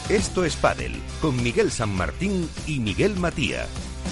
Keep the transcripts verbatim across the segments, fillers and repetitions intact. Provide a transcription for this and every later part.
Esto es Pádel, con Miguel San Martín y Miguel Matía.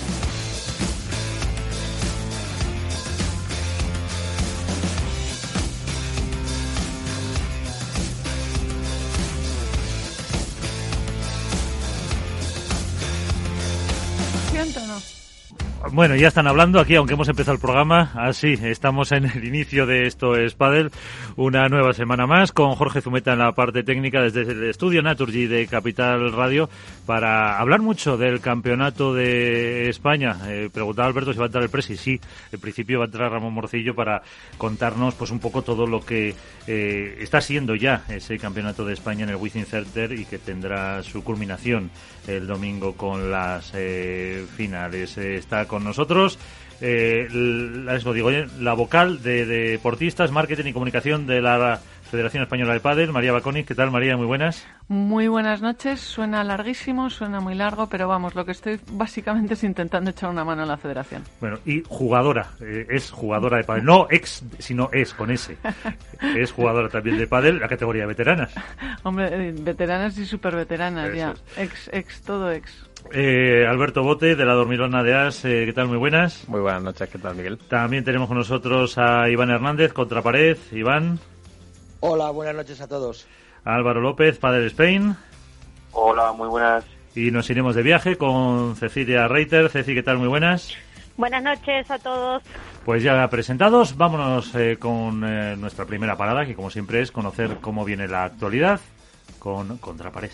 ¿Siento o no? Bueno, ya están hablando aquí, aunque hemos empezado el programa. Así, estamos en el inicio de Esto es Pádel, una nueva semana más, con Jorge Zumeta en la parte técnica desde el estudio Naturgy de Capital Radio, para hablar mucho del campeonato de España. Eh, preguntaba Alberto si va a entrar el Presi. Sí, en principio va a entrar Ramón Morcillo para contarnos pues un poco todo lo que eh, está siendo ya ese campeonato de España en el Wizzing Center y que tendrá su culminación el domingo con las eh, finales. Eh, está con nosotros eh, la, eso digo, la vocal de, de deportistas, marketing y comunicación de la Federación Española de Pádel, María Baconi. ¿Qué tal, María? Muy buenas. Muy buenas noches. Suena larguísimo, suena muy largo, pero vamos, lo que estoy básicamente es intentando echar una mano a la Federación. Bueno, y jugadora, eh, es jugadora de pádel, no ex, sino es, con ese. Es jugadora también de pádel, la categoría de veteranas. Hombre, eh, veteranas y superveteranas ya, es. ex, ex, todo ex. Eh, Alberto Bote, de la Dormilona de As, eh, ¿qué tal? Muy buenas. Muy buenas noches, ¿qué tal, Miguel? También tenemos con nosotros a Iván Hernández, Contrapared. Iván. Hola, buenas noches a todos. Álvaro López, Padel Spain. Hola, muy buenas. Y nos iremos de viaje con Cecilia Reiter. Ceci, ¿qué tal? Muy buenas. Buenas noches a todos. Pues ya presentados, vámonos eh, con eh, nuestra primera parada, que como siempre es conocer cómo viene la actualidad con Contrapared.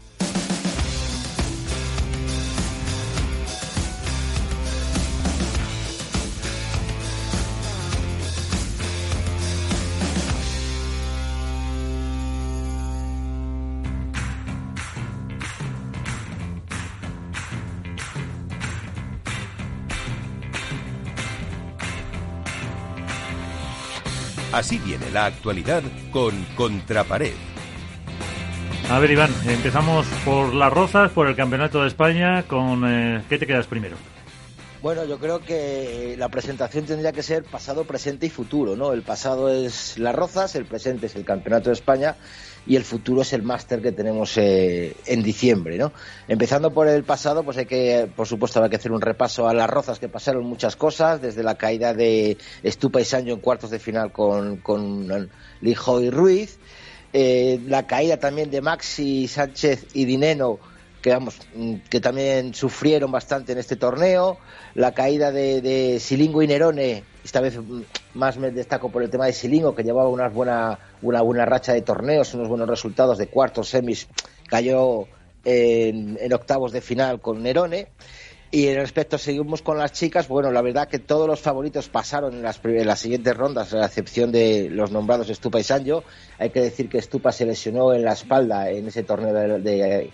Así viene la actualidad con Contrapared. A ver, Iván, empezamos por Las Rozas, por el Campeonato de España. Con eh, ¿qué te quedas primero? Bueno, yo creo que la presentación tendría que ser pasado, presente y futuro, ¿no? El pasado es Las Rozas, el presente es el Campeonato de España y el futuro es el máster que tenemos eh, en diciembre, ¿no? Empezando por el pasado, pues hay que, por supuesto, habrá que hacer un repaso a Las Rozas, que pasaron muchas cosas, desde la caída de Estupa y Sancho en cuartos de final con, con Lijo y Ruiz, eh, la caída también de Maxi, Sánchez y Dineno, que vamos, que también sufrieron bastante en este torneo, la caída de, de Silingo y Nerone. Esta vez más me destaco por el tema de Silingo, que llevaba una buena, una buena racha de torneos, unos buenos resultados de cuartos, semis, cayó en, en octavos de final con Nerone. Y en respecto, seguimos con las chicas, bueno, la verdad que todos los favoritos pasaron en las, en las siguientes rondas, a la excepción de los nombrados Estupa y Sancho. Hay que decir que Estupa se lesionó en la espalda en ese torneo de, de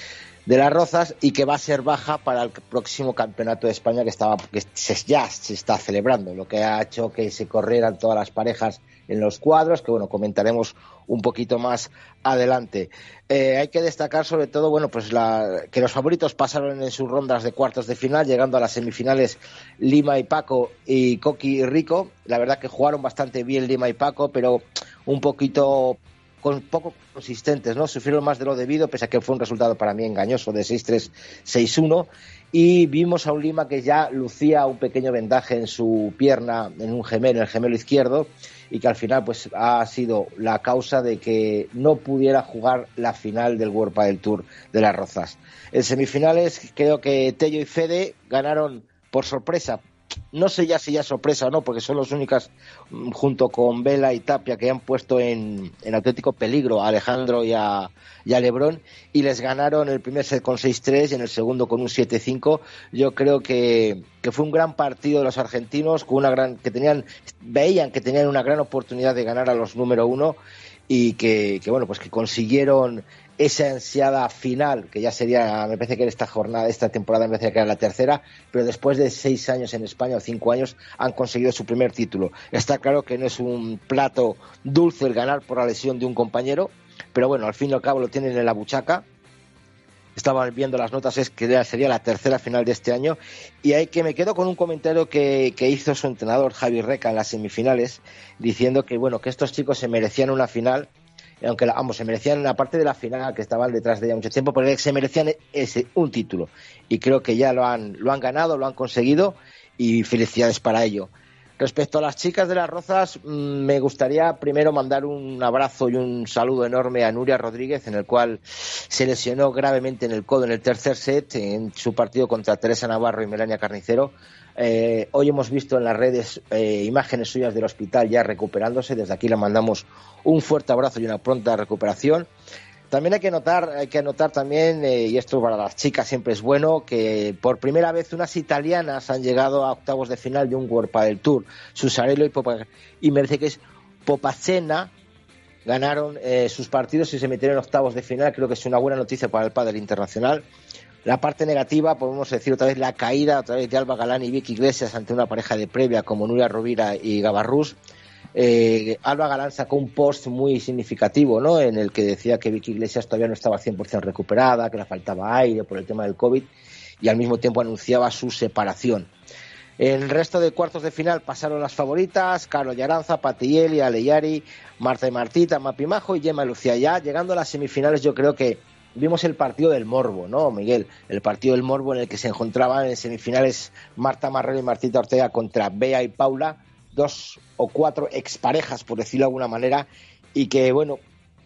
de Las Rozas y que va a ser baja para el próximo Campeonato de España que estaba que se, ya se está celebrando, lo que ha hecho que se corrieran todas las parejas en los cuadros, que bueno, comentaremos un poquito más adelante. Eh, hay que destacar sobre todo, bueno, pues la, que los favoritos pasaron en sus rondas de cuartos de final, llegando a las semifinales Lima y Paco y Coqui y Rico. La verdad que jugaron bastante bien Lima y Paco, pero un poquito con poco consistentes, ¿no? Sufrieron más de lo debido, pese a que fue un resultado para mí engañoso de seis tres, seis uno, y vimos a un Lima que ya lucía un pequeño vendaje en su pierna, en un gemelo, en el gemelo izquierdo, y que al final pues ha sido la causa de que no pudiera jugar la final del World Padel Tour de Las Rozas. En semifinales creo que Tello y Fede ganaron por sorpresa. No sé ya si ya sorpresa o no, porque son las únicas, junto con Vela y Tapia, que han puesto en, en auténtico peligro a Alejandro y a, y a Lebrón, y les ganaron el primer set con seis tres y en el segundo con un siete cinco. Yo creo que, que fue un gran partido de los argentinos, con una gran, que tenían, veían que tenían una gran oportunidad de ganar a los número uno y que, que bueno, pues que consiguieron esa ansiada final, que ya sería, me parece que en esta jornada, esta temporada me parece que era la tercera, pero después de seis años en España o cinco años han conseguido su primer título. Está claro que no es un plato dulce el ganar por la lesión de un compañero, pero bueno, al fin y al cabo lo tienen en la buchaca. Estaba viendo las notas, es que sería la tercera final de este año, y hay que me quedo con un comentario que, que hizo su entrenador Javi Reca en las semifinales, diciendo que bueno, que estos chicos se merecían una final aunque vamos, se merecían la parte de la final, que estaban detrás de ella mucho tiempo, porque se merecían ese un título, y creo que ya lo han, lo han ganado, lo han conseguido, y felicidades para ello. Respecto a las chicas de las Rozas, me gustaría primero mandar un abrazo y un saludo enorme a Nuria Rodríguez, en el cual se lesionó gravemente en el codo en el tercer set, en su partido contra Teresa Navarro y Melania Carnicero. Eh, hoy hemos visto en las redes eh, imágenes suyas del hospital ya recuperándose. Desde aquí le mandamos un fuerte abrazo y una pronta recuperación. También hay que notar, hay que anotar también, eh, y esto para las chicas siempre es bueno, que por primera vez unas italianas han llegado a octavos de final de un World Padel Tour. Susarello y, Popa, y me parece que es Popacena ganaron eh, sus partidos y se metieron en octavos de final. Creo que es una buena noticia para el pádel internacional. La parte negativa, podemos decir otra vez la caída otra vez de Alba Galán y Vicky Iglesias ante una pareja de previa como Nuria Rovira y Gavarrús. Eh, Alba Galán sacó un post muy significativo, ¿no?, en el que decía que Vicky Iglesias todavía no estaba cien por ciento recuperada, que le faltaba aire por el tema del COVID, y al mismo tiempo anunciaba su separación. En el resto de cuartos de final pasaron las favoritas: Carol Yaranza, Patielli, Aleyari, Marta y Martita, Mapi Majo y Gemma y Lucía. Ya llegando a las semifinales, yo creo que vimos el partido del morbo, ¿no, Miguel? El partido del morbo en el que se encontraban en semifinales Marta Marrero y Martita Ortega contra Bea y Paula, dos o cuatro exparejas, por decirlo de alguna manera, y que, bueno,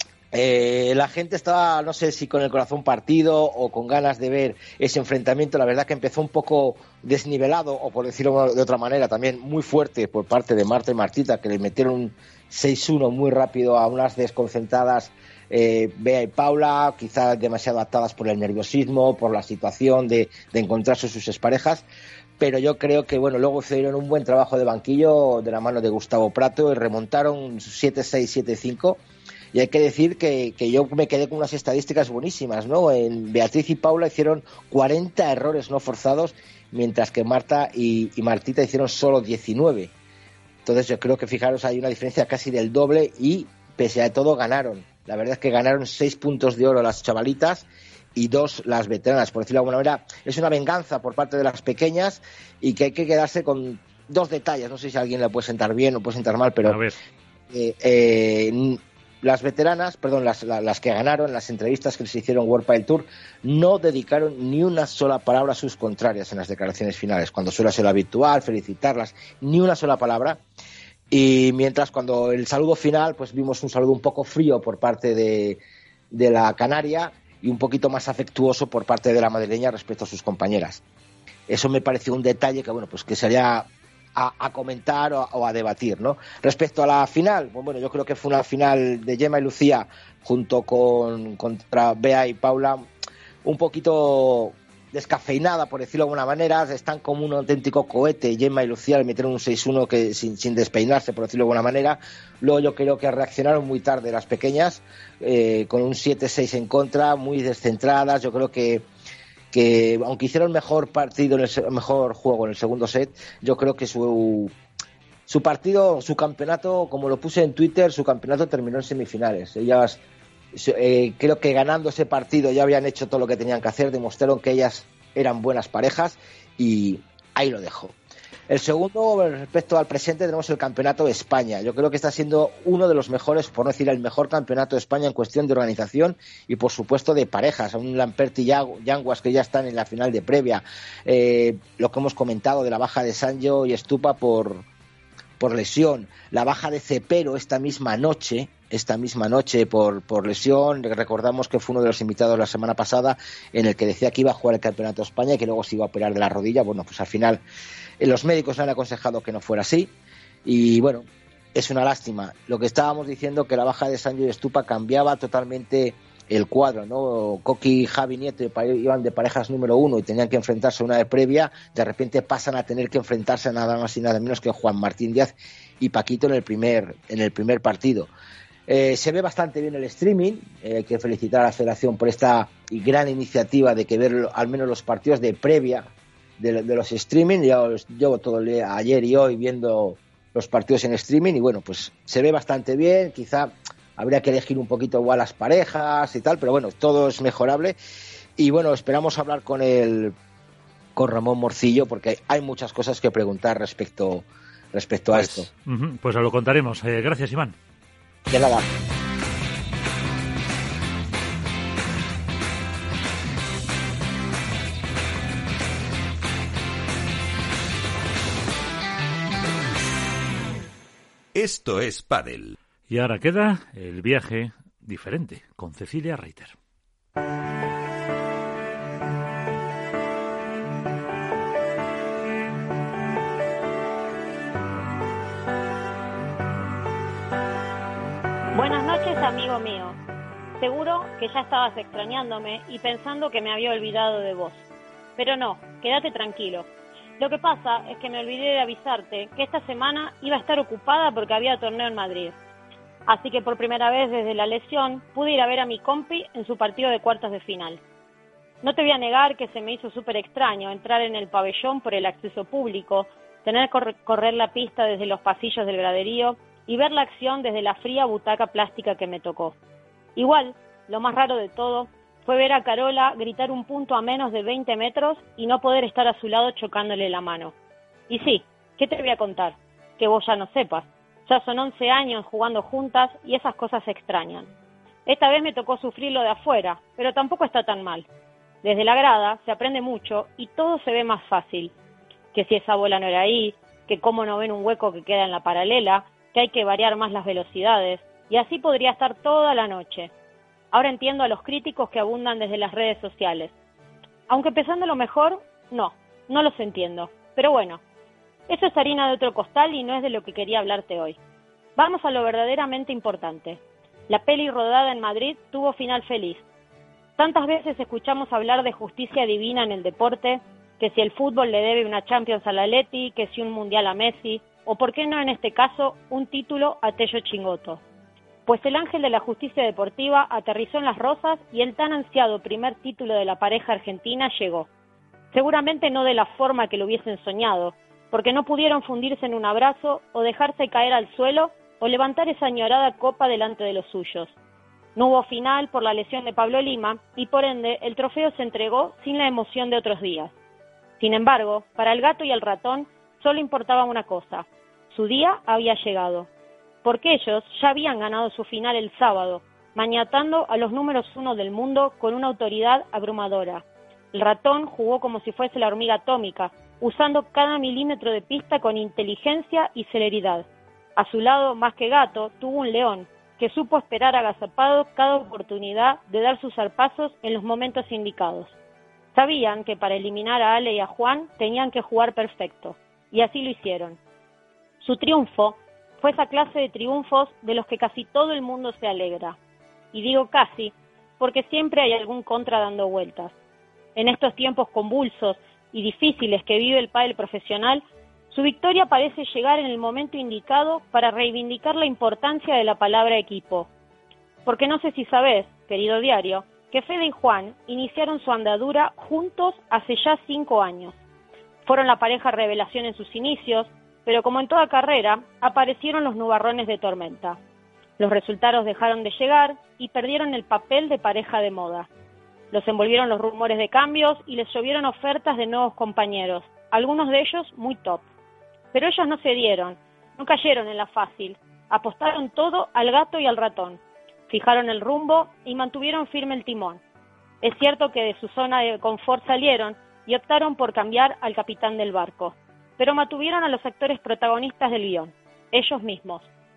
eh, la gente estaba, no sé si con el corazón partido o con ganas de ver ese enfrentamiento. La verdad que empezó un poco desnivelado, o por decirlo de otra manera, también muy fuerte por parte de Marta y Martita, que le metieron un seis uno muy rápido a unas desconcentradas eh, Bea y Paula, quizás demasiado adaptadas por el nerviosismo, por la situación de, de encontrarse sus exparejas. Pero yo creo que, bueno, luego hicieron un buen trabajo de banquillo de la mano de Gustavo Prato y remontaron siete seis, siete cinco. Y hay que decir que, que yo me quedé con unas estadísticas buenísimas, ¿no? En Beatriz y Paula hicieron cuarenta errores no forzados, mientras que Marta y, y Martita hicieron solo diecinueve. Entonces yo creo que, fijaros, hay una diferencia casi del doble y, pese a todo, ganaron. La verdad es que ganaron seis puntos de oro las chavalitas y dos las veteranas, por decirlo de alguna manera. Es una venganza por parte de las pequeñas, y que hay que quedarse con dos detalles. No sé si a alguien le puede sentar bien o puede sentar mal, pero a ver. Eh, eh, las veteranas, perdón, las, las que ganaron, las entrevistas que se hicieron World Padel Tour, no dedicaron ni una sola palabra a sus contrarias en las declaraciones finales, cuando suele ser lo habitual, felicitarlas, ni una sola palabra. Y mientras, cuando el saludo final, pues vimos un saludo un poco frío por parte de, de la canaria y un poquito más afectuoso por parte de la madrileña respecto a sus compañeras. Eso me pareció un detalle que, bueno, pues que sería a, a comentar o a, o a debatir, ¿no? Respecto a la final, pues bueno, yo creo que fue una final de Gemma y Lucía junto con contra Bea y Paula, un poquito descafeinada, por decirlo de alguna manera. Están como un auténtico cohete. Gemma y Lucía le metieron un seis uno que sin, sin despeinarse, por decirlo de alguna manera. Luego yo creo que reaccionaron muy tarde las pequeñas, eh, con un siete seis en contra, muy descentradas. Yo creo que que aunque hicieron mejor partido, en el mejor juego en el segundo set, yo creo que su su partido, su campeonato, como lo puse en Twitter, su campeonato terminó en semifinales. Ellas, eh, creo que ganando ese partido ya habían hecho todo lo que tenían que hacer, demostraron que ellas eran buenas parejas, y ahí lo dejo. El segundo, respecto al presente, tenemos el Campeonato de España. Yo creo que está siendo uno de los mejores, por no decir el mejor campeonato de España en cuestión de organización y, por supuesto, de parejas. Un Lamperti y Yanguas que ya están en la final de previa. Eh, lo que hemos comentado de la baja de Sancho y Estupa por, por lesión. La baja de Cepero esta misma noche, esta misma noche por, por lesión. Recordamos que fue uno de los invitados la semana pasada en el que decía que iba a jugar el Campeonato de España y que luego se iba a operar de la rodilla. Bueno, pues al final los médicos le han aconsejado que no fuera así, y bueno, es una lástima. Lo que estábamos diciendo, que la baja de Sancho y Estupa cambiaba totalmente el cuadro, ¿no? Coqui, Javi Nieto iban de parejas número uno y tenían que enfrentarse a una de previa. De repente pasan a tener que enfrentarse a nada más y nada menos que Juan Martín Díaz y Paquito en el primer, en el primer partido. Eh, se ve bastante bien el streaming. Eh, hay que felicitar a la Federación por esta gran iniciativa de que ver al menos los partidos de previa de, de los streaming. Yo llevo todo el día, ayer y hoy, viendo los partidos en streaming, y bueno, pues se ve bastante bien. Quizá habría que elegir un poquito igual las parejas y tal, pero bueno, todo es mejorable. Y bueno, esperamos hablar con el con Ramón Morcillo, porque hay muchas cosas que preguntar respecto respecto pues, a esto. Uh-huh, pues lo contaremos. Eh, gracias, Iván. De nada. Esto es Padel. Y ahora queda el viaje diferente con Cecilia Reiter. Buenas noches, amigo mío. Seguro que ya estabas extrañándome y pensando que me había olvidado de vos. Pero no, quédate tranquilo. Lo que pasa es que me olvidé de avisarte que esta semana iba a estar ocupada porque había torneo en Madrid. Así que por primera vez desde la lesión pude ir a ver a mi compi en su partido de cuartos de final. No te voy a negar que se me hizo súper extraño entrar en el pabellón por el acceso público, tener que correr la pista desde los pasillos del graderío y ver la acción desde la fría butaca plástica que me tocó. Igual, lo más raro de todo fue ver a Carola gritar un punto a menos de veinte metros y no poder estar a su lado chocándole la mano. Y sí, ¿qué te voy a contar? Que vos ya no sepas. Ya son once años jugando juntas y esas cosas se extrañan. Esta vez me tocó sufrirlo de afuera, pero tampoco está tan mal. Desde la grada se aprende mucho y todo se ve más fácil. Que si esa bola no era ahí, que cómo no ven un hueco que queda en la paralela, que hay que variar más las velocidades, y así podría estar toda la noche. Ahora entiendo a los críticos que abundan desde las redes sociales. Aunque pensando lo mejor, no, no los entiendo. Pero bueno, eso es harina de otro costal y no es de lo que quería hablarte hoy. Vamos a lo verdaderamente importante. La peli rodada en Madrid tuvo final feliz. Tantas veces escuchamos hablar de justicia divina en el deporte, que si el fútbol le debe una Champions al Atleti, que si un Mundial a Messi, o por qué no en este caso un título a Tello Chingoto. Pues el ángel de la justicia deportiva aterrizó en Las Rozas y el tan ansiado primer título de la pareja argentina llegó. Seguramente no de la forma que lo hubiesen soñado, porque no pudieron fundirse en un abrazo o dejarse caer al suelo o levantar esa añorada copa delante de los suyos. No hubo final por la lesión de Pablo Lima y por ende el trofeo se entregó sin la emoción de otros días. Sin embargo, para el gato y el ratón solo importaba una cosa: su día había llegado. Porque ellos ya habían ganado su final el sábado, maniatando a los números uno del mundo con una autoridad abrumadora. El ratón jugó como si fuese la hormiga atómica, usando cada milímetro de pista con inteligencia y celeridad. A su lado, más que gato, tuvo un león, que supo esperar agazapado cada oportunidad de dar sus zarpazos en los momentos indicados. Sabían que para eliminar a Ale y a Juan tenían que jugar perfecto, y así lo hicieron. Su triunfo fue esa clase de triunfos de los que casi todo el mundo se alegra. Y digo casi, porque siempre hay algún contra dando vueltas. En estos tiempos convulsos y difíciles que vive el pádel profesional, su victoria parece llegar en el momento indicado para reivindicar la importancia de la palabra equipo. Porque no sé si sabés, querido diario, que Fede y Juan iniciaron su andadura juntos hace ya cinco años. Fueron la pareja revelación en sus inicios, pero como en toda carrera, aparecieron los nubarrones de tormenta. Los resultados dejaron de llegar y perdieron el papel de pareja de moda. Los envolvieron los rumores de cambios y les llovieron ofertas de nuevos compañeros, algunos de ellos muy top. Pero ellos no cedieron, no cayeron en la fácil, apostaron todo al gato y al ratón, fijaron el rumbo y mantuvieron firme el timón. Es cierto que de su zona de confort salieron y optaron por cambiar al capitán del barco, pero mantuvieron a los actores protagonistas del guión, ellos mismos.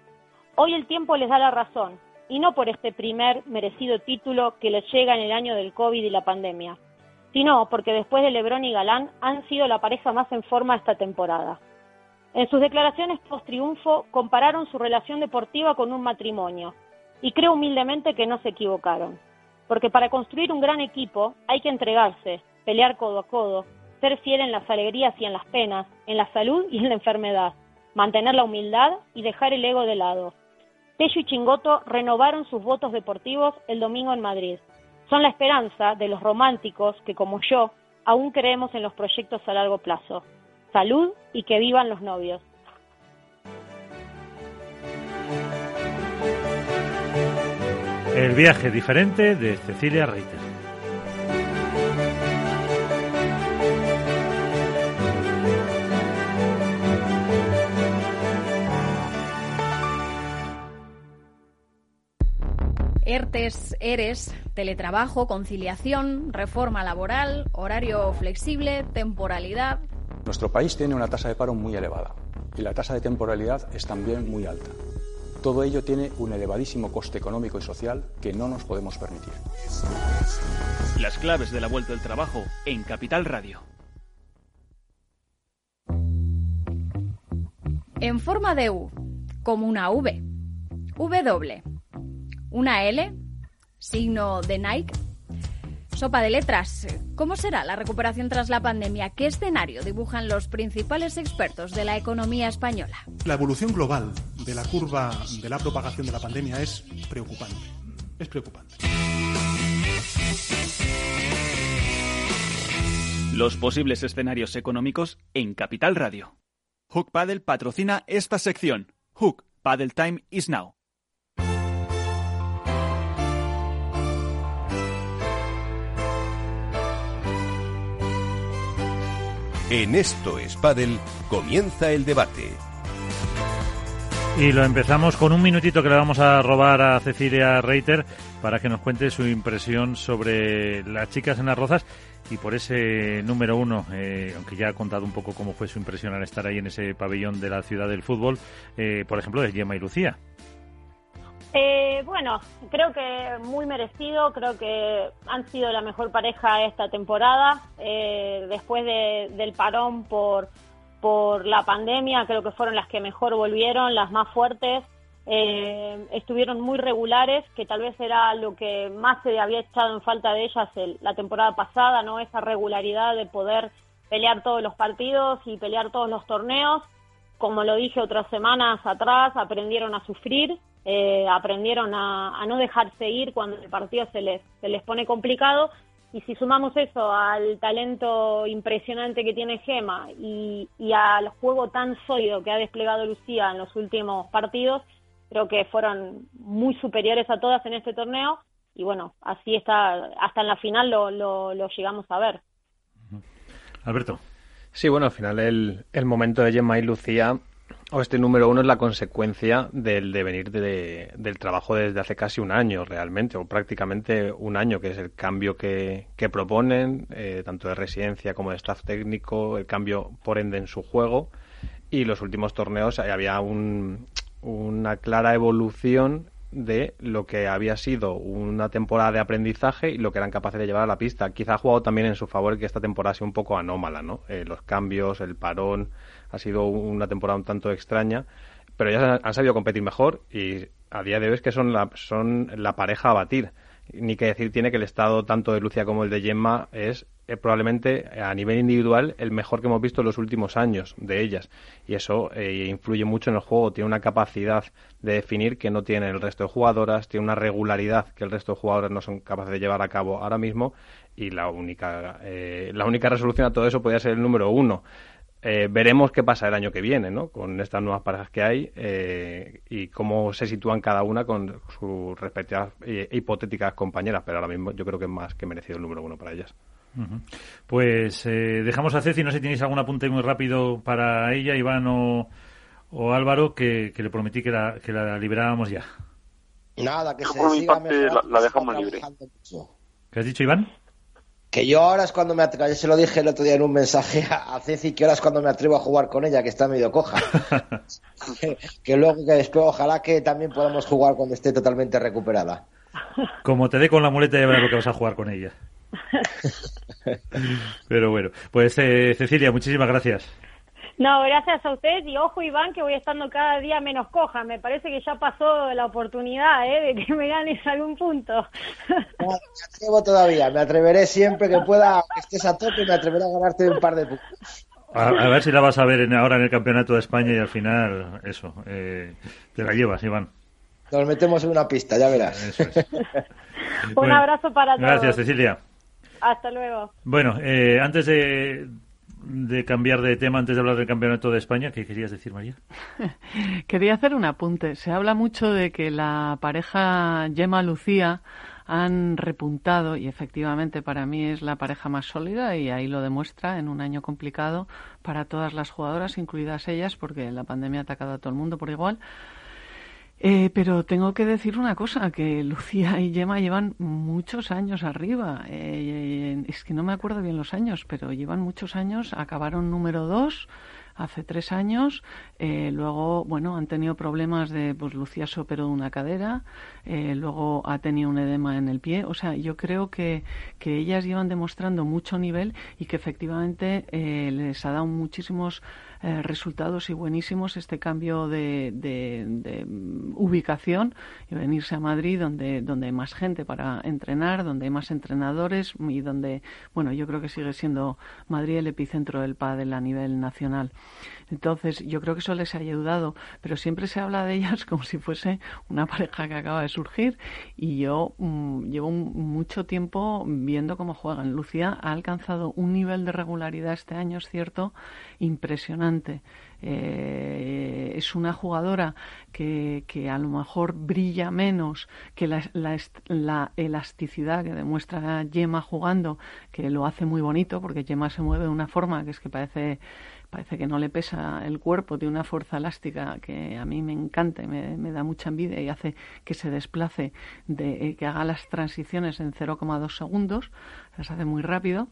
Hoy el tiempo les da la razón, y no por este primer merecido título que les llega en el año del COVID y la pandemia, sino porque después de Lebrón y Galán han sido la pareja más en forma esta temporada. En sus declaraciones post-triunfo compararon su relación deportiva con un matrimonio, y creo humildemente que no se equivocaron, porque para construir un gran equipo hay que entregarse, pelear codo a codo, ser fiel en las alegrías y en las penas, en la salud y en la enfermedad, mantener la humildad y dejar el ego de lado. Tello y Chingoto renovaron sus votos deportivos el domingo en Madrid. Son la esperanza de los románticos que, como yo, aún creemos en los proyectos a largo plazo. Salud y que vivan los novios. El viaje diferente de Cecilia Reiter. ERTES, ERES, teletrabajo, conciliación, reforma laboral, horario flexible, temporalidad. Nuestro país tiene una tasa de paro muy elevada. y la tasa de temporalidad es también muy alta. Todo ello tiene un elevadísimo coste económico y social que no nos podemos permitir. Las claves de la vuelta al trabajo en Capital Radio. En forma de U, como una V. V doble. Una L, signo de Nike. Sopa de letras. ¿Cómo será la recuperación tras la pandemia? ¿Qué escenario dibujan los principales expertos de la economía española? La evolución global de la curva de la propagación de la pandemia es preocupante. Es preocupante. Los posibles escenarios económicos en Capital Radio. Hook Paddle patrocina esta sección. Hook Paddle Time is now. En Esto es Pádel comienza el debate. Y lo empezamos con un minutito que le vamos a robar a Cecilia Reiter para que nos cuente su impresión sobre las chicas en las Rozas y por ese número uno, eh, aunque ya ha contado un poco cómo fue su impresión al estar ahí en ese pabellón de la ciudad del fútbol, eh, por ejemplo, de Gemma y Lucía. Eh, bueno, creo que muy merecido, creo que han sido la mejor pareja esta temporada, eh, después de, del parón por, por la pandemia, creo que fueron las que mejor volvieron, las más fuertes, eh, estuvieron muy regulares, que tal vez era lo que más se había echado en falta de ellas el, la temporada pasada, ¿no? Esa regularidad de poder pelear todos los partidos y pelear todos los torneos. Como lo dije otras semanas atrás, aprendieron a sufrir. Eh, aprendieron a, a no dejarse ir cuando el partido se les, se les pone complicado, y si sumamos eso al talento impresionante que tiene Gemma y, y al juego tan sólido que ha desplegado Lucía en los últimos partidos, creo que fueron muy superiores a todas en este torneo, y bueno, así está, hasta en la final lo, lo, lo llegamos a ver. Alberto. Sí, bueno, al final el, el momento de Gemma y Lucía, o este número uno, es la consecuencia del devenir de, del trabajo desde hace casi un año realmente, o prácticamente un año, que es el cambio que, que proponen, eh, tanto de residencia como de staff técnico, el cambio por ende en su juego, y los últimos torneos había un, una clara evolución de lo que había sido una temporada de aprendizaje y lo que eran capaces de llevar a la pista. Quizá ha jugado también en su favor que esta temporada sea un poco anómala, ¿no? Eh, los cambios, el parón, ha sido una temporada un tanto extraña, pero ellas han sabido competir mejor y a día de hoy es que son la, son la pareja a batir. Ni que decir tiene que el estado tanto de Lucía como el de Gemma es eh, probablemente a nivel individual el mejor que hemos visto en los últimos años de ellas, y eso eh, influye mucho en el juego. Tiene una capacidad de definir que no tiene el resto de jugadoras, tiene una regularidad que el resto de jugadores no son capaces de llevar a cabo ahora mismo, y la única eh, la única resolución a todo eso podría ser el número uno. Eh, veremos qué pasa el año que viene, ¿no? Con estas nuevas parejas que hay eh, y cómo se sitúan cada una con sus respectivas eh, hipotéticas compañeras, pero ahora mismo yo creo que es más que merecido el número uno para ellas. Uh-huh. Pues eh, dejamos a Ceci, no sé si tenéis algún apunte muy rápido para ella, Iván o, o Álvaro, que, que le prometí que la, que la liberábamos ya. Nada, que yo se por mi siga parte mejorando, la, la dejamos libre. ¿Qué has dicho, Iván? Que yo ahora es cuando me atrevo, yo se lo dije el otro día en un mensaje a Ceci, que ahora es cuando me atrevo a jugar con ella, que está medio coja. que, que luego, que después, ojalá que también podamos jugar cuando esté totalmente recuperada. Como te dé con la muleta, ya verás lo que vas a jugar con ella. Pero bueno, pues eh, Cecilia, muchísimas gracias. No, gracias a ustedes, y ojo, Iván, que voy estando cada día menos coja. Me parece que ya pasó la oportunidad, ¿eh?, de que me ganes algún punto. No, me atrevo todavía, me atreveré siempre que pueda, aunque estés a tope, me atreveré a ganarte un par de puntos. A, a ver si la vas a ver en, ahora en el Campeonato de España y al final, eso, eh, te la llevas, Iván. Nos metemos en una pista, ya verás. Eso es. Un Bueno, abrazo para todos. Gracias, Cecilia. Hasta luego. Bueno, eh, antes de... de cambiar de tema, antes de hablar del Campeonato de España, ¿qué querías decir, María? Quería hacer un apunte. Se habla mucho de que la pareja Gemma-Lucía han repuntado, y efectivamente para mí es la pareja más sólida, y ahí lo demuestra en un año complicado para todas las jugadoras, incluidas ellas, porque la pandemia ha atacado a todo el mundo por igual. Eh, pero tengo que decir una cosa, que Lucía y Gemma llevan muchos años arriba. Eh, es que no me acuerdo bien los años, pero llevan muchos años, acabaron número dos, hace tres años. Eh, luego, bueno, han tenido problemas de, pues Lucía se operó de una cadera, eh, luego ha tenido un edema en el pie. O sea, yo creo que, que ellas llevan demostrando mucho nivel y que efectivamente eh, les ha dado muchísimos eh, resultados y buenísimos este cambio de, de, de ubicación y venirse a Madrid, donde, donde hay más gente para entrenar, donde hay más entrenadores y donde, bueno, yo creo que sigue siendo Madrid el epicentro del pádel a nivel nacional. Entonces, yo creo que eso les ha ayudado, pero siempre se habla de ellas como si fuese una pareja que acaba de surgir y yo mmm, llevo un, mucho tiempo viendo cómo juegan. Lucía ha alcanzado un nivel de regularidad este año, es cierto, impresionante. Eh, es una jugadora que, que a lo mejor brilla menos que la, la, la elasticidad que demuestra Gemma jugando, que lo hace muy bonito, porque Gemma se mueve de una forma que es que parece... Parece que no le pesa el cuerpo, tiene una fuerza elástica que a mí me encanta y me, me da mucha envidia y hace que se desplace, de, eh, que haga las transiciones en cero coma dos segundos, las hace muy rápido.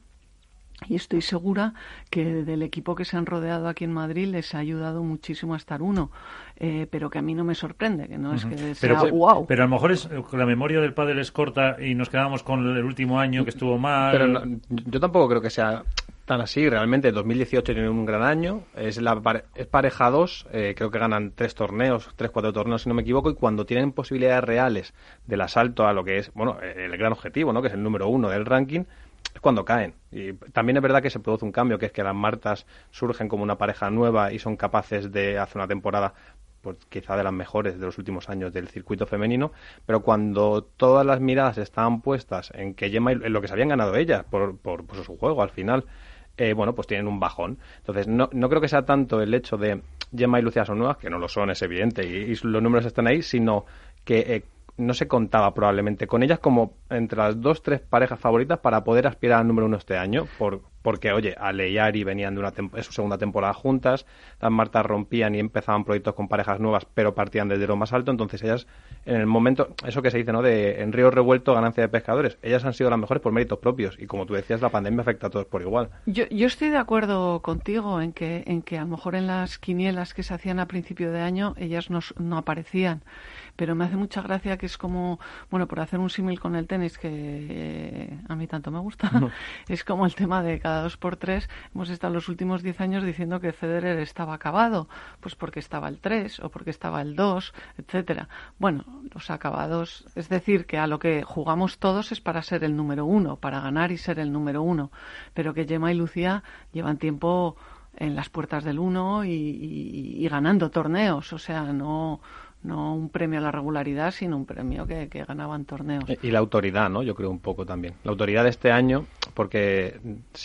Y estoy segura que del equipo que se han rodeado aquí en Madrid les ha ayudado muchísimo a estar uno, eh, pero que a mí no me sorprende, que no uh-huh. es que sea pero, wow. Pero a lo mejor es, la memoria del pádel es corta y nos quedamos con el último año que estuvo mal. Pero no, yo tampoco creo que sea tan así. Realmente dos mil dieciocho tiene un gran año, es la es pareja dos, eh, creo que ganan tres torneos, tres, cuatro torneos si no me equivoco, y cuando tienen posibilidades reales del asalto a lo que es, bueno, el gran objetivo, ¿no?, que es el número uno del ranking, es cuando caen. Y también es verdad que se produce un cambio, que es que las Martas surgen como una pareja nueva y son capaces de hacer una temporada pues quizá de las mejores de los últimos años del circuito femenino, pero cuando todas las miradas estaban puestas en que Gemma, en lo que se habían ganado ellas por, por, por su juego al final, eh, bueno, pues tienen un bajón. Entonces no, no creo que sea tanto el hecho de Gemma y Lucía son nuevas, que no lo son, es evidente, y, y los números están ahí, sino que eh, no se contaba probablemente con ellas como entre las dos, tres parejas favoritas para poder aspirar al número uno este año, por, porque, oye, Ale y Ari venían de una tem- su segunda temporada juntas, las Martas rompían y empezaban proyectos con parejas nuevas, pero partían desde lo más alto, entonces ellas, en el momento, eso que se dice, ¿no?, de en río revuelto, ganancia de pescadores, ellas han sido las mejores por méritos propios, y como tú decías, la pandemia afecta a todos por igual. Yo, yo estoy de acuerdo contigo en que, en que a lo mejor en las quinielas que se hacían a principio de año, ellas no, no aparecían, pero me hace mucha gracia que es como, bueno, por hacer un símil con el tenis, que eh, a mí tanto me gusta, no. Es como el tema de cada dos por tres, hemos estado los últimos diez años diciendo que Federer estaba acabado, pues porque estaba el tres o porque estaba el dos, etcétera. Bueno, los acabados, es decir, que a lo que jugamos todos es para ser el número uno, para ganar y ser el número uno, pero que Gemma y Lucía llevan tiempo en las puertas del uno y, y, y ganando torneos, o sea, no... no un premio a la regularidad, sino un premio que, que ganaban torneos. Y la autoridad, ¿no? Yo creo un poco también. La autoridad de este año, porque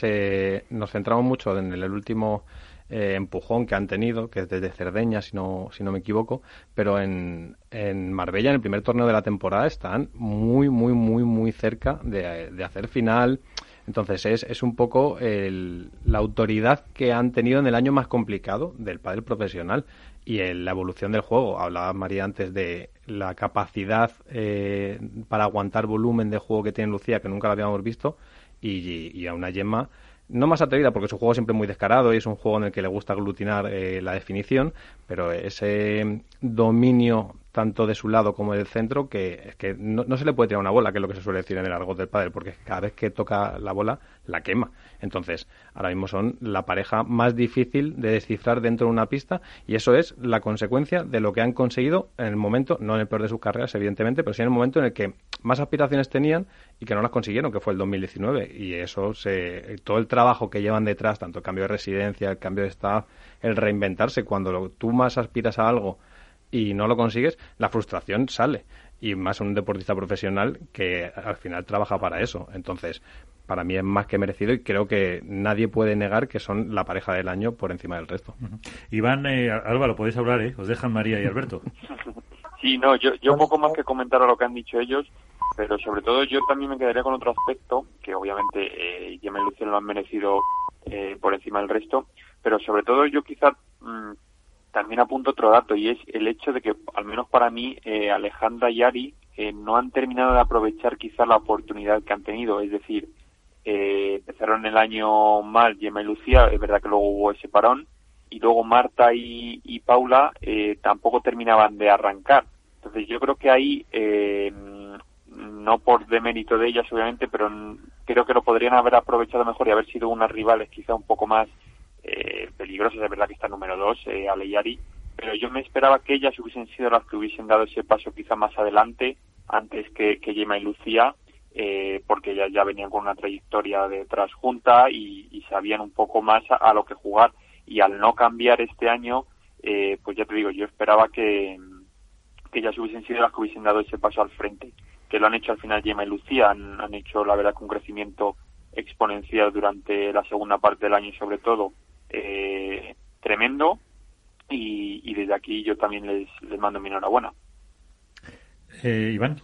se nos centramos mucho en el último eh, empujón que han tenido, que es desde Cerdeña, si no, si no me equivoco, pero en, en Marbella, en el primer torneo de la temporada, están muy, muy, muy, muy cerca de, de hacer final. Entonces es, es un poco el, la autoridad que han tenido en el año más complicado del pádel profesional y en la evolución del juego. Hablaba María antes de la capacidad eh, para aguantar volumen de juego que tiene Lucía, que nunca la habíamos visto, y, y a una Gemma no más atrevida, porque su juego siempre es muy descarado y es un juego en el que le gusta aglutinar eh, la definición, pero ese dominio tanto de su lado como del centro, que es que no, no se le puede tirar una bola, que es lo que se suele decir en el argot del pádel, porque cada vez que toca la bola, la quema. Entonces, ahora mismo son la pareja más difícil de descifrar dentro de una pista, y eso es la consecuencia de lo que han conseguido en el momento, no en el peor de sus carreras, evidentemente, pero sí en el momento en el que más aspiraciones tenían y que no las consiguieron, que fue el dos mil diecinueve, y eso, se, todo el trabajo que llevan detrás, tanto el cambio de residencia, el cambio de staff, el reinventarse, cuando lo, tú más aspiras a algo y no lo consigues, la frustración sale, y más un deportista profesional que al final trabaja para eso. Entonces, para mí es más que merecido y creo que nadie puede negar que son la pareja del año por encima del resto. Uh-huh. Iván, eh, Álvaro, podéis hablar, ¿eh? Os dejan María y Alberto. Sí, no, yo, yo poco más que comentar a lo que han dicho ellos, pero sobre todo yo también me quedaría con otro aspecto, que obviamente eh, Gemma y Lucía lo han merecido eh, por encima del resto, pero sobre todo yo quizá mmm, también apunto otro dato, y es el hecho de que, al menos para mí, eh, Alejandra y Ari eh, no han terminado de aprovechar quizá la oportunidad que han tenido. Es decir, eh, empezaron el año mal Gemma y Lucía, es verdad que luego hubo ese parón, y luego Marta y, y Paula eh, tampoco terminaban de arrancar. Entonces yo creo que ahí, eh, no por demérito de ellas obviamente, pero creo que lo podrían haber aprovechado mejor y haber sido unas rivales quizá un poco más eh, peligrosas. Es verdad que está número dos, eh, Ale y Ari, pero yo me esperaba que ellas hubiesen sido las que hubiesen dado ese paso quizá más adelante, antes que, que Gemma y Lucía, eh, porque ellas ya venían con una trayectoria detrás junta y, y sabían un poco más a, a lo que jugar, y al no cambiar este año, eh, pues ya te digo, yo esperaba que, que ellas hubiesen sido las que hubiesen dado ese paso al frente, que lo han hecho al final Gemma y Lucía, han, han hecho la verdad que un crecimiento exponencial durante la segunda parte del año sobre todo, eh, tremendo, y, y desde aquí yo también les, les mando mi enhorabuena. Eh, Iván.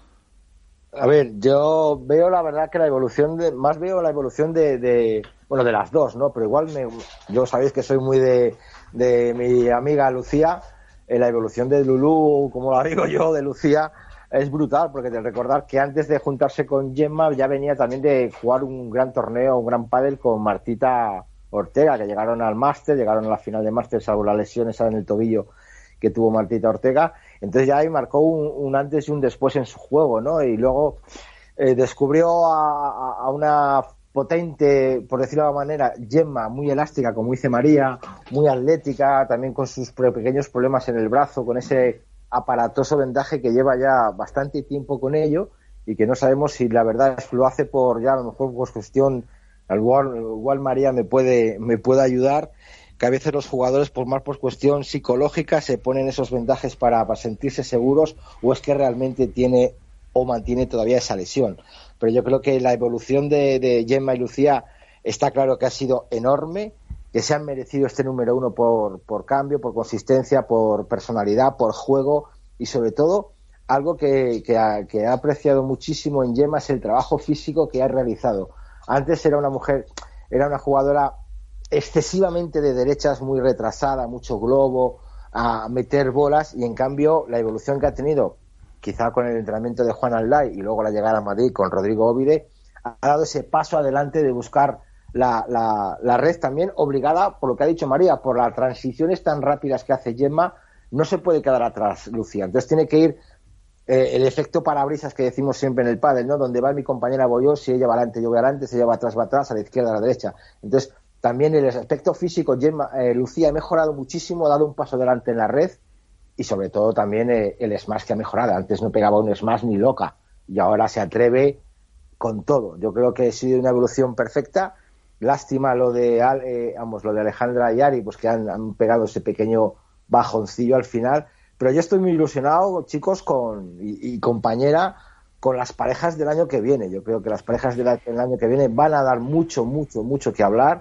A ver, yo veo la verdad que la evolución de, más veo la evolución de, de bueno, de las dos, ¿no? Pero igual me, yo sabéis que soy muy de, de mi amiga Lucía, eh, la evolución de Lulú, como la digo yo, de Lucía, es brutal, porque de recordar que antes de juntarse con Gemma ya venía también de jugar un gran torneo, un gran pádel con Martita Ortega, que llegaron al máster, llegaron a la final de máster, salvo la lesión esa en el tobillo que tuvo Martita Ortega. Entonces ya ahí marcó un, un antes y un después en su juego, ¿no? Y luego eh, descubrió a, a una potente, por decirlo de alguna manera, Gemma, muy elástica, como dice María, muy atlética, también con sus pequeños problemas en el brazo, con ese aparatoso vendaje que lleva ya bastante tiempo con ello y que no sabemos si la verdad es que lo hace por ya a lo mejor pues cuestión, igual, igual María me puede, me puede ayudar, que a veces los jugadores por más por cuestión psicológica se ponen esos vendajes para, para sentirse seguros, o es que realmente tiene o mantiene todavía esa lesión. Pero yo creo que la evolución de, de Gemma y Lucía está claro que ha sido enorme, que se han merecido este número uno por, por cambio, por consistencia, por personalidad, por juego, y sobre todo algo que, que, ha, que ha apreciado muchísimo en Gemma es el trabajo físico que ha realizado. Antes era una mujer, era una jugadora excesivamente de derechas, muy retrasada, mucho globo, a meter bolas, y en cambio la evolución que ha tenido, quizá con el entrenamiento de Juan Alday y luego la llegada a Madrid con Rodrigo Óvide, ha dado ese paso adelante de buscar la, la, la red también, obligada por lo que ha dicho María, por las transiciones tan rápidas que hace Gemma. No se puede quedar atrás Lucía, entonces tiene que ir eh, el efecto parabrisas que decimos siempre en el pádel, ¿no? Donde va mi compañera voy yo, si ella va adelante yo voy adelante, si ella va atrás va atrás, a la izquierda a la derecha. Entonces también el aspecto físico, Gemma, eh, Lucía ha mejorado muchísimo, ha dado un paso adelante en la red, y sobre todo también eh, el smash que ha mejorado. Antes no pegaba un smash ni loca, y ahora se atreve con todo. Yo creo que ha sido una evolución perfecta. Lástima lo de eh, vamos, lo de Alejandra y Ari, pues que han, han pegado ese pequeño bajoncillo al final. Pero yo estoy muy ilusionado, chicos, con y, y compañera, con las parejas del año que viene. Yo creo que las parejas del, del año que viene van a dar mucho, mucho, mucho que hablar,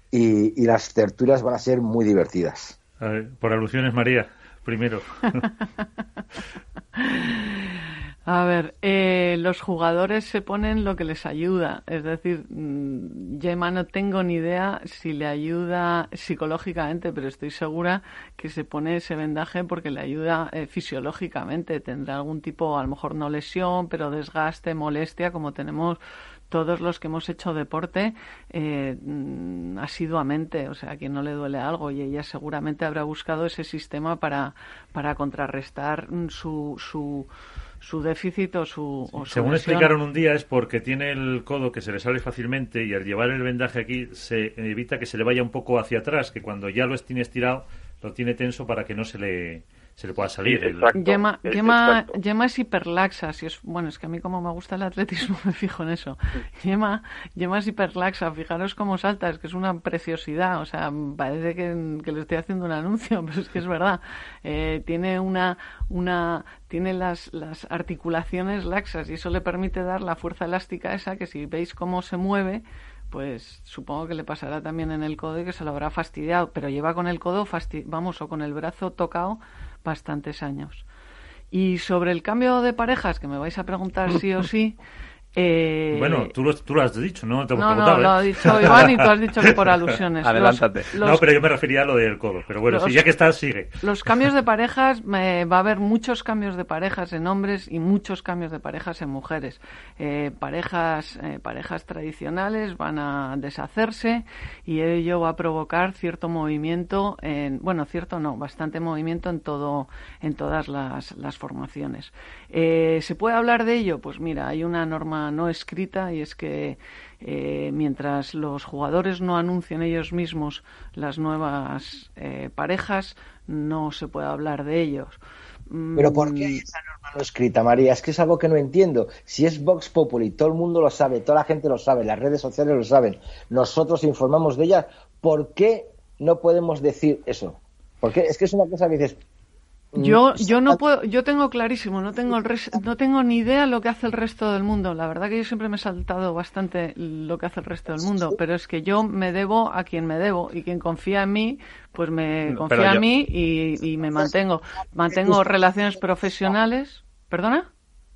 y, y las tertulias van a ser muy divertidas. A ver, por alusiones, María, primero. A ver, eh, los jugadores se ponen lo que les ayuda. Es decir, mmm, Gemma no tengo ni idea si le ayuda psicológicamente, pero estoy segura que se pone ese vendaje porque le ayuda eh, fisiológicamente. Tendrá algún tipo, a lo mejor no lesión, pero desgaste, molestia, como tenemos todos los que hemos hecho deporte eh, asiduamente. O sea, a quien no le duele algo, y ella seguramente habrá buscado ese sistema para, para contrarrestar su... su su déficit o su, o su Según lesión. Explicaron un día, es porque tiene el codo que se le sale fácilmente, y al llevar el vendaje aquí se evita que se le vaya un poco hacia atrás, que cuando ya lo tiene estirado lo tiene tenso para que no se le se le pueda salir. Sí, exacto, el... Gemma, es, Gemma, exacto. Gemma es hiperlaxa. Si es, bueno, es que a mí como me gusta el atletismo me fijo en eso. Gemma, Gemma es hiperlaxa. Fijaros cómo salta, es que es una preciosidad. O sea, parece que, que le estoy haciendo un anuncio, pero es que es verdad. Eh, tiene una, una, tiene las, las articulaciones laxas, y eso le permite dar la fuerza elástica esa que, si veis cómo se mueve, pues supongo que le pasará también en el codo y que se lo habrá fastidiado, pero lleva con el codo, fasti- vamos, o con el brazo tocado bastantes años. Y sobre el cambio de parejas, que me vais a preguntar sí o sí, Eh... Bueno, tú lo, tú lo has dicho, ¿no? Te hemos no, preguntado, no, ¿eh? lo ha dicho Iván y tú has dicho que por alusiones. Adelántate. Los, los... No, pero yo me refería a lo del codo. Pero bueno, los, si ya que estás, sigue. Los cambios de parejas, me, va a haber muchos cambios de parejas en hombres y muchos cambios de parejas en mujeres. Eh, parejas, eh, parejas tradicionales van a deshacerse y ello va a provocar cierto movimiento, en, bueno, cierto no, bastante movimiento en todo, en todas las, las formaciones. Eh, ¿Se puede hablar de ello? Pues mira, hay una norma no escrita y es que eh, mientras los jugadores no anuncien ellos mismos las nuevas eh, parejas, no se puede hablar de ellos. ¿Pero por qué hay esa norma no escrita, María? Es que es algo que no entiendo. Si es Vox Populi, todo el mundo lo sabe, toda la gente lo sabe, las redes sociales lo saben, nosotros informamos de ellas, ¿por qué no podemos decir eso? Porque es que es una cosa que dices... Yo yo no puedo, yo tengo clarísimo, no tengo el res, no tengo ni idea lo que hace el resto del mundo. La verdad que yo siempre me he saltado bastante lo que hace el resto del mundo, pero es que yo me debo a quien me debo y quien confía en mí, pues me confía yo... en mí y, y me mantengo, mantengo relaciones profesionales. ¿Perdona?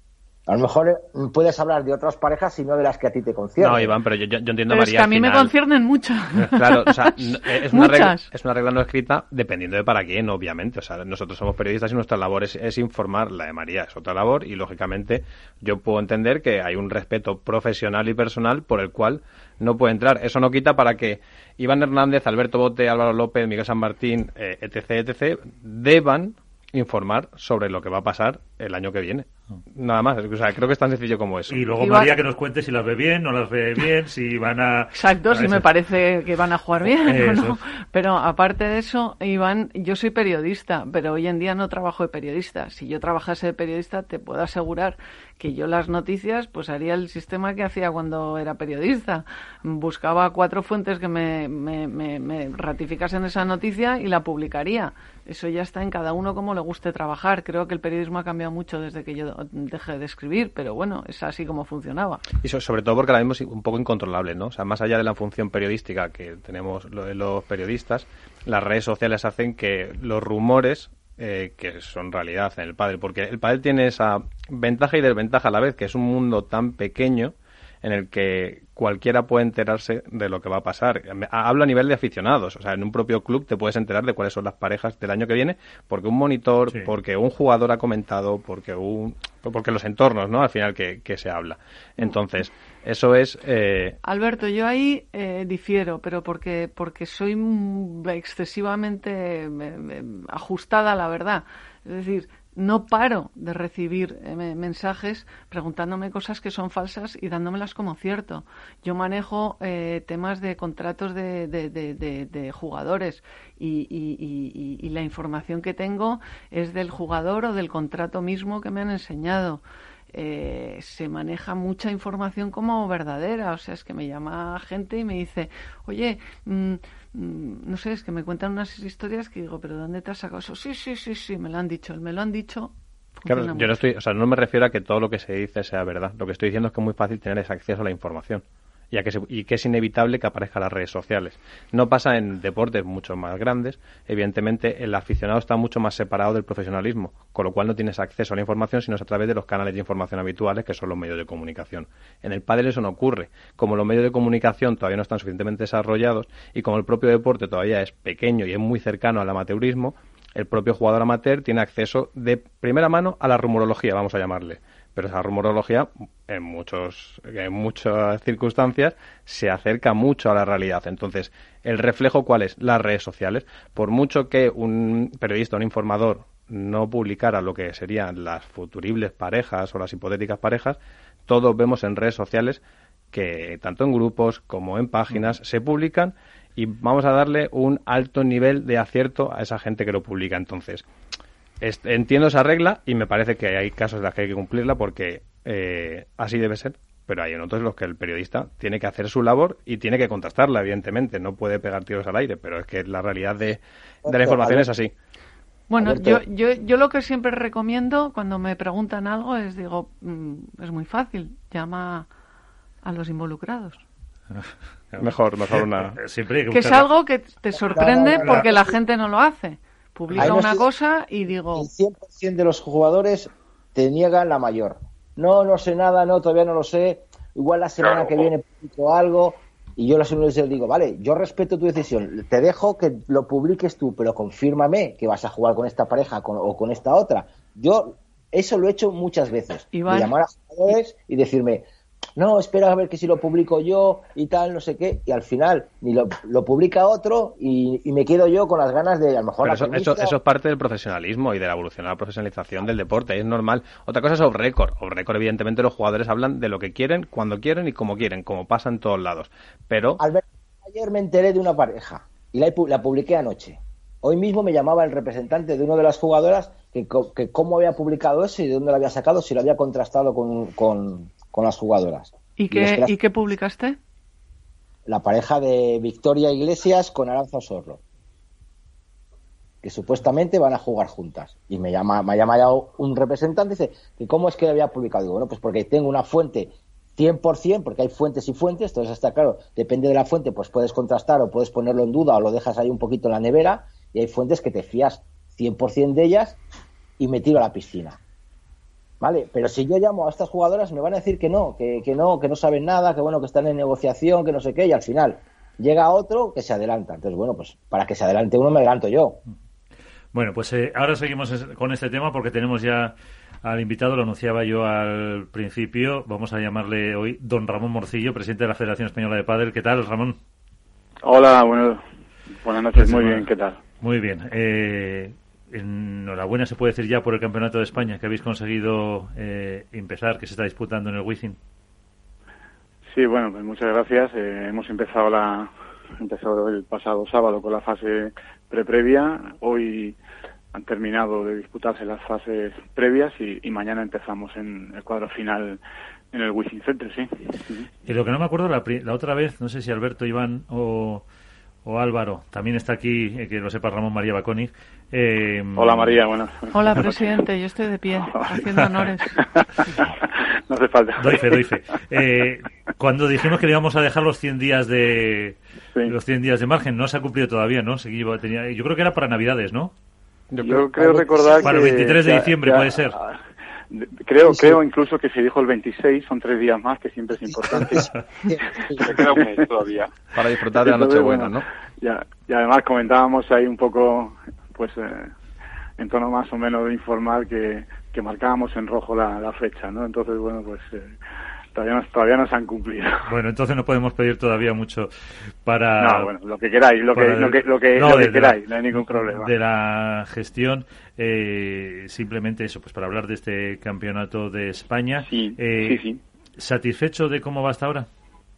A lo mejor puedes hablar de otras parejas y no de las que a ti te conciernen. No, Iván, pero yo, yo entiendo, pero María, es que a mí final... me conciernen muchas. Claro, o sea, es una, regla, es una regla no escrita dependiendo de para quién, obviamente. O sea, nosotros somos periodistas y nuestra labor es, es informar. La de María es otra labor y, lógicamente, yo puedo entender que hay un respeto profesional y personal por el cual no puede entrar. Eso no quita para que Iván Hernández, Alberto Bote, Álvaro López, Miguel San Martín, eh, etc, etc, deban informar sobre lo que va a pasar el año que viene. Nada más, o sea, creo que es tan sencillo como eso. Y luego Iván... María que nos cuente si las ve bien, no las ve bien, si van a... Exacto, a si ese... me parece que van a jugar bien o no. Es. Pero aparte de eso, Iván, yo soy periodista, pero hoy en día no trabajo de periodista. Si yo trabajase de periodista, te puedo asegurar que yo las noticias, pues haría el sistema que hacía cuando era periodista. Buscaba cuatro fuentes que me, me, me, me ratificasen esa noticia y la publicaría. Eso ya está en cada uno como le guste trabajar. Creo que el periodismo ha cambiado mucho desde que yo dejé de escribir, pero bueno, es así como funcionaba. Y sobre todo porque ahora mismo es un poco incontrolable, ¿no? O sea, más allá de la función periodística que tenemos los periodistas, las redes sociales hacen que los rumores, eh, que son realidad en el pádel, porque el pádel tiene esa ventaja y desventaja a la vez, que es un mundo tan pequeño en el que cualquiera puede enterarse de lo que va a pasar. Hablo a nivel de aficionados, o sea, en un propio club te puedes enterar de cuáles son las parejas del año que viene, porque un monitor, sí. porque un jugador ha comentado, porque un porque los entornos, ¿no? Al final que, que se habla. Entonces, eso es... Eh... Alberto, yo ahí eh, difiero, pero porque porque soy excesivamente eh, ajustada a la verdad. Es decir, no paro de recibir eh, mensajes preguntándome cosas que son falsas y dándomelas como cierto. Yo manejo eh, temas de contratos de, de, de, de, de jugadores y, y, y, y la información que tengo es del jugador o del contrato mismo que me han enseñado. Eh, se maneja mucha información como verdadera, o sea, es que me llama gente y me dice, oye, mmm, mmm, no sé, es que me cuentan unas historias que digo, pero ¿dónde te has sacado eso? Sí, sí, sí, sí, me lo han dicho, me lo han dicho. Claro, yo mucho. no estoy, o sea, no me refiero a que todo lo que se dice sea verdad. Lo que estoy diciendo es que es muy fácil tener ese acceso a la información. Y, a que se, y que es inevitable que aparezcan las redes sociales. No pasa en deportes mucho más grandes. Evidentemente, el aficionado está mucho más separado del profesionalismo, con lo cual no tienes acceso a la información sino a través de los canales de información habituales, que son los medios de comunicación. En el pádel eso no ocurre. Como los medios de comunicación todavía no están suficientemente desarrollados y como el propio deporte todavía es pequeño y es muy cercano al amateurismo, el propio jugador amateur tiene acceso de primera mano a la rumorología, vamos a llamarle. Pero esa rumorología, en muchos, en muchas circunstancias, se acerca mucho a la realidad. Entonces, ¿el reflejo cuál es? Las redes sociales. Por mucho que un periodista, un informador, no publicara lo que serían las futuribles parejas o las hipotéticas parejas, todos vemos en redes sociales que, tanto en grupos como en páginas, se publican y vamos a darle un alto nivel de acierto a esa gente que lo publica. Entonces, entiendo esa regla y me parece que hay casos en los que hay que cumplirla porque eh, así debe ser, pero hay en otros en los que el periodista tiene que hacer su labor y tiene que contrastarla, evidentemente. No puede pegar tiros al aire, pero es que la realidad de, de la información es así. Bueno, yo, yo, yo lo que siempre recomiendo cuando me preguntan algo es, digo, mmm, es muy fácil, llama a los involucrados. Mejor, mejor una... Siempre hay que que es algo que te sorprende porque la gente no lo hace. Publica una cosa y digo... El cien por ciento de los jugadores te niegan la mayor. No, no sé nada, no, todavía no lo sé. igual la semana Claro. que viene publico algo. Y yo a los alumnos les digo, vale, yo respeto tu decisión, te dejo que lo publiques tú, pero confírmame que vas a jugar con esta pareja con, o con esta otra. Yo eso lo he hecho muchas veces, Iván. de llamar a jugadores y decirme, no, espera a ver que si lo publico yo y tal, no sé qué, y al final ni lo, lo publica otro y, y me quedo yo con las ganas de, a lo mejor... Pero la eso, premisa- eso, eso es parte del profesionalismo y de la evolución a la profesionalización del deporte, es normal. Otra cosa es off record. Off record, evidentemente, los jugadores hablan de lo que quieren, cuando quieren y como quieren, como pasa en todos lados. Pero Alberto, ayer me enteré de una pareja y la, he pu- la publiqué anoche. Hoy mismo me llamaba el representante de una de las jugadoras que, co- que cómo había publicado eso y de dónde lo había sacado, si lo había contrastado con, con, con las jugadoras. ¿Y es qué, que las- ¿y qué publicaste? la pareja de Victoria Iglesias con Aranza Osorno, que supuestamente van a jugar juntas. Y me llama, me ha llamado un representante y dice que cómo es que lo había publicado. Digo, bueno, pues porque tengo una fuente cien por ciento, porque hay fuentes y fuentes, entonces está claro, depende de la fuente, pues puedes contrastar o puedes ponerlo en duda o lo dejas ahí un poquito en la nevera, y hay fuentes que te fías cien por ciento de ellas y me tiro a la piscina. Vale, pero si yo llamo a estas jugadoras me van a decir que no, que, que no, que no saben nada, que bueno, que están en negociación, que no sé qué, y al final llega otro que se adelanta. Entonces, bueno, pues para que se adelante uno me adelanto yo. Bueno, pues eh, ahora seguimos es- con este tema porque tenemos ya al invitado, lo anunciaba yo al principio, vamos a llamarle hoy don Ramón Morcillo, presidente de la Federación Española de Pádel. ¿Qué tal, Ramón? Hola, bueno, buenas noches, Pues, muy bueno, bien, ¿qué tal? Muy bien. Eh, enhorabuena, se puede decir ya, por el Campeonato de España que habéis conseguido eh, empezar, que se está disputando en el Wizzing. Sí, bueno, pues muchas gracias. Eh, hemos empezado la empezado el pasado sábado con la fase pre-previa. Hoy han terminado de disputarse las fases previas y, y mañana empezamos en el cuadro final en el Wizzing Center, sí. Y lo que no me acuerdo la, pri- la otra vez, no sé si Alberto, Iván o, o Álvaro, también está aquí, eh, que lo sepa Ramón María Baconi. Eh, Hola María, bueno. Hola, presidente, yo estoy de pie, haciendo honores. No hace falta. Doy fe, doy fe. Eh, cuando dijimos que le íbamos a dejar los cien días de los cien días de margen, no se ha cumplido todavía, ¿no? Seguí- tenía, yo creo que era para Navidades, ¿no? Yo creo recordar para que el veintitrés de ya- diciembre ya- puede ser. Creo, Sí, sí. creo incluso que se dijo el veintiséis, son tres días más, que siempre es importante. Se queda un mes todavía. para disfrutar de la Entonces, Nochebuena, bueno, ¿no? Ya, y además comentábamos ahí un poco, pues, eh, en tono más o menos informal, que, que marcábamos en rojo la, la fecha, ¿no? Entonces, bueno, pues eh, todavía, no, todavía no se han cumplido. Bueno, entonces no podemos pedir todavía mucho para... No, bueno, lo que queráis, lo que, para- lo que, lo que, no, lo que de- de la- queráis, no hay ningún problema. De la gestión, eh, simplemente eso, pues para hablar de este campeonato de España. Sí, Eh, sí, sí. ¿Satisfecho de cómo va hasta ahora?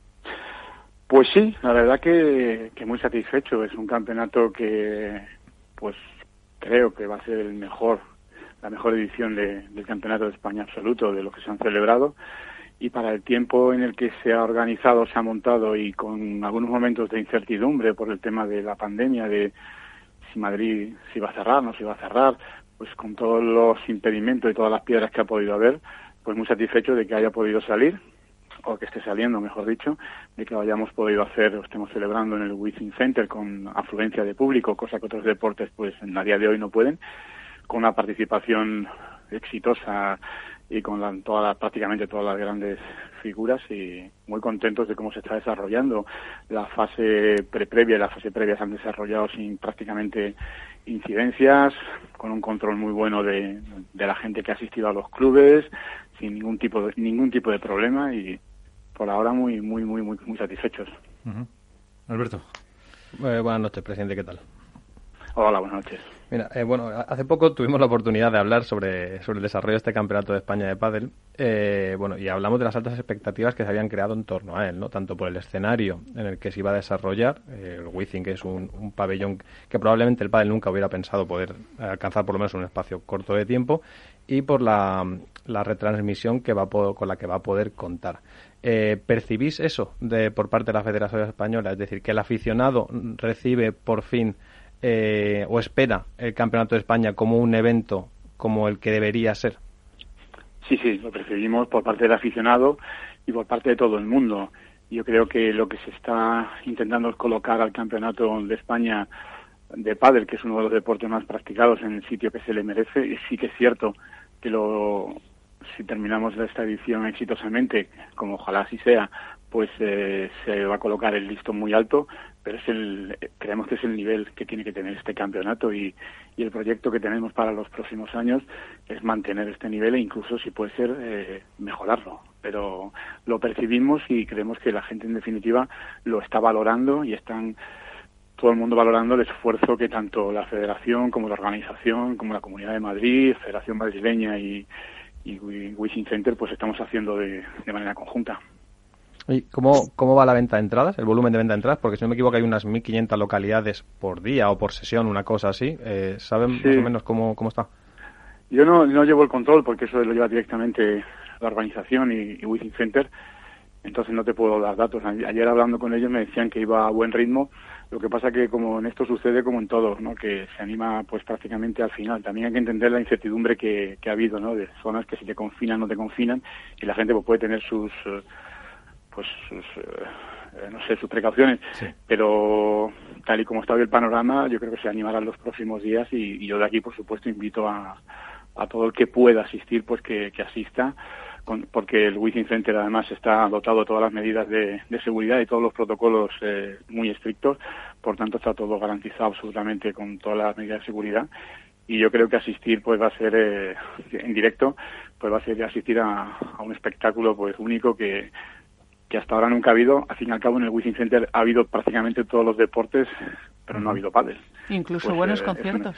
Pues sí, la verdad que, que muy satisfecho. Es un campeonato que, pues, creo que va a ser el mejor, la mejor edición de- del Campeonato de España absoluto de los que se han celebrado. Y para el tiempo en el que se ha organizado, se ha montado y con algunos momentos de incertidumbre por el tema de la pandemia, de si Madrid si va a cerrar, no si va a cerrar, pues con todos los impedimentos y todas las piedras que ha podido haber, pues muy satisfecho de que haya podido salir, o que esté saliendo, mejor dicho, de que lo hayamos podido hacer o estemos celebrando en el Wizzing Center con afluencia de público, cosa que otros deportes pues en a día de hoy no pueden, con una participación exitosa y con la, todas las, prácticamente todas las grandes figuras, y muy contentos de cómo se está desarrollando. La fase pre-previa y la fase previa se han desarrollado sin prácticamente incidencias, con un control muy bueno de, de la gente que ha asistido a los clubes, sin ningún tipo de, ningún tipo de problema, y por ahora muy muy muy muy muy satisfechos. Ujú. Alberto. Eh, buenas noches, presidente, ¿qué tal? Hola, buenas noches. Mira, eh, bueno, hace poco tuvimos la oportunidad de hablar sobre, sobre el desarrollo de este Campeonato de España de Pádel, eh, bueno, y hablamos de las altas expectativas que se habían creado en torno a él, ¿no? Tanto por el escenario en el que se iba a desarrollar, eh, el Wizzing, que es un, un pabellón que probablemente el pádel nunca hubiera pensado poder alcanzar por lo menos un espacio corto de tiempo, y por la, la retransmisión que va a po- con la que va a poder contar. Eh, ¿Percibís eso de por parte de la Federación Española? Es decir, que el aficionado recibe por fin eh, o espera el Campeonato de España como un evento como el que debería ser. Sí, sí, lo percibimos por parte del aficionado y por parte de todo el mundo. Yo creo que lo que se está intentando es colocar al Campeonato de España de pádel, que es uno de los deportes más practicados, en el sitio que se le merece. Y sí que es cierto que lo si terminamos esta edición exitosamente, como ojalá así sea, pues eh, se va a colocar el listón muy alto, pero es el, creemos que es el nivel que tiene que tener este campeonato y, y el proyecto que tenemos para los próximos años es mantener este nivel e incluso, si puede ser, eh, mejorarlo. Pero lo percibimos y creemos que la gente, en definitiva, lo está valorando y están todo el mundo valorando el esfuerzo que tanto la Federación como la organización, como la Comunidad de Madrid, Federación Madrileña y, y Wishing Center, pues estamos haciendo de, de manera conjunta. ¿Y cómo, cómo va la venta de entradas, el volumen de venta de entradas? Porque si no me equivoco hay unas mil quinientas localidades por día o por sesión, una cosa así. Eh, ¿Saben sí. más o menos cómo, cómo está? Yo no, no llevo el control porque eso lo lleva directamente la organización y, y Wishing Center, entonces no te puedo dar datos. Ayer hablando con ellos me decían que iba a buen ritmo. Lo que pasa que como en esto sucede como en todo, ¿no? Que se anima pues prácticamente al final. También hay que entender la incertidumbre que, que ha habido, ¿no? De zonas que si te confinan no te confinan y la gente pues, puede tener sus pues sus eh, no sé sus precauciones. Sí. Pero tal y como está hoy el panorama, yo creo que se animarán los próximos días y, y yo de aquí por supuesto invito a, a todo el que pueda asistir pues que, que asista. Porque el Wishing Center además está dotado de todas las medidas de, de seguridad y todos los protocolos eh, muy estrictos, por tanto está todo garantizado absolutamente con todas las medidas de seguridad y yo creo que asistir pues va a ser eh, en directo, pues va a ser asistir a, a un espectáculo pues único que, que hasta ahora nunca ha habido. Al fin y al cabo en el Wishing Center ha habido prácticamente todos los deportes, pero no ha habido pádel. Incluso pues, buenos eh, conciertos.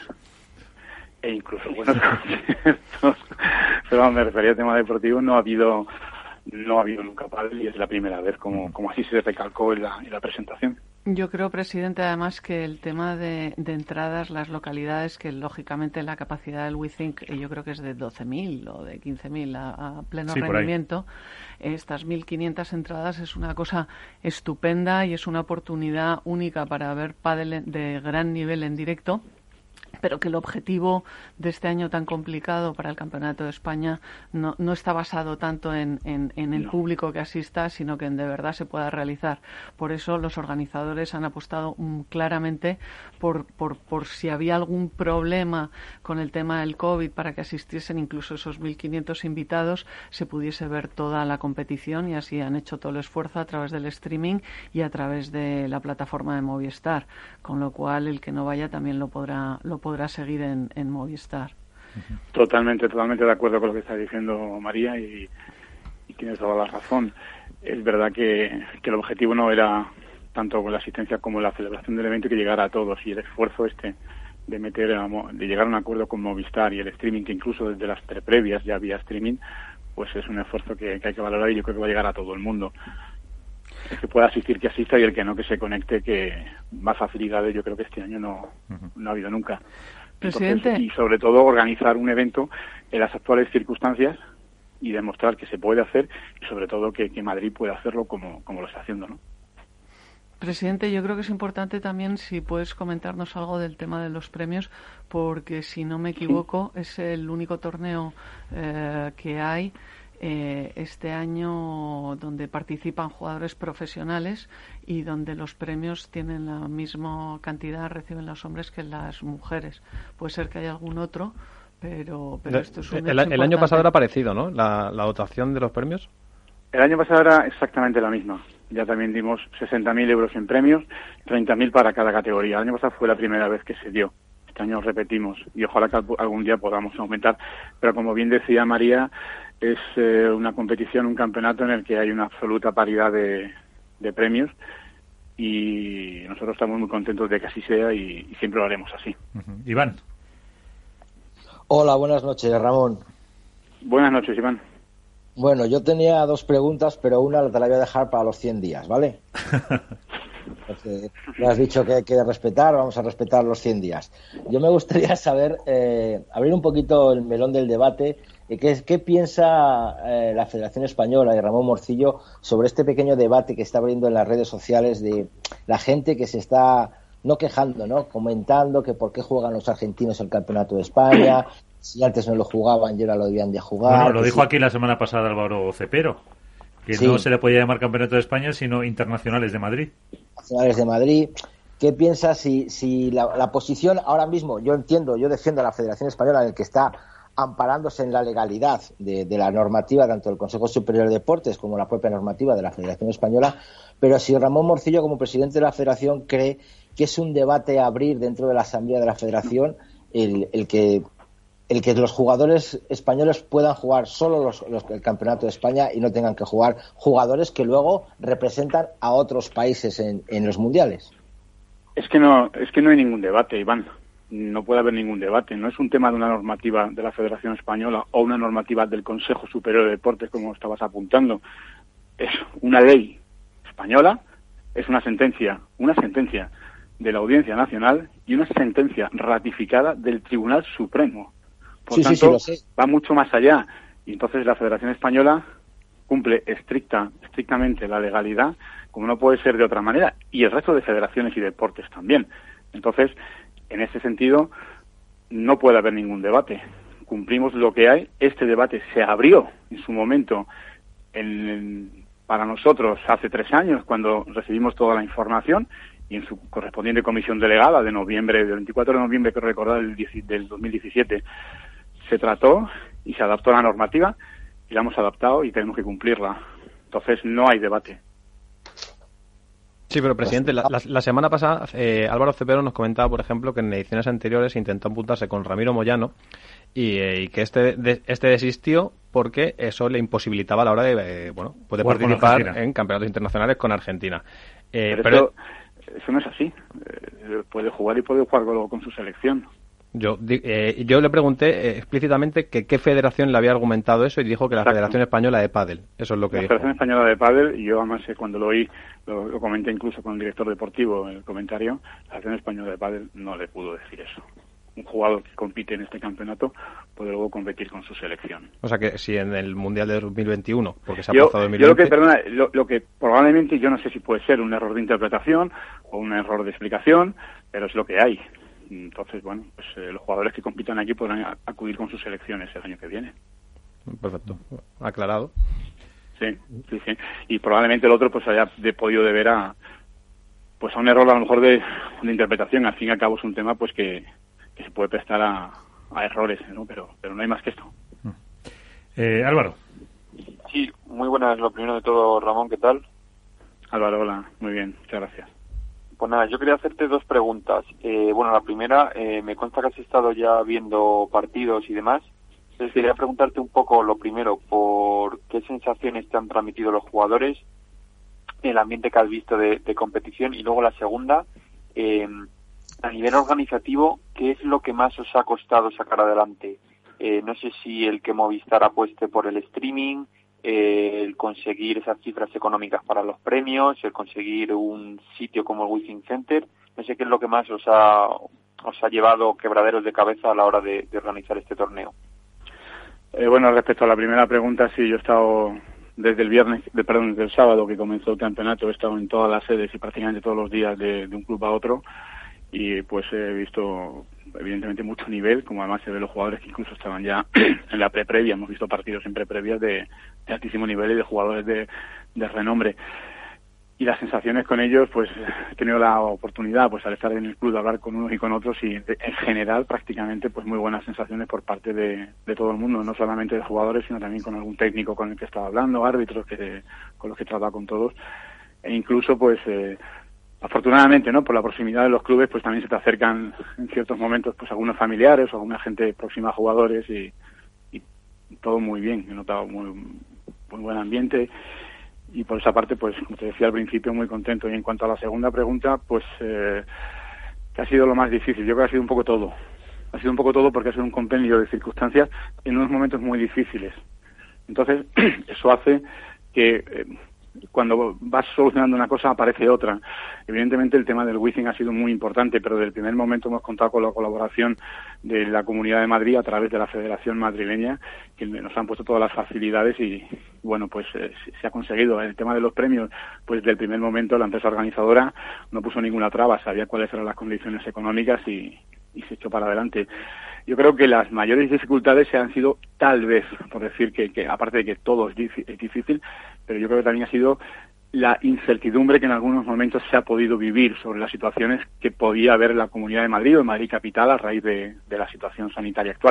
E incluso buenos conciertos. Pero me refería al tema deportivo, no ha habido no ha habido nunca pádel y es la primera vez, como, como así se recalcó en la, en la presentación. Yo creo, presidente, además que el tema de, de entradas, las localidades, que lógicamente la capacidad del WeThink yo creo que es de doce mil o de quince mil a, a pleno sí, rendimiento, estas mil quinientas entradas es una cosa estupenda y es una oportunidad única para ver pádel de gran nivel en directo. Pero que el objetivo de este año tan complicado para el Campeonato de España no, no está basado tanto en, en, en el no. público que asista, sino que en de verdad se pueda realizar. Por eso los organizadores han apostado um, claramente por, por, por si había algún problema con el tema del COVID para que asistiesen incluso esos mil quinientos invitados, se pudiese ver toda la competición y así han hecho todo el esfuerzo a través del streaming y a través de la plataforma de Movistar, con lo cual el que no vaya también lo podrá lo podrá seguir en, en Movistar. Totalmente, totalmente de acuerdo con lo que está diciendo María y, y tienes toda la razón. Es verdad que, que el objetivo no era tanto con la asistencia como la celebración del evento que llegara a todos y el esfuerzo este de meter de llegar a un acuerdo con Movistar y el streaming, que incluso desde las previas ya había streaming, pues es un esfuerzo que, que hay que valorar y yo creo que va a llegar a todo el mundo. El que pueda asistir, que asista, y el que no, que se conecte, que más facilidades yo creo que este año no, no ha habido nunca. Presidente. Entonces, y sobre todo organizar un evento en las actuales circunstancias y demostrar que se puede hacer y sobre todo que, que Madrid puede hacerlo como, como lo está haciendo, ¿no? Presidente, yo creo que es importante también si puedes comentarnos algo del tema de los premios, porque si no me equivoco sí. es el único torneo eh, que hay eh, este año donde participan jugadores profesionales y donde los premios tienen la misma cantidad, reciben los hombres que las mujeres. Puede ser que haya algún otro, pero, pero esto es un el, el año pasado era parecido, ¿no? La, la dotación de los premios. El año pasado era exactamente la misma. Ya también dimos sesenta mil euros en premios, treinta mil para cada categoría. El año pasado fue la primera vez que se dio. Este año repetimos y ojalá que algún día podamos aumentar. Pero como bien decía María, es eh, una competición, un campeonato en el que hay una absoluta paridad de, de premios y nosotros estamos muy contentos de que así sea y, y siempre lo haremos así. Uh-huh. Iván. Hola, buenas noches, Ramón. Buenas noches, Iván. Bueno, yo tenía dos preguntas, pero una te la voy a dejar para los cien días, ¿vale? Porque me has dicho que hay que respetar, vamos a respetar los cien días. Yo me gustaría saber, eh, abrir un poquito el melón del debate, eh, ¿qué, qué piensa eh, la Federación Española y Ramón Morcillo sobre este pequeño debate que está abriendo en las redes sociales de la gente que se está, no quejando, ¿no? Comentando que por qué juegan los argentinos el Campeonato de España, si antes no lo jugaban y ahora lo debían de jugar. Bueno, lo dijo si... aquí la semana pasada Álvaro Cepero, que sí. no se le podía llamar Campeonato de España, sino Internacionales de Madrid. Internacionales de Madrid. ¿Qué piensas si, si la, la posición ahora mismo, yo entiendo, yo defiendo a la Federación Española en el que está amparándose en la legalidad de, de la normativa tanto del Consejo Superior de Deportes como la propia normativa de la Federación Española, pero si Ramón Morcillo, como presidente de la Federación, cree que es un debate a abrir dentro de la Asamblea de la Federación el, el que el que los jugadores españoles puedan jugar solo los, los, el Campeonato de España y no tengan que jugar jugadores que luego representan a otros países en, en los mundiales. Es que no, es que no hay ningún debate, Iván. No puede haber ningún debate. No es un tema de una normativa de la Federación Española o una normativa del Consejo Superior de Deportes, como estabas apuntando. Es una ley española, es una sentencia, una sentencia de la Audiencia Nacional y una sentencia ratificada del Tribunal Supremo. Por sí, tanto, sí, sí, lo sé. Va mucho más allá. Y entonces la Federación Española cumple estricta, estrictamente la legalidad, como no puede ser de otra manera, y el resto de federaciones y deportes también. Entonces, en ese sentido, no puede haber ningún debate. Cumplimos lo que hay. Este debate se abrió en su momento en, en, para nosotros hace tres años, cuando recibimos toda la información, y en su correspondiente comisión delegada de noviembre, del veinticuatro de noviembre, que recordar, del, del dos mil diecisiete, se trató y se adaptó la normativa, y la hemos adaptado y tenemos que cumplirla. Entonces, no hay debate. Sí, pero presidente, la, la, la semana pasada eh, Álvaro Cepero nos comentaba, por ejemplo, que en ediciones anteriores intentó apuntarse con Ramiro Moyano y, eh, y que este de, este desistió porque eso le imposibilitaba a la hora de eh, bueno, puede participar en campeonatos internacionales con Argentina. Eh, pero, pero eso, eso no es así. Eh, puede jugar y puede jugar luego con su selección. Yo eh, yo le pregunté eh, explícitamente que qué federación le había argumentado eso y dijo que la Exacto. Federación Española de Pádel. Eso es lo que la dijo. Federación Española de Pádel, y yo además eh, cuando lo oí, lo, lo comenté incluso con el director deportivo en el comentario, la Federación Española de Pádel no le pudo decir eso. Un jugador que compite en este campeonato puede luego competir con su selección. O sea que si en el Mundial de dos mil veintiuno, porque se ha yo, pasado dos mil veinte... Yo lo que, perdona, lo, lo que probablemente, yo no sé si puede ser un error de interpretación o un error de explicación, pero es lo que hay. Entonces, bueno, pues eh, los jugadores que compitan aquí podrán acudir con sus selecciones el año que viene. Perfecto. Aclarado. Sí, sí, sí. Y probablemente el otro pues haya de, podido deber a pues a un error a lo mejor de, de interpretación. Al fin y al cabo es un tema pues que, que se puede prestar a, a errores, ¿no? Pero, pero no hay más que esto. Eh, Álvaro. Sí, muy buenas. Lo primero de todo, Ramón, ¿qué tal? Álvaro, hola. Muy bien, muchas gracias. Pues nada, yo quería hacerte dos preguntas. Eh, bueno, la primera, eh, me consta que has estado ya viendo partidos y demás. Entonces quería preguntarte un poco, lo primero, por qué sensaciones te han transmitido los jugadores, el ambiente que has visto de, de competición, y luego la segunda, eh, a nivel organizativo, ¿qué es lo que más os ha costado sacar adelante? Eh, no sé si el que Movistar apueste por el streaming, Eh, el conseguir esas cifras económicas para los premios, el conseguir un sitio como el Wizzing Center, no sé qué es lo que más os ha os ha llevado quebraderos de cabeza a la hora de, de organizar este torneo. Eh, bueno, respecto a la primera pregunta, sí, yo he estado desde el viernes, de, perdón, desde el sábado que comenzó el campeonato, he estado en todas las sedes y prácticamente todos los días de, de un club a otro, y pues he visto evidentemente mucho nivel, como además se ve los jugadores que incluso estaban ya en la pre-previa, hemos visto partidos en pre-previas de, de altísimo nivel y de jugadores de, de renombre. Y las sensaciones con ellos, pues he tenido la oportunidad, pues al estar en el club, de hablar con unos y con otros, y en general prácticamente pues muy buenas sensaciones por parte de, de todo el mundo, no solamente de jugadores, sino también con algún técnico con el que estaba hablando, árbitros que con los que he tratado con todos, e incluso pues eh, afortunadamente, ¿no? Por la proximidad de los clubes, pues también se te acercan en ciertos momentos, pues algunos familiares o alguna gente próxima a jugadores, y, y todo muy bien. He notado muy, muy buen ambiente, y por esa parte, pues como te decía al principio, muy contento. Y en cuanto a la segunda pregunta, pues eh, ¿qué ha sido lo más difícil? Yo creo que ha sido un poco todo. Ha sido un poco todo porque ha sido un compendio de circunstancias en unos momentos muy difíciles. Entonces, eso hace que eh, cuando vas solucionando una cosa aparece otra. Evidentemente el tema del Wizzing ha sido muy importante, pero desde el primer momento hemos contado con la colaboración de la Comunidad de Madrid a través de la Federación Madrileña, que nos han puesto todas las facilidades y bueno, pues eh, se ha conseguido. El tema de los premios, pues desde el primer momento la empresa organizadora no puso ninguna traba, sabía cuáles eran las condiciones económicas y, y se echó para adelante. Yo creo que las mayores dificultades se han sido, tal vez, por decir que, que aparte de que todo es, dif- es difícil, pero yo creo que también ha sido la incertidumbre que en algunos momentos se ha podido vivir sobre las situaciones que podía haber en la Comunidad de Madrid o en Madrid Capital a raíz de, de la situación sanitaria actual.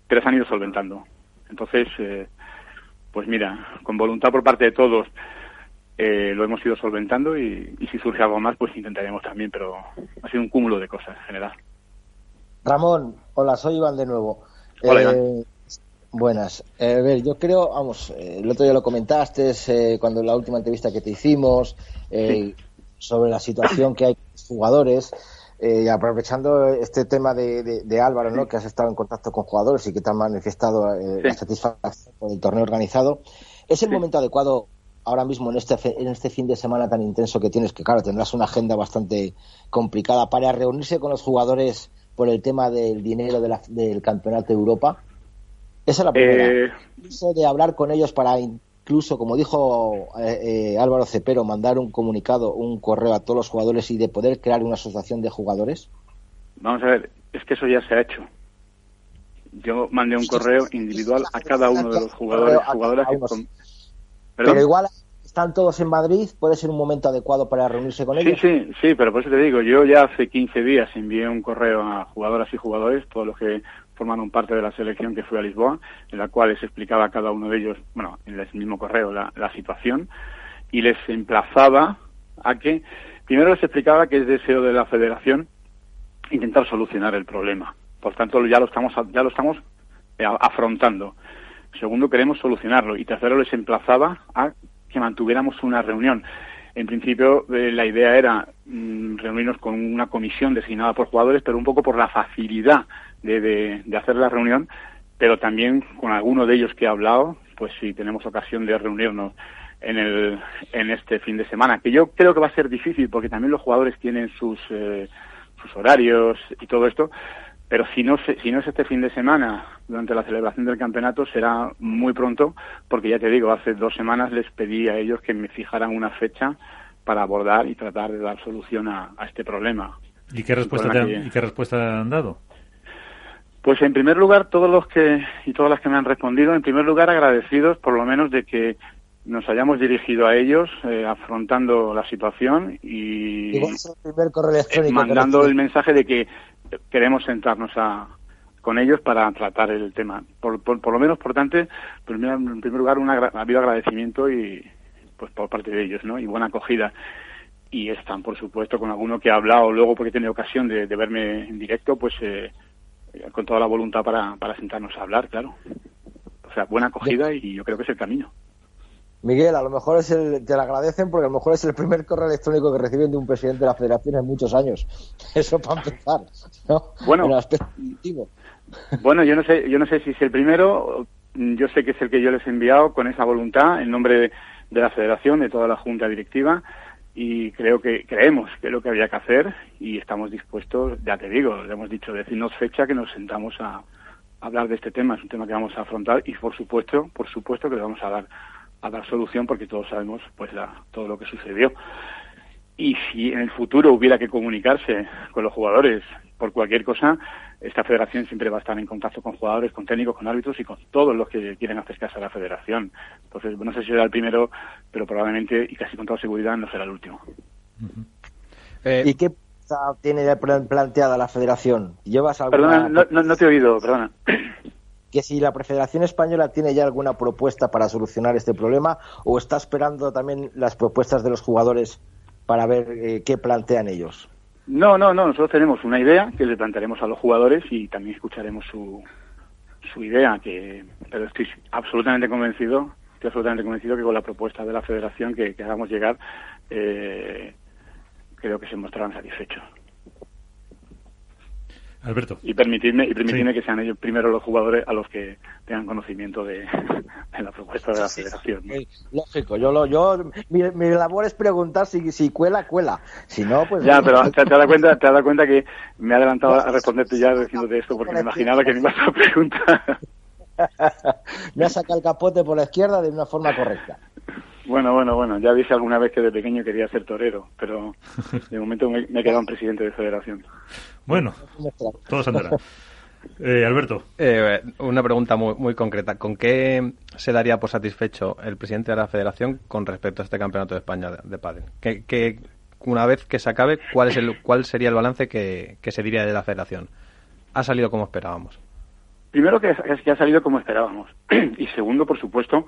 pero se han ido solventando. Entonces, eh, pues mira, con voluntad por parte de todos, eh, lo hemos ido solventando y, y si surge algo más, pues intentaremos también, pero ha sido un cúmulo de cosas en general. Ramón, hola, soy Iván de nuevo. Hola, eh, Iván. Buenas. Eh, a ver, yo creo, vamos, eh, el otro día lo comentaste eh, cuando en la última entrevista que te hicimos eh, sí. sobre la situación que hay con los jugadores. Eh, aprovechando este tema de, de, de Álvaro, ¿no? Que has estado en contacto con jugadores y que te han manifestado eh, sí. la satisfacción por el torneo organizado. ¿Es el sí. momento adecuado ahora mismo en este, en este fin de semana tan intenso que tienes, que claro, tendrás una agenda bastante complicada, para reunirse con los jugadores por el tema del dinero de la, del Campeonato de Europa? Esa es la primera. Eh... Eso de hablar con ellos para incluso, como dijo eh, eh, Álvaro Cepero, mandar un comunicado, un correo a todos los jugadores y de poder crear una asociación de jugadores. Vamos a ver, es que eso ya se ha hecho. Yo mandé un correo individual a cada uno de los jugadores, jugadoras que con... Pero igual están todos en Madrid, ¿puede ser un momento adecuado para reunirse con ellos? Sí, sí, sí, pero por eso te digo, yo ya hace quince días envié un correo a jugadoras y jugadores, todos los que formaron parte de la selección que fue a Lisboa, en la cual les explicaba a cada uno de ellos, bueno, en el mismo correo, la, la situación, y les emplazaba a que, primero les explicaba que es deseo de la Federación intentar solucionar el problema. Por tanto, ya lo estamos, ya lo estamos afrontando. Segundo, queremos solucionarlo. Y tercero, les emplazaba a que mantuviéramos una reunión. En principio, eh, la idea era mm, reunirnos con una comisión designada por jugadores, pero un poco por la facilidad de, de, de hacer la reunión, pero también con alguno de ellos que he hablado, pues si tenemos ocasión de reunirnos en el en este fin de semana, que yo creo que va a ser difícil, porque también los jugadores tienen sus eh, sus horarios y todo esto, pero si no se, si no es este fin de semana, durante la celebración del campeonato, será muy pronto, porque ya te digo, hace dos semanas les pedí a ellos que me fijaran una fecha para abordar y tratar de dar solución a, a este problema. ¿Y qué respuesta te han, que... ¿y qué respuesta han dado? Pues en primer lugar, todos los que y todas las que me han respondido, en primer lugar agradecidos por lo menos de que nos hayamos dirigido a ellos eh, afrontando la situación y es el primer correo electrónico mandando el mensaje de que queremos sentarnos a, con ellos para tratar el tema. Por, por, por lo menos, por tanto, en primer lugar, un agra- ha habido agradecimiento y pues por parte de ellos, ¿no? Y buena acogida. Y están, por supuesto, con alguno que ha hablado luego, porque he tenido ocasión de, de verme en directo, pues eh, con toda la voluntad para, para sentarnos a hablar, claro. O sea, buena acogida y yo creo que es el camino. Miguel, a lo mejor es el, te lo agradecen porque a lo mejor es el primer correo electrónico que reciben de un presidente de la Federación en muchos años. Eso para empezar, ¿no? Bueno, en el aspecto positivo. Bueno, yo no sé, yo no sé si es el primero. Yo sé que es el que yo les he enviado con esa voluntad en nombre de, de la Federación, de toda la Junta Directiva, y creo que creemos que es lo que había que hacer y estamos dispuestos. Ya te digo, le hemos dicho, decirnos fecha que nos sentamos a, a hablar de este tema. Es un tema que vamos a afrontar y por supuesto, por supuesto que le vamos a dar a dar solución, porque todos sabemos pues la, todo lo que sucedió. Y si en el futuro hubiera que comunicarse con los jugadores por cualquier cosa, esta federación siempre va a estar en contacto con jugadores, con técnicos, con árbitros y con todos los que quieren acercarse a la federación. Entonces, no sé si será el primero, pero probablemente, y casi con toda seguridad, no será el último. Uh-huh. Eh, ¿Y qué tiene planteada la federación? ¿Llevas alguna... Perdona, no, no, no te he oído, perdona. Que si la Federación Española tiene ya alguna propuesta para solucionar este problema o está esperando también las propuestas de los jugadores para ver eh, qué plantean ellos. No, no, no, nosotros tenemos una idea que le plantearemos a los jugadores y también escucharemos su su idea, que pero estoy absolutamente convencido, estoy absolutamente convencido que con la propuesta de la Federación que, que hagamos llegar, eh, creo que se mostrarán satisfechos. Alberto. Y permitirme, y permitirme sí. que sean ellos primero los jugadores a los que tengan conocimiento de, de la propuesta de la sí, Federación. ¿no? Sí, lógico, yo lo, yo mi, mi labor es preguntar si, si cuela, cuela. Si no, pues. Ya, pero te, te has dado cuenta, te has dado cuenta que me he adelantado a responderte ya diciéndote esto porque me imaginaba que me ibas a preguntar. Me ha sacado el capote por la izquierda de una forma correcta. Bueno, bueno, bueno, ya dije alguna vez que de pequeño quería ser torero, pero de momento me, me he quedado en presidente de federación. Bueno, todo se andará. Eh, Alberto. Eh, una pregunta muy, muy concreta. ¿Con qué se daría por satisfecho el presidente de la federación con respecto a este campeonato de España de, de pádel? ¿Qué, qué, una vez que se acabe, ¿cuál, es el, cuál sería el balance que, que se diría de la federación? ¿Ha salido como esperábamos? primero que, que ha salido como esperábamos y segundo, por supuesto,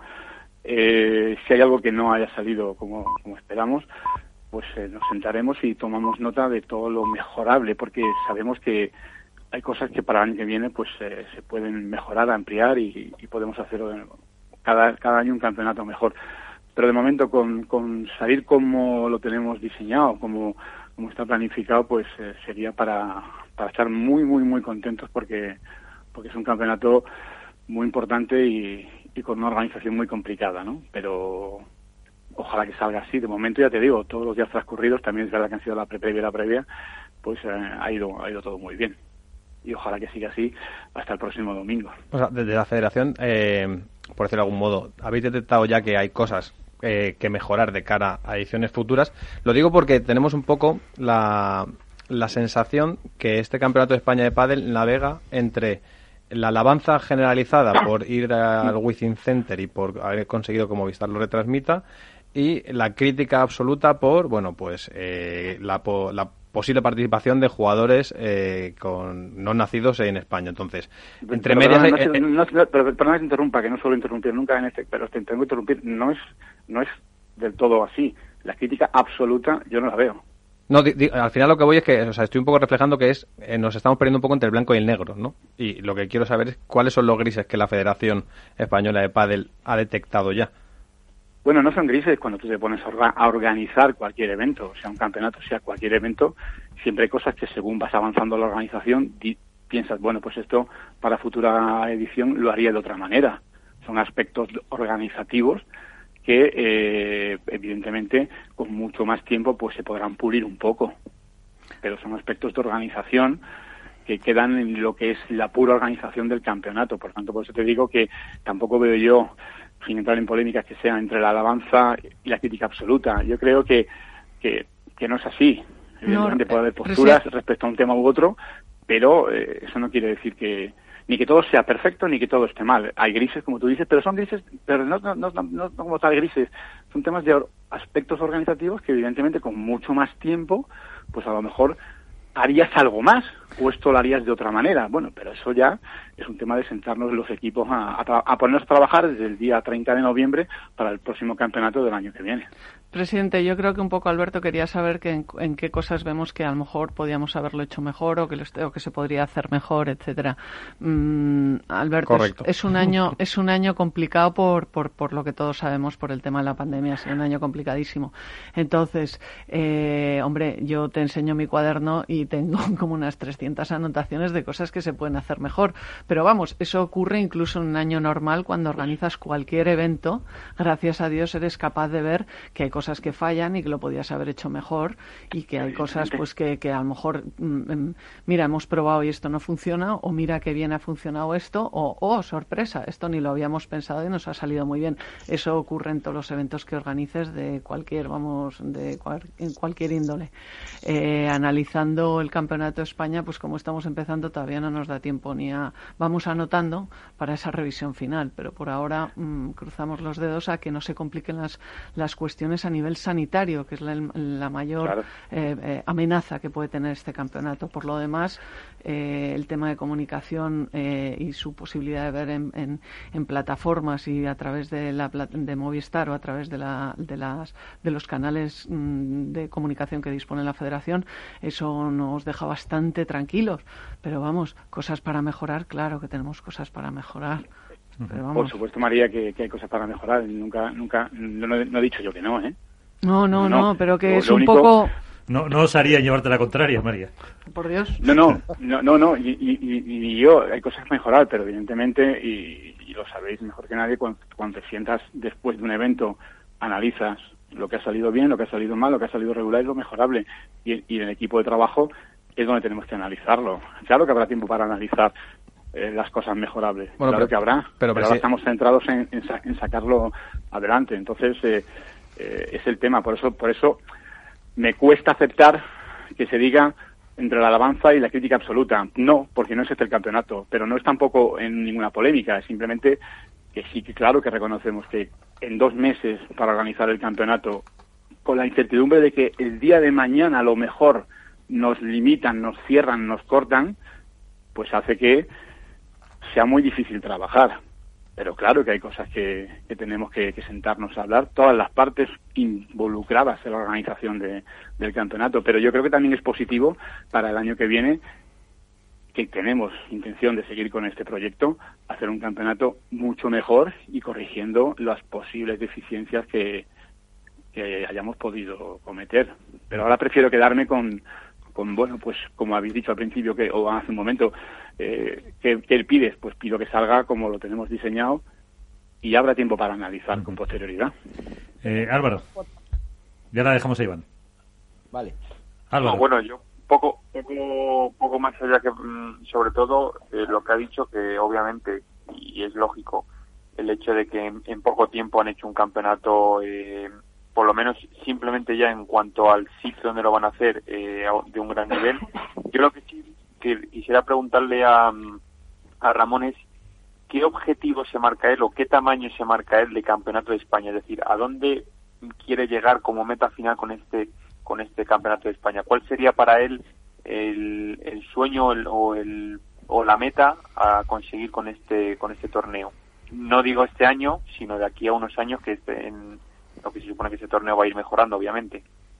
eh, si hay algo que no haya salido como, como esperamos, pues eh, nos sentaremos y tomamos nota de todo lo mejorable, porque sabemos que hay cosas que para el año que viene pues eh, se pueden mejorar, ampliar y, y podemos hacer cada, cada año un campeonato mejor. Pero de momento con, con salir como lo tenemos diseñado, como, como está planificado, pues eh, sería para, para estar muy, muy, muy contentos porque, porque es un campeonato muy importante y, y con una organización muy complicada, ¿no? Pero ojalá que salga así. De momento, ya te digo, todos los días transcurridos, también es verdad que han sido la pre-previa y la previa, pues eh, ha ido ha ido todo muy bien. Y ojalá que siga así hasta el próximo domingo. O sea, desde la federación, eh, por decirlo de algún modo, ¿habéis detectado ya que hay cosas eh, que mejorar de cara a ediciones futuras? Lo digo porque tenemos un poco la, la sensación que este Campeonato de España de Pádel navega entre la alabanza generalizada por ir al Within Center y por haber conseguido que Movistar lo retransmita, y la crítica absoluta por, bueno, pues eh, la, po, la posible participación de jugadores eh, con no nacidos en España. Entonces, entre pero, medias... Perdona, eh, no, eh, no, no, pero, pero no me interrumpa, que no suelo interrumpir nunca en este, pero te tengo que interrumpir, no es, no es del todo así. La crítica absoluta yo no la veo. No, di, di, al final lo que voy es que, o sea, estoy un poco reflejando que es, eh, nos estamos perdiendo un poco entre el blanco y el negro, ¿no? Y lo que quiero saber es cuáles son los grises que la Federación Española de Pádel ha detectado ya. Bueno, no son grises cuando tú te pones a, orga, a organizar cualquier evento, sea un campeonato, sea cualquier evento, siempre hay cosas que según vas avanzando la organización, di, piensas, bueno, pues esto para futura edición lo haría de otra manera. Son aspectos organizativos que eh, evidentemente con mucho más tiempo pues se podrán pulir un poco, pero son aspectos de organización que quedan en lo que es la pura organización del campeonato. Por tanto, por eso te digo que tampoco veo yo, sin entrar en polémicas, que sea entre la alabanza y la crítica absoluta. Yo creo que que, que no es así. Evidentemente no, puede haber posturas sí. respecto a un tema u otro, pero eh, eso no quiere decir que ni que todo sea perfecto ni que todo esté mal. Hay grises, como tú dices, pero son grises, pero no, no, no, no, no como tal grises. Son temas de or- aspectos organizativos que evidentemente con mucho más tiempo, pues a lo mejor harías algo más, o esto lo harías de otra manera. Bueno, pero eso ya es un tema de sentarnos los equipos a, a, tra- a ponernos a trabajar desde el día treinta de noviembre para el próximo campeonato del año que viene. Presidente, yo creo que un poco Alberto quería saber que en, en qué cosas vemos que a lo mejor podíamos haberlo hecho mejor o que, lo, o que se podría hacer mejor, etcétera. Mm, Alberto, es, es un año es un año complicado por, por por lo que todos sabemos por el tema de la pandemia, ha sido un año complicadísimo. Entonces, eh, hombre, yo te enseño mi cuaderno y tengo como unas trescientas anotaciones de cosas que se pueden hacer mejor. Pero vamos, eso ocurre incluso en un año normal cuando organizas cualquier evento. Gracias a Dios eres capaz de ver que hay cosas que fallan y que lo podías haber hecho mejor y que hay cosas pues que, que a lo mejor mm, mira, hemos probado y esto no funciona, o mira que bien ha funcionado esto, o oh, sorpresa, esto ni lo habíamos pensado y nos ha salido muy bien. Eso ocurre en todos los eventos que organices de cualquier, vamos, de cual, en cualquier índole. Eh, analizando el Campeonato de España, pues como estamos empezando todavía no nos da tiempo ni a... Vamos anotando para esa revisión final, pero por ahora mmm, cruzamos los dedos a que no se compliquen las, las cuestiones a nivel sanitario, que es la, la mayor claro. eh, eh, amenaza que puede tener este campeonato. Por lo demás, eh, el tema de comunicación eh, y su posibilidad de ver en, en, en plataformas y a través de la de Movistar o a través de, la, de, las, de los canales mmm, de comunicación que dispone la Federación, eso nos deja bastante tranquilos. Pero vamos, cosas para mejorar, claro que tenemos cosas para mejorar. Pero vamos. Por supuesto, María, que, que hay cosas para mejorar. Nunca, nunca, no, no he dicho yo que no, ¿eh? No, no, no, no pero que lo, es lo un único... poco... No, no osaría llevarte la contraria, María. Por Dios. No, no, no, no, no. Y, y, y, y yo, hay cosas que mejorar, pero evidentemente, y, y lo sabéis mejor que nadie, cuando, cuando te sientas después de un evento, analizas lo que ha salido bien, lo que ha salido mal, lo que ha salido regular y lo mejorable. Y, y en el equipo de trabajo es donde tenemos que analizarlo. Claro que habrá tiempo para analizar eh, las cosas mejorables. Bueno, claro pero, que habrá, pero, pero, pero ahora sí. Estamos centrados en, en, en sacarlo adelante. Entonces, eh, eh, es el tema. Por eso, por eso me cuesta aceptar que se diga entre la alabanza y la crítica absoluta. No, porque no es este el campeonato, pero no es tampoco en ninguna polémica. Es simplemente que sí, que claro que reconocemos que en dos meses para organizar el campeonato, con la incertidumbre de que el día de mañana a lo mejor nos limitan, nos cierran, nos cortan, pues hace que sea muy difícil trabajar. Pero claro que hay cosas que, que tenemos que, que sentarnos a hablar, todas las partes involucradas en la organización de, del campeonato. Pero yo creo que también es positivo para el año que viene, que tenemos intención de seguir con este proyecto, hacer un campeonato mucho mejor y corrigiendo las posibles deficiencias que, que hayamos podido cometer. Pero ahora prefiero quedarme con, con bueno, pues como habéis dicho al principio, que o hace un momento, eh, ¿qué, qué pides? Pues pido que salga como lo tenemos diseñado y habrá tiempo para analizar con posterioridad. Eh, Álvaro, ya la dejamos a Iván. Vale. Álvaro. No, bueno, yo poco poco poco más allá que sobre todo eh, lo que ha dicho, que obviamente, y es lógico, el hecho de que en, en poco tiempo han hecho un campeonato, eh, por lo menos simplemente ya en cuanto al sitio donde lo van a hacer, eh, de un gran nivel. Yo lo que sí que quisiera preguntarle a, a Ramón es qué objetivo se marca él o qué tamaño se marca él de campeonato de España, es decir, a dónde quiere llegar como meta final con este con este campeonato de España. ¿Cuál sería para él el, el sueño el, o el o la meta a conseguir con este con este torneo? No digo este año, sino de aquí a unos años, que este, en lo que se supone que este torneo va a ir mejorando, obviamente.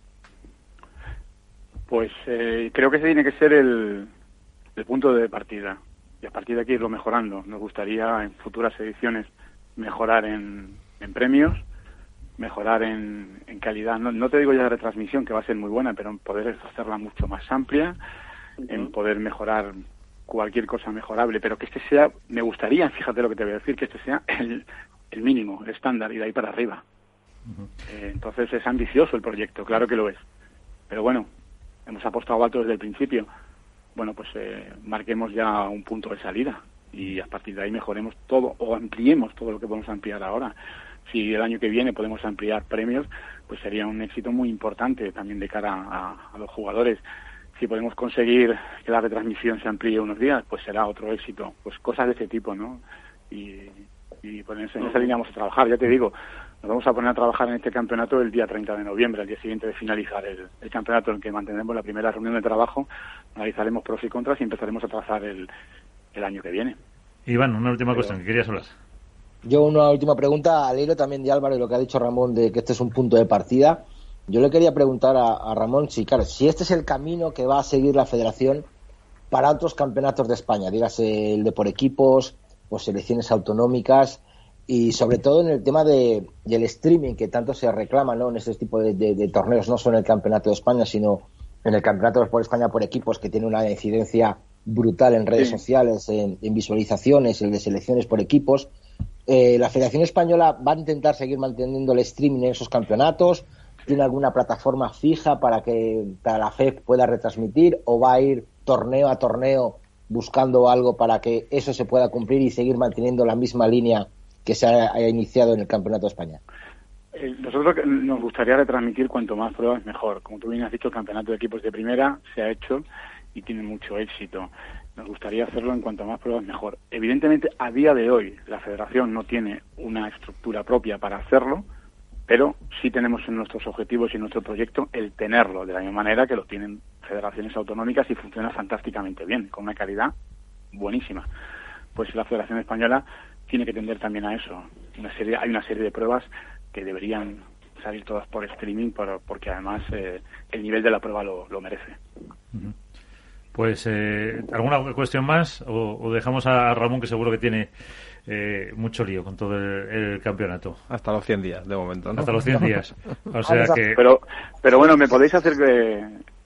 Pues eh, creo que ese tiene que ser el, el punto de partida. Y a partir de aquí irlo mejorando. Nos gustaría en futuras ediciones mejorar en, en premios, mejorar en, en calidad. No, no te digo ya de retransmisión, que va a ser muy buena, pero en poder hacerla mucho más amplia, uh-huh. en poder mejorar cualquier cosa mejorable, pero que este sea, me gustaría, fíjate lo que te voy a decir, que este sea el, el mínimo, el estándar, y de ahí para arriba. Uh-huh. Eh, entonces es ambicioso el proyecto, claro que lo es. Pero bueno, hemos apostado alto desde el principio. Bueno, pues eh, marquemos ya un punto de salida y a partir de ahí mejoremos todo o ampliemos todo lo que podemos ampliar ahora. Si el año que viene podemos ampliar premios, pues sería un éxito muy importante también de cara a, a los jugadores. Si podemos conseguir que la retransmisión se amplíe unos días, pues será otro éxito. Pues cosas de ese tipo, ¿no? Y, y pues en esa línea vamos a trabajar. Ya te digo, nos vamos a poner a trabajar en este campeonato el día treinta de noviembre, al día siguiente de finalizar el, el campeonato, en que mantendremos la primera reunión de trabajo, analizaremos pros y contras y empezaremos a trazar el, el año que viene. Iván, una última Pero, cuestión que querías hablar. Yo una última pregunta al hilo también de Álvaro y lo que ha dicho Ramón de que este es un punto de partida. Yo le quería preguntar a, a Ramón si, claro, si este es el camino que va a seguir la Federación para otros campeonatos de España, dígase el de por equipos o selecciones autonómicas, y sobre todo en el tema de del streaming que tanto se reclama, ¿no?, en este tipo de, de, de torneos, no solo en el Campeonato de España, sino en el Campeonato por España por equipos, que tiene una incidencia brutal en redes sí. sociales, en, en visualizaciones, el de selecciones por equipos. Eh, ¿La Federación Española va a intentar seguir manteniendo el streaming en esos campeonatos? ¿Tiene alguna plataforma fija para que para la F E P pueda retransmitir, o va a ir torneo a torneo buscando algo para que eso se pueda cumplir y seguir manteniendo la misma línea que se haya iniciado en el Campeonato de España? Eh, nosotros nos gustaría retransmitir cuanto más pruebas mejor. Como tú bien has dicho, el Campeonato de Equipos de Primera se ha hecho y tiene mucho éxito. Nos gustaría hacerlo en cuanto más pruebas mejor. Evidentemente, a día de hoy, la Federación no tiene una estructura propia para hacerlo, pero sí tenemos en nuestros objetivos y en nuestro proyecto el tenerlo, de la misma manera que lo tienen federaciones autonómicas, y funciona fantásticamente bien, con una calidad buenísima. Pues la Federación Española tiene que tender también a eso. Una serie, hay una serie de pruebas que deberían salir todas por streaming, por, porque además eh, el nivel de la prueba lo, lo merece. Uh-huh. Pues, eh, ¿alguna cuestión más? O, o dejamos a Ramón, que seguro que tiene eh, mucho lío con todo el, el campeonato. Hasta los cien días, de momento, ¿no? Hasta los cien días. O sea que... Pero, pero bueno, me podéis hacer que...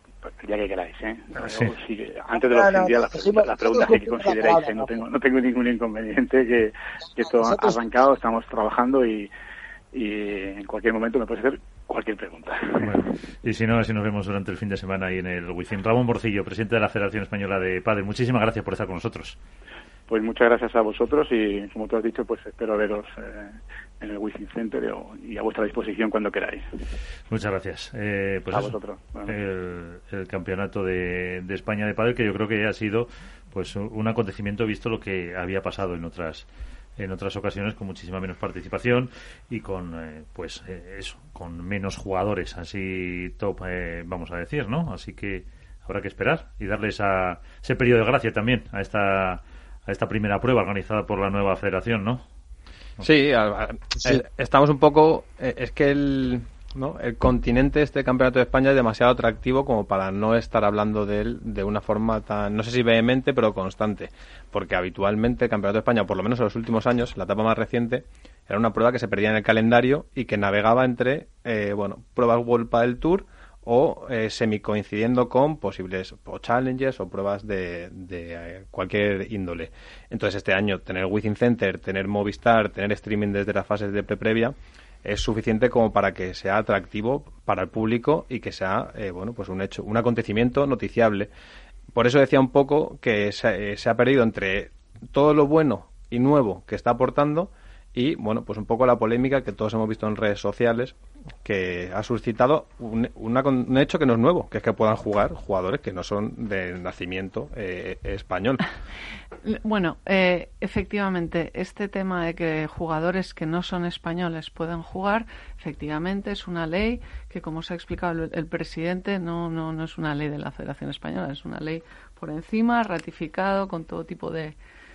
ya que queráis, ¿eh? Sí. Si, antes de los cien días, las la, la preguntas que consideréis, ¿eh? No tengo, no tengo ningún inconveniente, que, que esto ha arrancado, estamos trabajando y, y en cualquier momento me podéis hacer cualquier pregunta. Bueno, y si no, así nos vemos durante el fin de semana ahí en el Wizzing. Ramón Morcillo, presidente de la Federación Española de Pádel, muchísimas gracias por estar con nosotros. Pues muchas gracias a vosotros y, como tú has dicho, pues espero veros eh, en el Wizzing Center y a vuestra disposición cuando queráis. Muchas gracias. Eh, pues a eso, vosotros. Bueno. El, el campeonato de, de España de pádel, que yo creo que ha sido pues un acontecimiento visto lo que había pasado en otras en otras ocasiones, con muchísima menos participación y con eh, pues eh, eso, con menos jugadores así top, eh, vamos a decir, ¿no? Así que habrá que esperar y darles a ese periodo de gracia también a esta a esta primera prueba organizada por la nueva federación, ¿no? Sí, a, a, sí. estamos un poco... Eh, es que el... ¿no? El continente, este campeonato de España, es demasiado atractivo como para no estar hablando de él de una forma tan, no sé si vehemente, pero constante, porque habitualmente el campeonato de España, por lo menos en los últimos años, la etapa más reciente, era una prueba que se perdía en el calendario y que navegaba entre eh, bueno, pruebas World Padel Tour o eh, semi-coincidiendo con posibles o challenges o pruebas de, de eh, cualquier índole. Entonces este año tener Within Center, tener Movistar, tener streaming desde las fases de pre-previa es suficiente como para que sea atractivo para el público y que sea eh, bueno pues un hecho, un acontecimiento noticiable. Por eso decía un poco que se, eh, se ha perdido entre todo lo bueno y nuevo que está aportando y bueno pues un poco la polémica que todos hemos visto en redes sociales que ha suscitado un, una, un hecho que no es nuevo, que es que puedan jugar jugadores que no son de nacimiento eh, español. Bueno, eh, efectivamente, este tema de que jugadores que no son españoles puedan jugar, efectivamente es una ley que, como se ha explicado el, el presidente, no, no, no es una ley de la Federación Española, es una ley por encima, ratificado con todo tipo de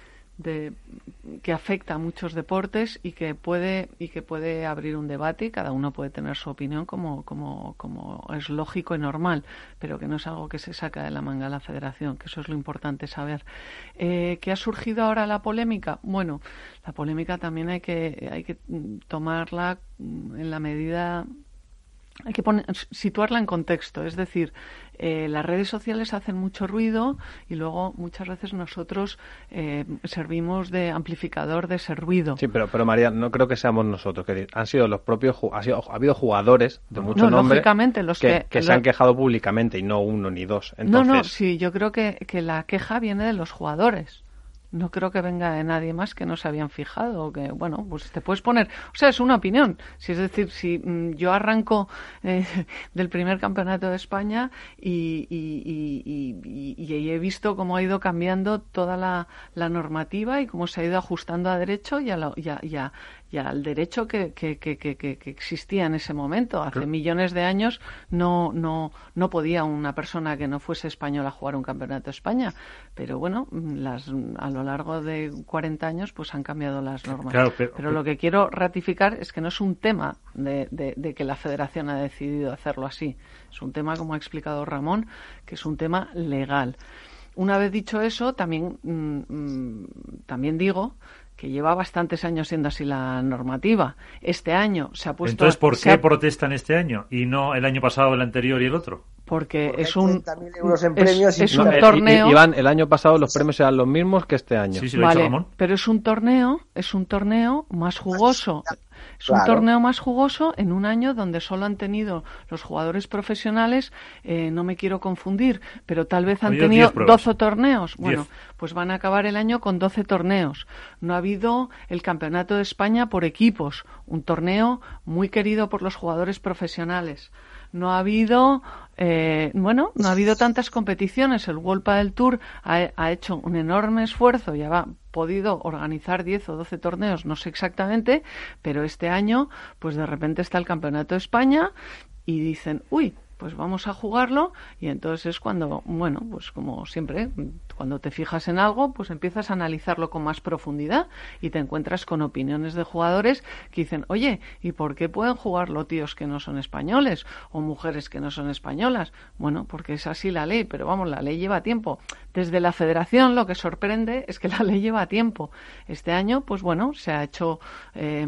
de que afecta a muchos deportes y que puede y que puede abrir un debate y cada uno puede tener su opinión como como como es lógico y normal, pero que no es algo que se saca de la manga a la Federación, que eso es lo importante saber. Eh, ¿Qué ha surgido ahora la polémica? Bueno, la polémica también hay que hay que tomarla en la medida, hay que poner, situarla en contexto, es decir, eh, las redes sociales hacen mucho ruido y luego muchas veces nosotros eh, servimos de amplificador de ese ruido. Sí, pero pero María, no creo que seamos nosotros, que han sido los propios, ha, sido, ha habido jugadores de mucho no, nombre lógicamente, los que, que, que se lo... han quejado públicamente y no uno ni dos. Entonces... No, no, sí, yo creo que, que la queja viene de los jugadores. No creo que venga de nadie más que no se habían fijado o que, bueno, pues te puedes poner... O sea, es una opinión. Si es decir, si mmm, yo arranco eh, del primer campeonato de España y, y, y, y, y, y he visto cómo ha ido cambiando toda la, la normativa y cómo se ha ido ajustando a derecho y a, la, y a, y a, y al derecho que, que, que, que, que existía en ese momento. Hace claro. millones de años no, no, no podía una persona que no fuese española jugar un campeonato de España. Pero bueno, las, a lo largo de cuarenta años pues han cambiado las normas. Claro, pero, pero lo que quiero ratificar es que no es un tema de, de, de que la Federación ha decidido hacerlo así. Es un tema, como ha explicado Ramón, que es un tema legal. Una vez dicho eso, también, mmm, también digo que lleva bastantes años siendo así la normativa. Este año se ha puesto... Entonces, ¿por qué ha... protestan este año y no el año pasado, el anterior y el otro? Porque, Porque es un euros en premios es, y es un no, torneo. Iván, el año pasado los premios eran los mismos que este año. Sí, sí, lo vale, ha dicho Ramón. Pero es un torneo, es un torneo más jugoso. Es un claro. torneo más jugoso en un año donde solo han tenido los jugadores profesionales, eh, no me quiero confundir, pero tal vez han Oye, tenido doce pruebas. torneos. Bueno, diez. Pues van a acabar el año con doce torneos. No ha habido el Campeonato de España por equipos, un torneo muy querido por los jugadores profesionales. No ha habido, eh, bueno, no ha habido tantas competiciones. El World Padel Tour ha, ha hecho un enorme esfuerzo y ha podido organizar diez o doce torneos, no sé exactamente, pero este año, pues de repente está el Campeonato de España y dicen, uy, pues vamos a jugarlo, y entonces es cuando, bueno, pues como siempre, cuando te fijas en algo, pues empiezas a analizarlo con más profundidad y te encuentras con opiniones de jugadores que dicen, oye, ¿y por qué pueden jugarlo tíos que no son españoles o mujeres que no son españolas? Bueno, porque es así la ley, pero vamos, la ley lleva tiempo. Desde la Federación lo que sorprende es que la ley lleva tiempo. Este año, pues bueno, se ha hecho, eh,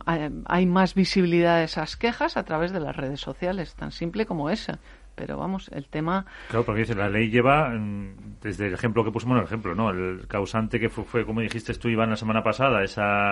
hay más visibilidad de esas quejas a través de las redes sociales, tan simple como esa. Pero vamos, el tema... Claro, porque dice, la ley lleva, desde el ejemplo que pusimos, bueno, el ejemplo, ¿no? El causante que fue, fue, como dijiste tú, Iván, la semana pasada,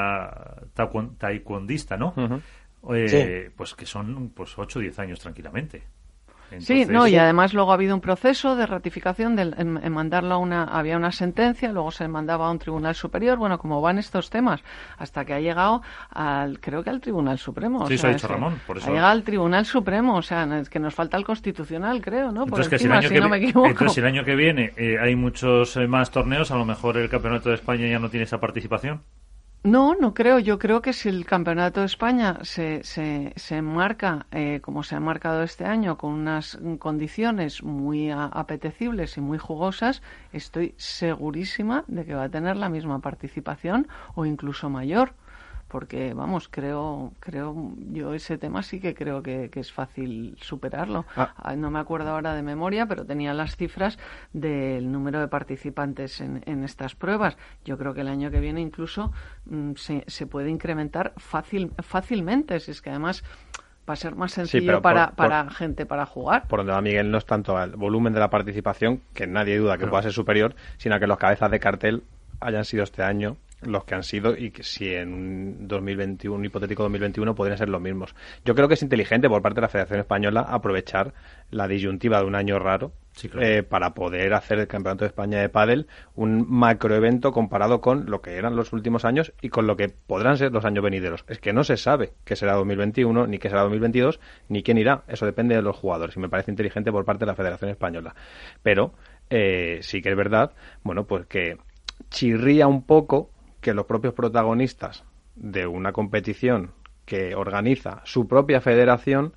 esa taekwondista, ¿no? Uh-huh. Eh, sí. Pues que son pues ocho o diez años tranquilamente. Entonces... Sí, no, y además luego ha habido un proceso de ratificación de, en, en mandarlo a una, había una sentencia, luego se mandaba a un tribunal superior, bueno, como van estos temas, hasta que ha llegado al, creo que al Tribunal Supremo. Sí, o sea, eso ha dicho Ramón, por eso. Ha llegado al Tribunal Supremo, o sea, es que nos falta el Constitucional, creo, ¿no? Por entonces, encima, que si, si no vi- me equivoco. Entonces, si el año que viene eh, hay muchos eh, más torneos, a lo mejor el Campeonato de España ya no tiene esa participación. No, no creo. Yo creo que si el Campeonato de España se, se, se enmarca, eh, como se ha marcado este año, con unas condiciones muy a, apetecibles y muy jugosas, estoy segurísima de que va a tener la misma participación o incluso mayor. Porque, vamos, creo, creo, yo ese tema sí que creo que, que es fácil superarlo. Ah. No me acuerdo ahora de memoria, pero tenía las cifras del número de participantes en, en estas pruebas. Yo creo que el año que viene incluso mmm, se, se puede incrementar fácil, fácilmente, si es que además va a ser más sencillo sí, para, por, para por, gente para jugar. Por donde va Miguel no es tanto el volumen de la participación, que nadie duda que no. pueda ser superior, sino que los cabezas de cartel hayan sido este año los que han sido y que si en un dos mil veintiuno, un hipotético dos mil veintiuno podrían ser los mismos. Yo creo que es inteligente por parte de la Federación Española aprovechar la disyuntiva de un año raro sí, claro. eh, para poder hacer el Campeonato de España de Pádel un macroevento comparado con lo que eran los últimos años y con lo que podrán ser los años venideros. Es que no se sabe qué será dos mil veintiuno, ni qué será dos mil veintidós, ni quién irá. Eso depende de los jugadores y me parece inteligente por parte de la Federación Española. Pero eh, sí que es verdad, bueno, pues que chirría un poco que los propios protagonistas de una competición que organiza su propia federación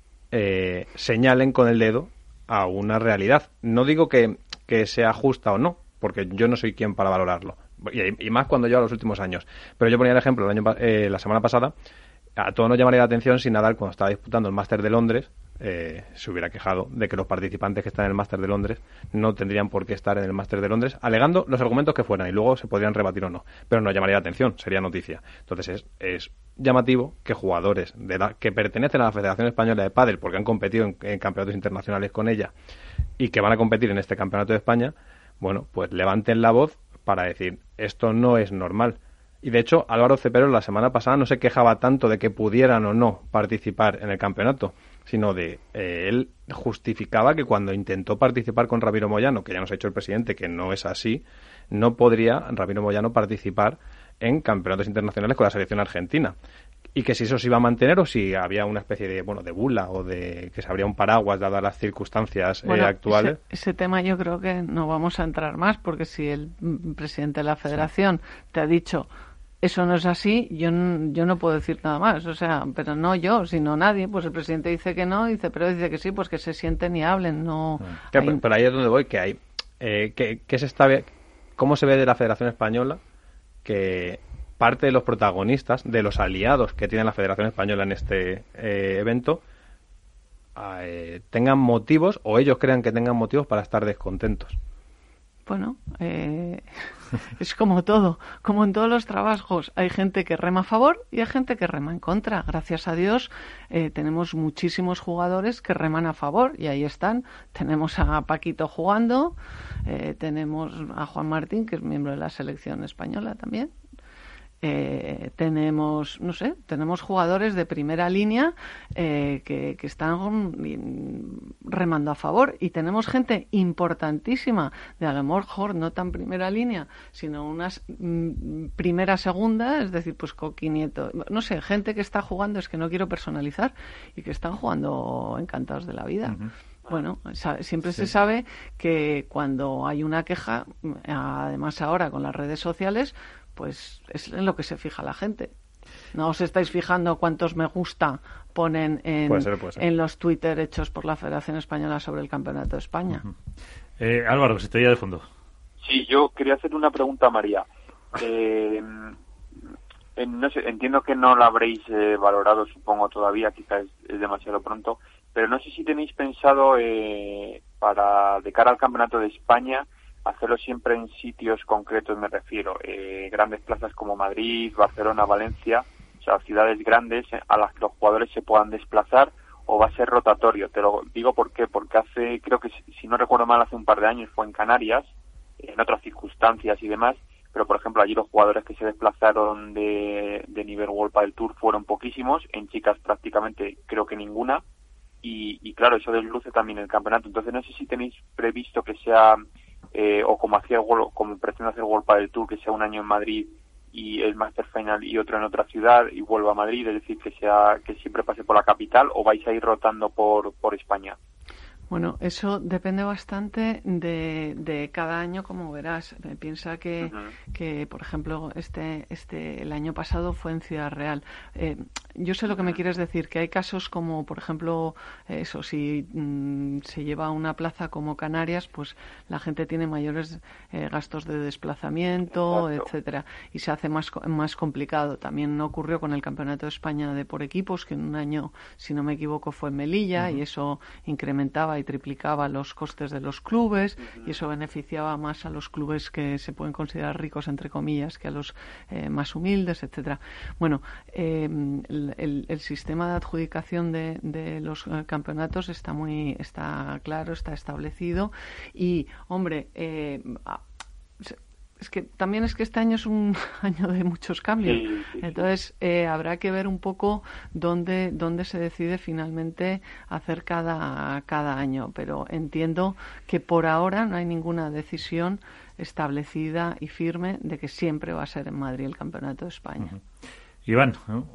eh, señalen con el dedo a una realidad. No digo que, que sea justa o no, porque yo no soy quien para valorarlo, y, y más cuando lleva los últimos años. Pero yo ponía el ejemplo el año, eh, la semana pasada, a todos nos llamaría la atención si Nadal, cuando estaba disputando el Máster de Londres, eh, se hubiera quejado de que los participantes que están en el Máster de Londres no tendrían por qué estar en el Máster de Londres, alegando los argumentos que fueran y luego se podrían rebatir o no, pero no llamaría la atención, sería noticia. Entonces es, es llamativo que jugadores de la, que pertenecen a la Federación Española de Pádel porque han competido en, en campeonatos internacionales con ella y que van a competir en este Campeonato de España, bueno, pues levanten la voz para decir, esto no es normal. Y de hecho, Álvaro Cepero la semana pasada no se quejaba tanto de que pudieran o no participar en el campeonato, sino de eh, él justificaba que cuando intentó participar con Ramiro Moyano, que ya nos ha dicho el presidente que no es así, no podría Ramiro Moyano participar en campeonatos internacionales con la selección argentina. Y que si eso se iba a mantener o si había una especie de bueno de bula o de que se abría un paraguas dadas las circunstancias bueno, eh, actuales. Ese, ese tema yo creo que no vamos a entrar más, porque si el presidente de la federación sí. te ha dicho eso no es así, yo, yo no puedo decir nada más, o sea, pero no yo, sino nadie, pues el presidente dice que no, dice pero dice que sí, pues que se sienten y hablen, no... Claro, hay... pero, pero ahí es donde voy, que hay, eh, que, que se está, ¿cómo se ve de la Federación Española que parte de los protagonistas, de los aliados que tiene la Federación Española en este eh, evento, eh, tengan motivos, o ellos crean que tengan motivos para estar descontentos? Bueno, eh, es como todo, como en todos los trabajos. Hay gente que rema a favor y hay gente que rema en contra. Gracias a Dios eh, tenemos muchísimos jugadores que reman a favor y ahí están. Tenemos a Paquito jugando, eh, tenemos a Juan Martín, que es miembro de la selección española también. Eh, tenemos, no sé, tenemos jugadores de primera línea eh, que, que están remando a favor y tenemos gente importantísima de a lo mejor no tan primera línea, sino unas mm, primera segunda, es decir, pues Coqui, Nieto, no sé, gente que está jugando, es que no quiero personalizar, y que están jugando encantados de la vida. Uh-huh. Bueno, siempre sí. se sabe que cuando hay una queja, además ahora con las redes sociales, pues es en lo que se fija la gente. ¿No os estáis fijando cuántos me gusta ponen en, puede ser, puede ser. en los Twitter hechos por la Federación Española sobre el Campeonato de España? Uh-huh. eh, Álvaro, que se te oía de fondo. Sí, yo quería hacer una pregunta a María. Eh, en, no sé, entiendo que no la habréis eh, valorado, supongo, todavía, quizás es, es demasiado pronto, pero no sé si tenéis pensado eh, para de cara al Campeonato de España hacerlo siempre en sitios concretos, me refiero, eh, grandes plazas como Madrid, Barcelona, Valencia, o sea, ciudades grandes a las que los jugadores se puedan desplazar, o va a ser rotatorio. Te lo digo por qué, porque hace, creo que si no recuerdo mal, hace un par de años fue en Canarias, en otras circunstancias y demás, pero por ejemplo allí los jugadores que se desplazaron de, de nivel World Padel Tour fueron poquísimos, en chicas prácticamente creo que ninguna, y, y claro, eso desluce también el campeonato. Entonces no sé si tenéis previsto que sea... Eh, o como hacía como pretende hacer World Padel Tour, que sea un año en Madrid y el Master Final y otro en otra ciudad y vuelva a Madrid, es decir, que sea que siempre pase por la capital, o vais a ir rotando por por España. Bueno, eso depende bastante de, de cada año, como verás. Piensa que, uh-huh. que, por ejemplo, este, este, el año pasado fue en Ciudad Real. Eh, yo sé lo que me quieres decir, que hay casos como, por ejemplo, eso, si mmm, se lleva a una plaza como Canarias, pues la gente tiene mayores eh, gastos de desplazamiento, Exacto. etcétera, y se hace más, más complicado. También ocurrió con el Campeonato de España de por equipos, que en un año, si no me equivoco, fue en Melilla, uh-huh. y eso incrementaba y triplicaba los costes de los clubes, uh-huh. y eso beneficiaba más a los clubes que se pueden considerar ricos, entre comillas, que a los eh, más humildes, etcétera. Bueno, eh, el, el, el sistema de adjudicación de, de los eh, campeonatos está muy está claro, está establecido y, hombre, eh, es que también es que este año es un año de muchos cambios. Sí, sí, Entonces, eh, habrá que ver un poco dónde, dónde se decide finalmente hacer cada, cada año. Pero entiendo que por ahora no hay ninguna decisión establecida y firme de que siempre va a ser en Madrid el Campeonato de España. Uh-huh. Iván,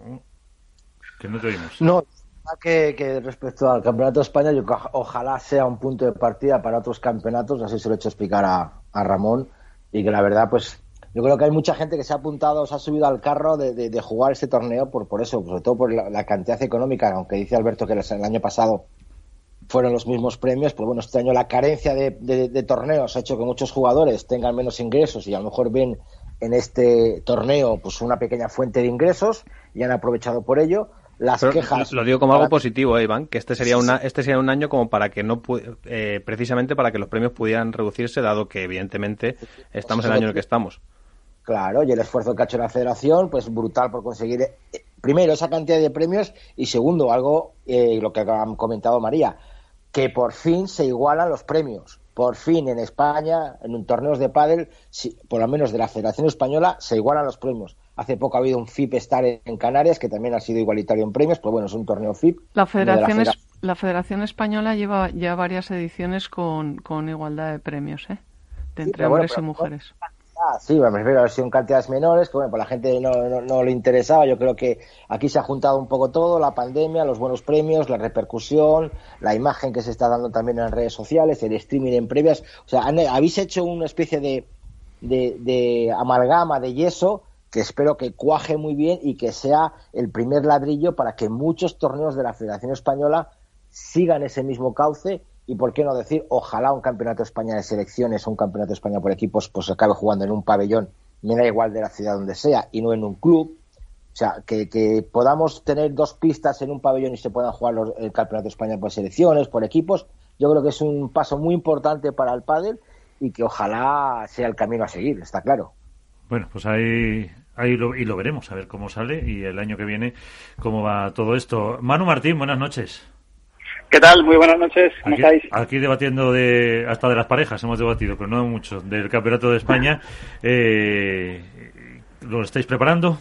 que no te oímos. No, que, que respecto al Campeonato de España, yo ojalá sea un punto de partida para otros campeonatos, así se lo he hecho explicar a, a Ramón. Y que la verdad, pues, yo creo que hay mucha gente que se ha apuntado, se ha subido al carro de, de, de jugar este torneo por, por eso, sobre todo por la, la cantidad económica, aunque dice Alberto que el año pasado fueron los mismos premios, pues bueno, este año la carencia de, de, de torneos ha hecho que muchos jugadores tengan menos ingresos y a lo mejor ven en este torneo pues una pequeña fuente de ingresos y han aprovechado por ello. Las Pero quejas. Lo digo como algo positivo, eh, Iván, que este sería una este sería un año como para que no pu- eh, precisamente para que los premios pudieran reducirse, dado que evidentemente estamos en el año en el que estamos. Claro, y el esfuerzo que ha hecho la Federación, pues brutal por conseguir eh, primero esa cantidad de premios y segundo algo eh, lo que ha comentado María, que por fin se igualan los premios. Por fin en España, en un torneos de pádel, si, por lo menos de la Federación Española, se igualan los premios. Hace poco ha habido un F I P Star en Canarias, que también ha sido igualitario en premios, pero bueno, es un torneo F I P. La Federación, la, Federación... Es, la Federación Española lleva ya varias ediciones con, con igualdad de premios, ¿eh? De entre sí, hombres bueno, y mujeres. Ah, sí, me refiero a son cantidades menores, que bueno, pues la gente no, no, no le interesaba. Yo creo que aquí se ha juntado un poco todo, la pandemia, los buenos premios, la repercusión, la imagen que se está dando también en redes sociales, el streaming en previas. O sea, han, habéis hecho una especie de, de, de amalgama, de yeso, que espero que cuaje muy bien y que sea el primer ladrillo para que muchos torneos de la Federación Española sigan ese mismo cauce. Y por qué no decir, ojalá un campeonato de España de selecciones o un campeonato de España por equipos pues acabe jugando en un pabellón, me da igual de la ciudad donde sea, y no en un club. O sea, que, que podamos tener dos pistas en un pabellón y se puedan jugar los, el campeonato de España por selecciones, por equipos, yo creo que es un paso muy importante para el pádel y que ojalá sea el camino a seguir, está claro. Bueno, pues ahí, ahí lo, y lo veremos, a ver cómo sale y el año que viene cómo va todo esto. Manu Martín, buenas noches. ¿Qué tal? Muy buenas noches. ¿Cómo aquí, estáis? Aquí debatiendo de hasta de las parejas hemos debatido, pero no mucho, del Campeonato de España. Eh, ¿Lo estáis preparando?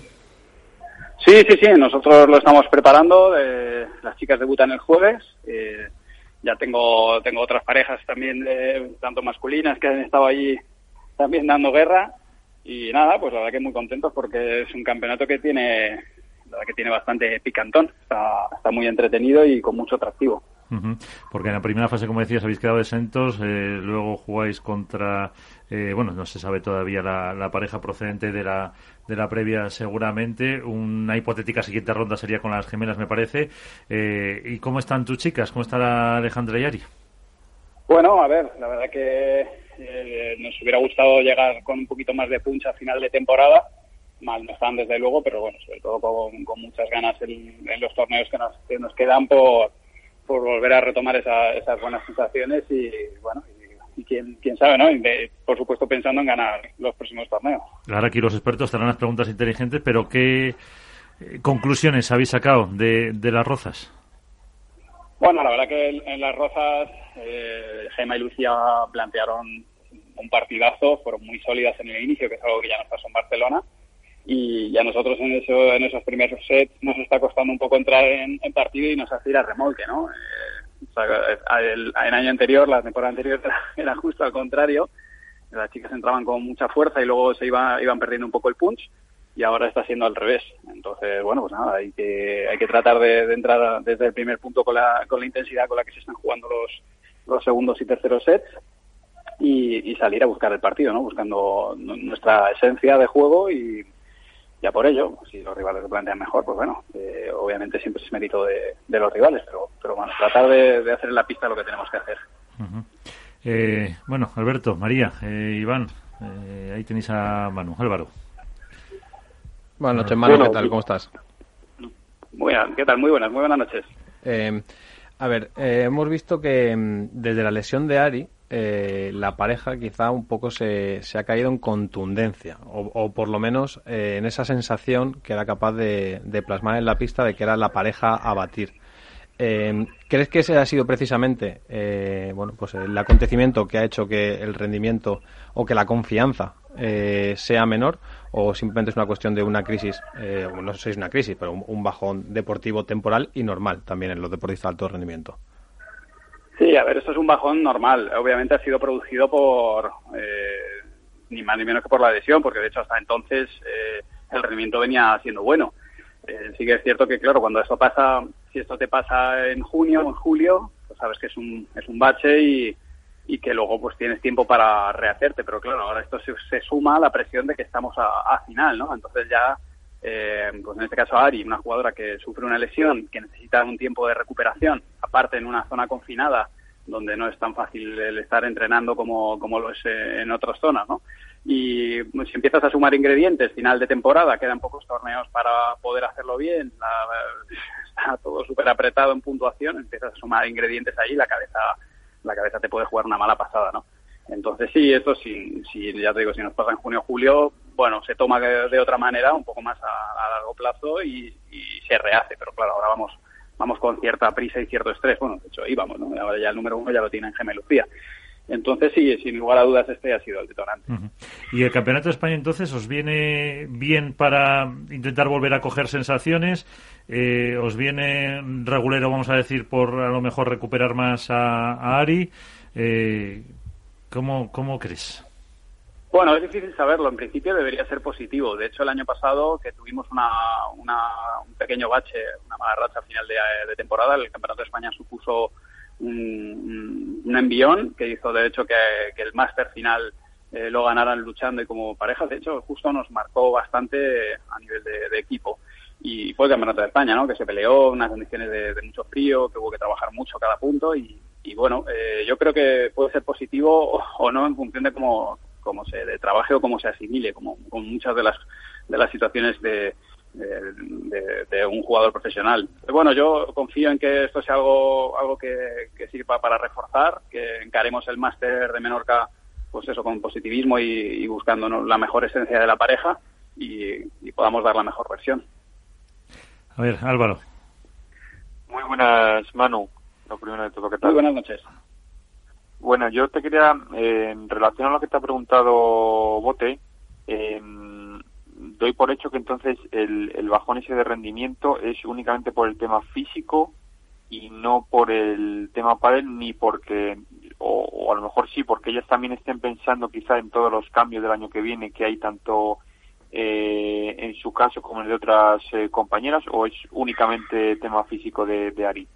Sí, sí, sí. Nosotros lo estamos preparando. Eh, las chicas debutan el jueves. Eh, ya tengo tengo otras parejas también, de, tanto masculinas, que han estado allí también dando guerra. Y nada, pues la verdad que muy contentos porque es un campeonato que tiene, la verdad que tiene bastante picantón. Está, está muy entretenido y con mucho atractivo. Uh-huh. Porque en la primera fase, como decías, habéis quedado exentos, eh, luego jugáis contra, eh, bueno, no se sabe todavía la, la pareja procedente de la de la previa seguramente, una hipotética siguiente ronda sería con las gemelas, me parece. Eh, ¿Y cómo están tus chicas? ¿Cómo está la Alejandra y Ari? Bueno, a ver, la verdad que eh, nos hubiera gustado llegar con un poquito más de punch a final de temporada. Mal no están desde luego, pero bueno, sobre todo con, con muchas ganas en, en los torneos que nos, que nos quedan por por volver a retomar esa, esas buenas sensaciones y bueno y, y quién quién sabe, ¿no? Y de, por supuesto pensando en ganar los próximos torneos. Ahora aquí los expertos te harán las preguntas inteligentes, pero ¿qué eh, conclusiones habéis sacado de, de las Rozas? Bueno, la verdad que en, en las Rozas eh, Gemma y Lucía plantearon un partidazo, fueron muy sólidas en el inicio, que es algo que ya nos pasó en Barcelona. Y a nosotros en eso en esos primeros sets nos está costando un poco entrar en, en partido y nos hace ir a remolque, ¿no? Eh, o sea, el, el año anterior, la temporada anterior era, era justo al contrario. Las chicas entraban con mucha fuerza y luego se iba, iban perdiendo un poco el punch y ahora está siendo al revés. Entonces, bueno, pues nada, hay que hay que tratar de, de entrar desde el primer punto con la con la intensidad con la que se están jugando los los segundos y terceros sets y, y salir a buscar el partido, ¿no? Buscando nuestra esencia de juego y ya por ello, si los rivales lo plantean mejor, pues bueno, eh, obviamente siempre es mérito de, de los rivales, pero, pero bueno, tratar de, de hacer en la pista lo que tenemos que hacer. Uh-huh. Eh, bueno, Alberto, María, eh, Iván, eh, ahí tenéis a Manu. Álvaro. Buenas noches, Manu, bueno, ¿qué tal? ¿Cómo estás? Muy bien, ¿qué tal? Muy buenas, muy buenas noches. Eh, a ver, eh, hemos visto que desde la lesión de Ari, eh, la pareja quizá un poco se, se ha caído en contundencia, o, o por lo menos eh, en esa sensación que era capaz de, de plasmar en la pista de que era la pareja a batir. Eh, ¿Crees que ese ha sido precisamente eh, bueno, pues el acontecimiento que ha hecho que el rendimiento o que la confianza eh, sea menor, o simplemente es una cuestión de una crisis, eh, no sé si es una crisis, pero un, un bajón deportivo temporal y normal también en los deportistas de alto rendimiento? Sí, a ver, esto es un bajón normal. Obviamente ha sido producido por eh, ni más ni menos que por la lesión, porque de hecho hasta entonces eh, el rendimiento venía siendo bueno. Eh, sí que es cierto que, claro, cuando esto pasa, si esto te pasa en junio o en julio, pues sabes que es un es un bache y, y que luego pues tienes tiempo para rehacerte. Pero claro, ahora esto se, se suma a la presión de que estamos a, a final, ¿no? Entonces ya, eh, pues en este caso Ari, una jugadora que sufre una lesión, que necesita un tiempo de recuperación, aparte en una zona confinada, donde no es tan fácil el estar entrenando como, como lo es en otras zonas, ¿no? Y pues, si empiezas a sumar ingredientes, final de temporada, quedan pocos torneos para poder hacerlo bien, la, está todo súper apretado en puntuación, empiezas a sumar ingredientes ahí, la cabeza la cabeza te puede jugar una mala pasada, ¿no? Entonces sí, esto sí, sí, ya te digo, si nos pasa en junio o julio, bueno, se toma de, de otra manera, un poco más a, a largo plazo y, y se rehace, pero claro, ahora vamos vamos con cierta prisa y cierto estrés. Bueno, de hecho íbamos, ¿no? Ahora ya el número uno ya lo tiene en Gemma y Lucía. Entonces sí, sin lugar a dudas este ha sido el detonante. Uh-huh. ¿Y el Campeonato de España entonces os viene bien para intentar volver a coger sensaciones? Eh, ¿Os viene regulero, vamos a decir, por a lo mejor recuperar más a, a Ari? Eh, ¿cómo, ¿Cómo crees? Bueno, es difícil saberlo. En principio debería ser positivo. De hecho, el año pasado, que tuvimos una, una, un pequeño bache, una mala racha a final de, de temporada, el Campeonato de España supuso un, un envión que hizo, de hecho, que, que el máster final eh, lo ganaran luchando y como parejas. De hecho, justo nos marcó bastante a nivel de, de equipo. Y fue el Campeonato de España, ¿no? Que se peleó en unas condiciones de, de mucho frío, que hubo que trabajar mucho cada punto. Y, y bueno, eh, yo creo que puede ser positivo o, o no en función de cómo... cómo se de trabaje o cómo se asimile, como con muchas de las de las situaciones de, de, de, de un jugador profesional. Pero bueno, yo confío en que esto sea algo algo que, que sirva para reforzar, que encaremos el máster de Menorca, pues eso, con positivismo y, y buscando, ¿no?, la mejor esencia de la pareja y, y podamos dar la mejor versión. A ver, Álvaro. Muy buenas, Manu. Lo primero de todo, ¿qué tal? Muy buenas noches. Bueno, yo te quería, eh, en relación a lo que te ha preguntado Bote, eh, doy por hecho que entonces el, el bajón ese de rendimiento es únicamente por el tema físico y no por el tema pádel, ni porque, o, o a lo mejor sí, porque ellas también estén pensando quizá en todos los cambios del año que viene que hay tanto eh, en su caso como en el de otras eh, compañeras, o es únicamente tema físico de, de Ari.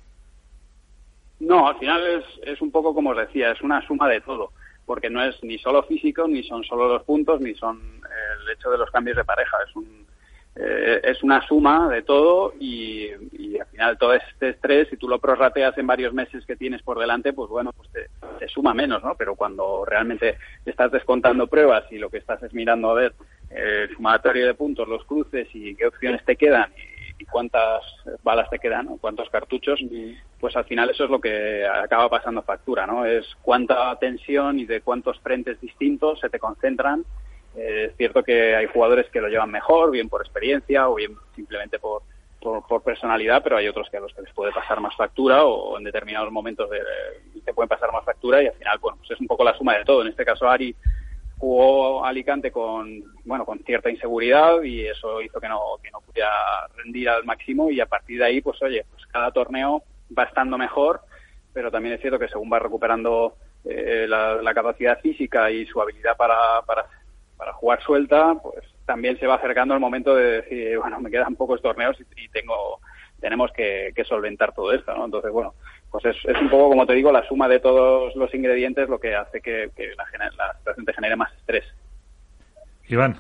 No, al final es, es un poco como os decía, es una suma de todo, porque no es ni solo físico, ni son solo los puntos, ni son el hecho de los cambios de pareja, es un eh, es una suma de todo y, y al final todo este estrés, si tú lo prorrateas en varios meses que tienes por delante, pues bueno, pues te, te suma menos, ¿no? Pero cuando realmente estás descontando pruebas y lo que estás es mirando a ver el sumatorio de puntos, los cruces y qué opciones te quedan y y cuántas balas te quedan, ¿no?, cuántos cartuchos, pues al final eso es lo que acaba pasando factura, ¿no? Es cuánta tensión y de cuántos frentes distintos se te concentran. Eh, es cierto que hay jugadores que lo llevan mejor, bien por experiencia o bien simplemente por, por, por personalidad, pero hay otros que a los que les puede pasar más factura o en determinados momentos de, de, te pueden pasar más factura y al final, bueno, pues es un poco la suma de todo. En este caso Ari jugó Alicante con bueno con cierta inseguridad y eso hizo que no que no pudiera rendir al máximo y a partir de ahí pues oye pues cada torneo va estando mejor, pero también es cierto que según va recuperando eh, la, la capacidad física y su habilidad para, para para jugar suelta, pues también se va acercando el momento de decir bueno me quedan pocos torneos y, y tengo tenemos que, que solventar todo esto, ¿no? Entonces, bueno, pues es, es un poco, como te digo, la suma de todos los ingredientes lo que hace que, que la, la situación te genere más estrés. Iván.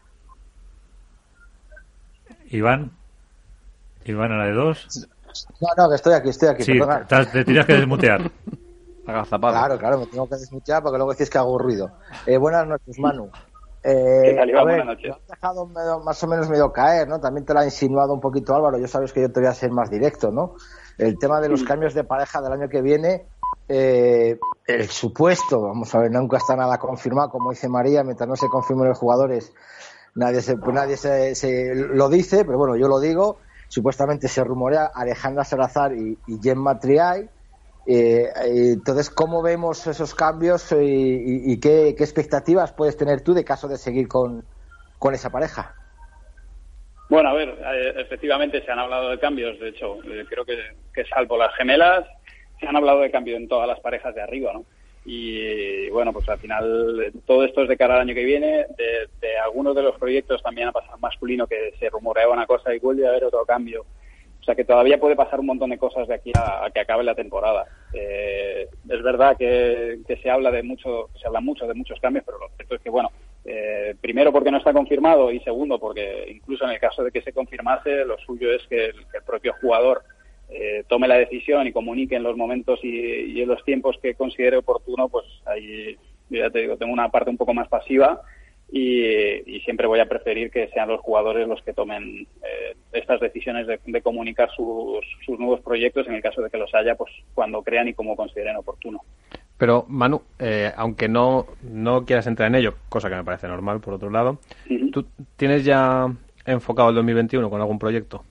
Iván. Iván a la de dos. No, no, que estoy aquí, estoy aquí. Sí, te, te tienes que desmutear. Claro, claro, me tengo que desmutear porque luego decís que hago ruido. Eh, buenas noches, Manu. Eh, ¿Qué tal, Iván? A ver, Buenas noches. me has dejado medio, más o menos medio caer, ¿no? También te lo ha insinuado un poquito Álvaro. Yo sabes que yo te voy a ser más directo, ¿no? El tema de los cambios de pareja del año que viene, eh, el supuesto, vamos a ver, nunca está nada confirmado, como dice María, mientras no se confirmen los jugadores, nadie se, pues nadie se, se lo dice, pero bueno, yo lo digo. Supuestamente se rumorea Alejandra Salazar y, y Gemma Triay. Eh, entonces, ¿cómo vemos esos cambios y, y, y qué, qué expectativas puedes tener tú de caso de seguir con, con esa pareja? Bueno, a ver, eh, efectivamente se han hablado de cambios, de hecho, eh, creo que, que salvo las gemelas, se han hablado de cambio en todas las parejas de arriba, ¿no? Y bueno, pues al final todo esto es de cara al año que viene. De, de algunos de los proyectos también ha pasado masculino que se rumoreaba una cosa y vuelve a haber otro cambio. O sea que todavía puede pasar un montón de cosas de aquí a, a que acabe la temporada. Eh, es verdad que, que se habla de mucho, se habla mucho de muchos cambios, pero lo cierto es que bueno, eh, primero porque no está confirmado y segundo porque incluso en el caso de que se confirmase, lo suyo es que el, que el propio jugador eh, tome la decisión y comunique en los momentos y, y en los tiempos que considere oportuno. Pues ahí, ya te digo, tengo una parte un poco más pasiva. Y, y siempre voy a preferir que sean los jugadores los que tomen eh, estas decisiones de, de comunicar sus, sus nuevos proyectos, en el caso de que los haya, pues cuando crean y como consideren oportuno. Pero, Manu, eh, aunque no, no quieras entrar en ello, cosa que me parece normal, por otro lado, uh-huh. ¿tú tienes ya enfocado el dos mil veintiuno con algún proyecto?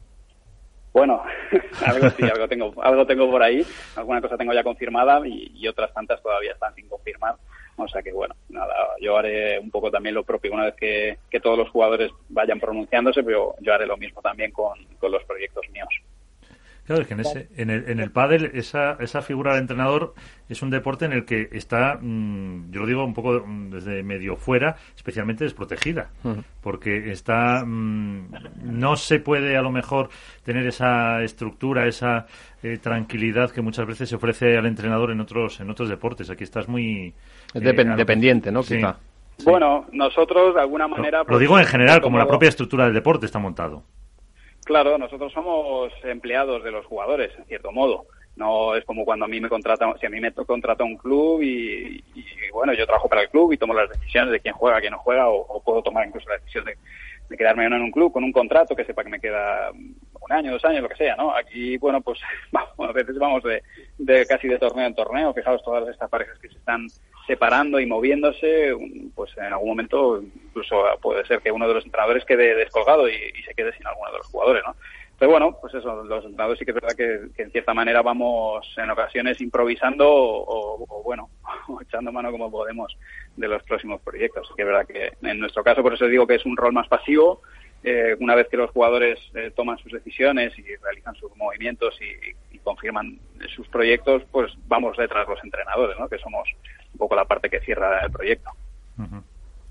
Bueno, algo sí, algo tengo, algo tengo por ahí, alguna cosa tengo ya confirmada y, y otras tantas todavía están sin confirmar. O sea que, bueno, nada, yo haré un poco también lo propio una vez que, que todos los jugadores vayan pronunciándose, pero yo haré lo mismo también con, con los proyectos míos. Claro, es que en, ese, en el, en el pádel esa, esa figura del entrenador es un deporte en el que está, mmm, yo lo digo un poco desde medio fuera, especialmente desprotegida, uh-huh. porque está mmm, no se puede a lo mejor tener esa estructura, esa eh, tranquilidad que muchas veces se ofrece al entrenador en otros en otros deportes. Aquí estás muy... Es dep- eh, dependiente, ¿no? Sí. Quizá. Sí. Bueno, nosotros de alguna manera... Lo, pues, lo digo en general, como la propia estructura del deporte está montado. Claro, nosotros somos empleados de los jugadores, en cierto modo. No es como cuando a mí me contrata, si a mí me contrata un club y, y, bueno, yo trabajo para el club y tomo las decisiones de quién juega, quién no juega, o, o puedo tomar incluso la decisión de, de quedarme en un club con un contrato que sepa que me queda un año, dos años, lo que sea, ¿no? Aquí, bueno, pues vamos, a veces vamos de, de casi de torneo en torneo. Fijaos todas estas parejas que se están separando y moviéndose, pues en algún momento incluso puede ser que uno de los entrenadores quede descolgado y, y se quede sin alguno de los jugadores, ¿no? Pero bueno, pues eso, los entrenadores sí que es verdad que, que en cierta manera vamos en ocasiones improvisando o, o bueno, o echando mano como podemos de los próximos proyectos. Que es verdad que en nuestro caso, por eso digo que es un rol más pasivo. Eh, una vez que los jugadores eh, toman sus decisiones y realizan sus movimientos y, y confirman sus proyectos, pues vamos detrás los entrenadores, ¿no? Que somos un poco la parte que cierra el proyecto. Uh-huh.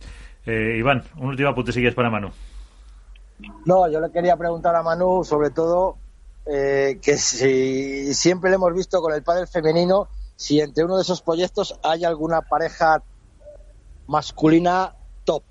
eh, Iván, un último apunte si quieres para Manu. No, yo le quería preguntar a Manu sobre todo eh, que si siempre le hemos visto con el pádel femenino, si entre uno de esos proyectos hay alguna pareja masculina top.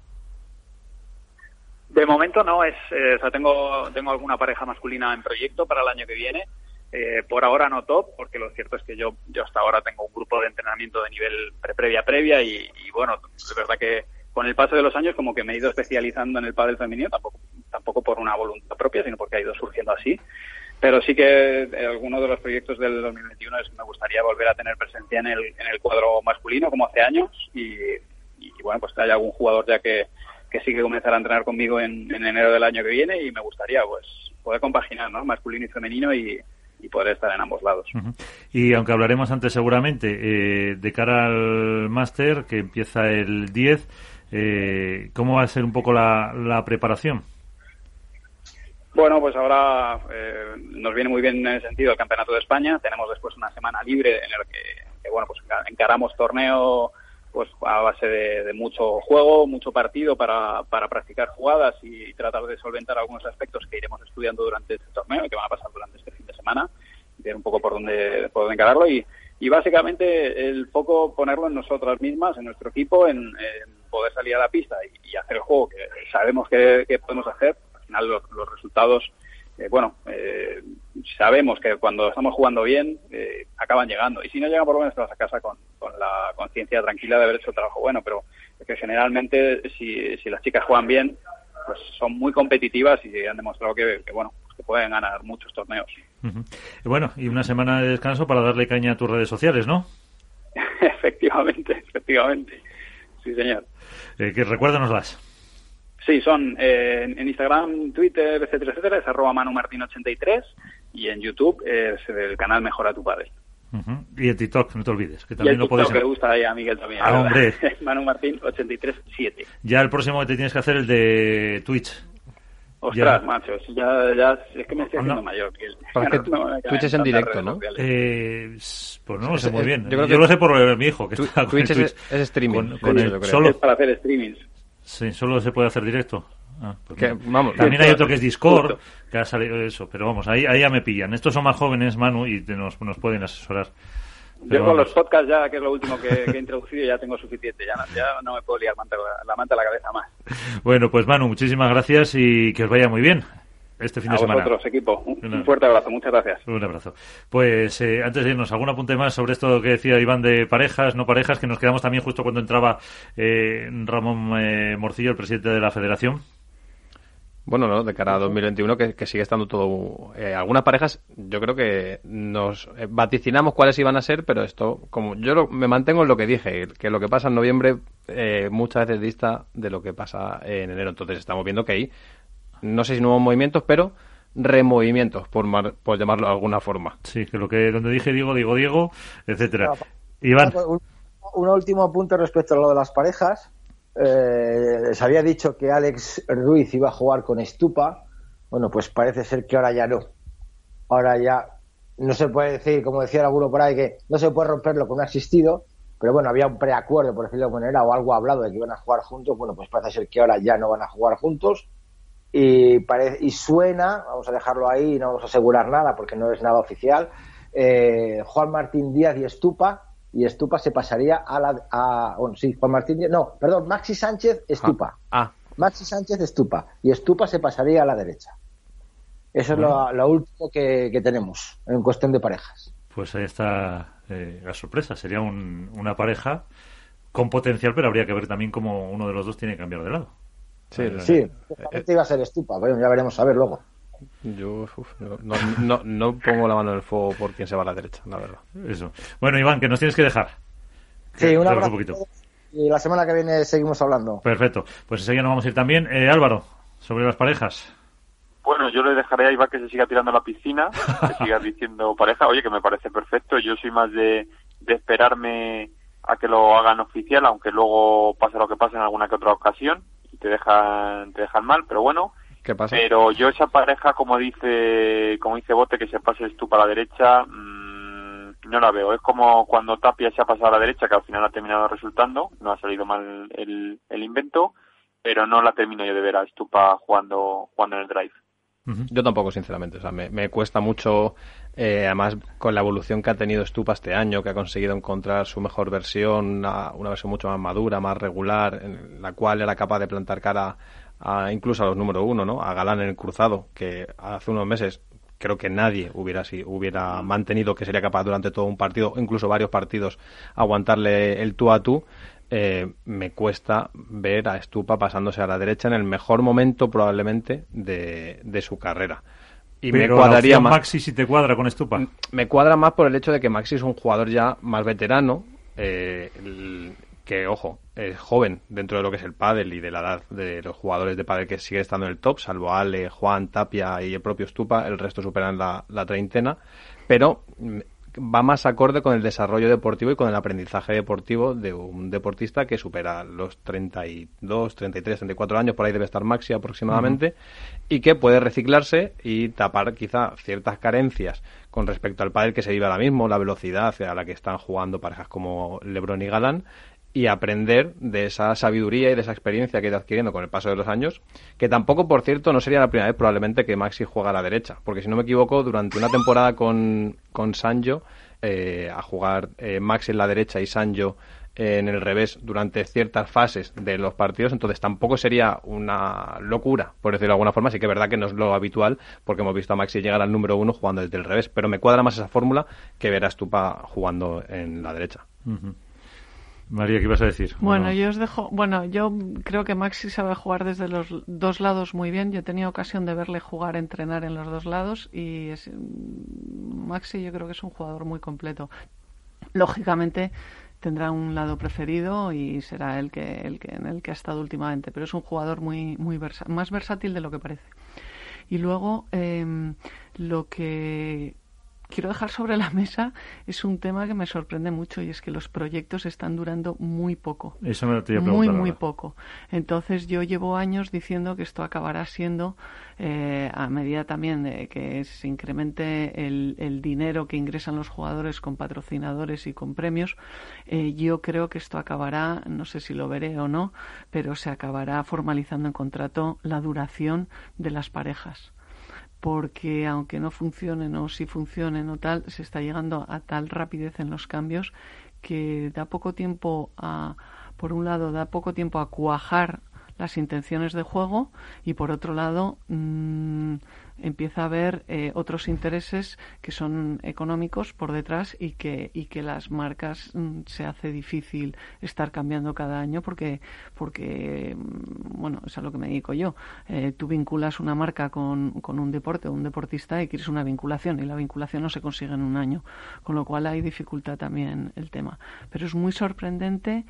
De momento no, es, eh, o sea, tengo, tengo alguna pareja masculina en proyecto para el año que viene. Eh, por ahora no top, porque lo cierto es que yo, yo hasta ahora tengo un grupo de entrenamiento de nivel pre previa previa y, y bueno, es verdad que con el paso de los años como que me he ido especializando en el pádel femenino, tampoco, tampoco por una voluntad propia, sino porque ha ido surgiendo así. Pero sí que eh, algunos de los proyectos del dos mil veintiuno es que me gustaría volver a tener presencia en el, en el cuadro masculino como hace años y, y bueno, pues hay algún jugador ya que, que sí que comenzará a entrenar conmigo en, en enero del año que viene y me gustaría pues poder compaginar, ¿no? Masculino y femenino y y poder estar en ambos lados. Uh-huh. Y aunque hablaremos antes seguramente, eh, de cara al máster que empieza el diez, eh, ¿cómo va a ser un poco la, la preparación? Bueno, pues ahora eh, nos viene muy bien en el sentido el Campeonato de España. Tenemos después una semana libre en el que, que bueno, pues encaramos torneo pues a base de, de mucho juego, mucho partido para, para practicar jugadas y tratar de solventar algunos aspectos que iremos estudiando durante este torneo y que van a pasar durante este semana, ver un poco por dónde, por dónde encararlo y, y básicamente el foco ponerlo en nosotras mismas, en nuestro equipo, en, en poder salir a la pista y, y hacer el juego que sabemos que, que podemos hacer. Al final los, los resultados, eh, bueno, eh, sabemos que cuando estamos jugando bien eh, acaban llegando y si no llegan por lo menos te vas a casa con, con la conciencia tranquila de haber hecho un trabajo bueno, pero es que generalmente si, si las chicas juegan bien pues son muy competitivas y han demostrado que, que bueno, que pueden ganar muchos torneos. Uh-huh. Y bueno, y una semana de descanso para darle caña a tus redes sociales, ¿no? efectivamente, efectivamente. Sí, señor. Eh, que recuérdanoslas. Sí, son eh, en Instagram, Twitter, etcétera, etcétera, es arroba Manu Martín ochenta y tres y en YouTube es el canal Mejora tu Pádel. Uh-huh. Y el TikTok, no te olvides, que Y también el lo TikTok podéis... que le gusta ahí a Miguel también. Ah, hombre. Manu Martín ochenta y tres siete. Ya el próximo que te tienes que hacer el de Twitch. Ostras, ya. macho, ya, ya es que me estoy haciendo no. mayor. Que Para que no Twitch es en directo, ¿no? Eh, pues no lo sé muy bien. Yo, Yo, creo yo que lo sé por mi hijo, que tu, está con Twitch, el Twitch. Es, es streaming. Con, con sí, el, yo creo. solo, es para hacer streamings. Sí, solo se puede hacer directo. Ah, pues que, vamos, también hay otro que es Discord, justo. Que ha salido eso, pero vamos, ahí, ahí ya me pillan. Estos son más jóvenes, Manu, y te, nos, nos pueden asesorar. Pero Yo con vamos. los podcasts ya, que es lo último que, que he introducido, ya tengo suficiente. Ya no, ya no me puedo liar manta, la manta a la cabeza más. Bueno, pues Manu, muchísimas gracias y que os vaya muy bien este fin a de semana. A vosotros, equipo. Un, un fuerte abrazo. Muchas gracias. Un abrazo. Pues eh, antes de irnos, ¿algún apunte más sobre esto que decía Iván de parejas, no parejas? Que nos quedamos también justo cuando entraba eh, Ramón eh, Morcillo, el presidente de la Federación. Bueno, no, de cara a dos mil veintiuno que, que sigue estando todo... Eh, algunas parejas yo creo que nos eh, vaticinamos cuáles iban a ser, pero esto, como yo lo, me mantengo en lo que dije, que lo que pasa en noviembre eh, muchas veces dista de lo que pasa en enero. Entonces estamos viendo que hay, no sé si nuevos movimientos, pero removimientos, por, mar, por llamarlo de alguna forma. Sí, que lo que donde dije Diego, digo Diego, etcétera. Iván. Un, un último punto respecto a lo de las parejas. Eh, se había dicho que Alex Ruiz iba a jugar con Stupa. Bueno, pues parece ser que ahora ya no. Ahora ya no se puede decir, como decía alguno por ahí, que no se puede romper lo que no ha existido, pero bueno, había un preacuerdo, por decirlo de alguna manera, o algo hablado de que iban a jugar juntos. Bueno, pues parece ser que ahora ya no van a jugar juntos y, parece, y suena, vamos a dejarlo ahí y no vamos a asegurar nada porque no es nada oficial, eh, Juan Martín Díaz y Stupa, y Stupa se pasaría a la... A, bueno, sí, Juan Martín Díaz, no, perdón, Maxi Sánchez, Stupa. Ah, ah. Maxi Sánchez, Stupa. Y Stupa se pasaría a la derecha. Eso bueno. es lo, lo último que, que tenemos en cuestión de parejas. Pues ahí está eh, la sorpresa. Sería un, una pareja con potencial, pero habría que ver también cómo uno de los dos tiene que cambiar de lado. Sí, eh, sí. Eh, iba a ser Stupa. Bueno, ya veremos a ver luego. Yo uf, no, no, no, no pongo la mano en el fuego por quien se va a la derecha, la verdad. Eso. Bueno, Iván, que nos tienes que dejar. Sí, un abrazo. Un poquito. Y la semana que viene seguimos hablando. Perfecto. Pues enseguida nos vamos a ir también. Eh, Álvaro, sobre las parejas. Bueno, yo le dejaré a Iván que se siga tirando a la piscina, que siga diciendo pareja. Oye, que me parece perfecto. Yo soy más de, de esperarme a que lo hagan oficial, aunque luego pase lo que pase en alguna que otra ocasión y te dejan, te dejan mal, pero bueno. ¿Qué pasa? Pero yo esa pareja, como dice como dice Bote, que se pases tú para la derecha, mmm, no la veo. Es como cuando Tapia se ha pasado a la derecha, que al final ha terminado resultando, no ha salido mal el, el invento, pero no la termino yo de ver a Stupa jugando, jugando en el drive. Yo tampoco, sinceramente. O sea, me, me cuesta mucho, eh, además con la evolución que ha tenido Stupa este año, que ha conseguido encontrar su mejor versión, una, una versión mucho más madura, más regular, en la cual era capaz de plantar cara a, incluso a los número uno, ¿no? A Galán en el cruzado, que hace unos meses creo que nadie hubiera si, hubiera mantenido que sería capaz durante todo un partido, incluso varios partidos, aguantarle el tú a tú. Eh, me cuesta ver a Stupa pasándose a la derecha en el mejor momento probablemente de, de su carrera. Y pero me cuadraría más. Maxi, si te cuadra con Stupa. Me cuadra más por el hecho de que Maxi es un jugador ya más veterano, eh, el, que, ojo, es joven dentro de lo que es el pádel y de la edad de los jugadores de pádel que sigue estando en el top, salvo Ale, Juan, Tapia y el propio Stupa, el resto superan la, la treintena, pero va más acorde con el desarrollo deportivo y con el aprendizaje deportivo de un deportista que supera los treinta y dos, treinta y tres, treinta y cuatro años, por ahí debe estar Maxi aproximadamente, uh-huh. y que puede reciclarse y tapar quizá ciertas carencias con respecto al pádel que se vive ahora mismo, la velocidad a la que están jugando parejas como LeBron y Galán, y aprender de esa sabiduría y de esa experiencia que ha ido adquiriendo con el paso de los años, que tampoco, por cierto, no sería la primera vez probablemente que Maxi juega a la derecha, porque si no me equivoco, durante una temporada con, con Sancho, eh, a jugar eh, Maxi en la derecha y Sancho eh, en el revés durante ciertas fases de los partidos, entonces tampoco sería una locura, por decirlo de alguna forma. Sí que es verdad que no es lo habitual, porque hemos visto a Maxi llegar al número uno jugando desde el revés, pero me cuadra más esa fórmula que ver a Stupa jugando en la derecha. Uh-huh. María, ¿qué ibas a decir? Bueno, bueno, yo os dejo. Bueno, yo creo que Maxi sabe jugar desde los dos lados muy bien. Yo he tenido ocasión de verle jugar, entrenar en los dos lados y es, Maxi yo creo que es un jugador muy completo. Lógicamente tendrá un lado preferido y será el que, el que en el que ha estado últimamente, pero es un jugador muy, muy versa, más versátil de lo que parece. Y luego eh, lo que quiero dejar sobre la mesa es un tema que me sorprende mucho y es que los proyectos están durando muy poco. Eso me lo te iba a preguntar Muy, ahora. muy poco. Entonces yo llevo años diciendo que esto acabará siendo, eh, a medida también de que se incremente el, el dinero que ingresan los jugadores con patrocinadores y con premios, eh, yo creo que esto acabará, no sé si lo veré o no, pero se acabará formalizando en contrato la duración de las parejas. Porque aunque no funcionen o si funcionen o tal, se está llegando a tal rapidez en los cambios que da poco tiempo a, por un lado, da poco tiempo a cuajar las intenciones de juego y por otro lado mmm, empieza a haber eh, otros intereses que son económicos por detrás y que y que las marcas mmm, se hace difícil estar cambiando cada año porque porque mmm, bueno, es a lo que me dedico yo. Eh, tú vinculas una marca con, con un deporte o un deportista y quieres una vinculación y la vinculación no se consigue en un año, con lo cual hay dificultad también el tema, pero es muy sorprendente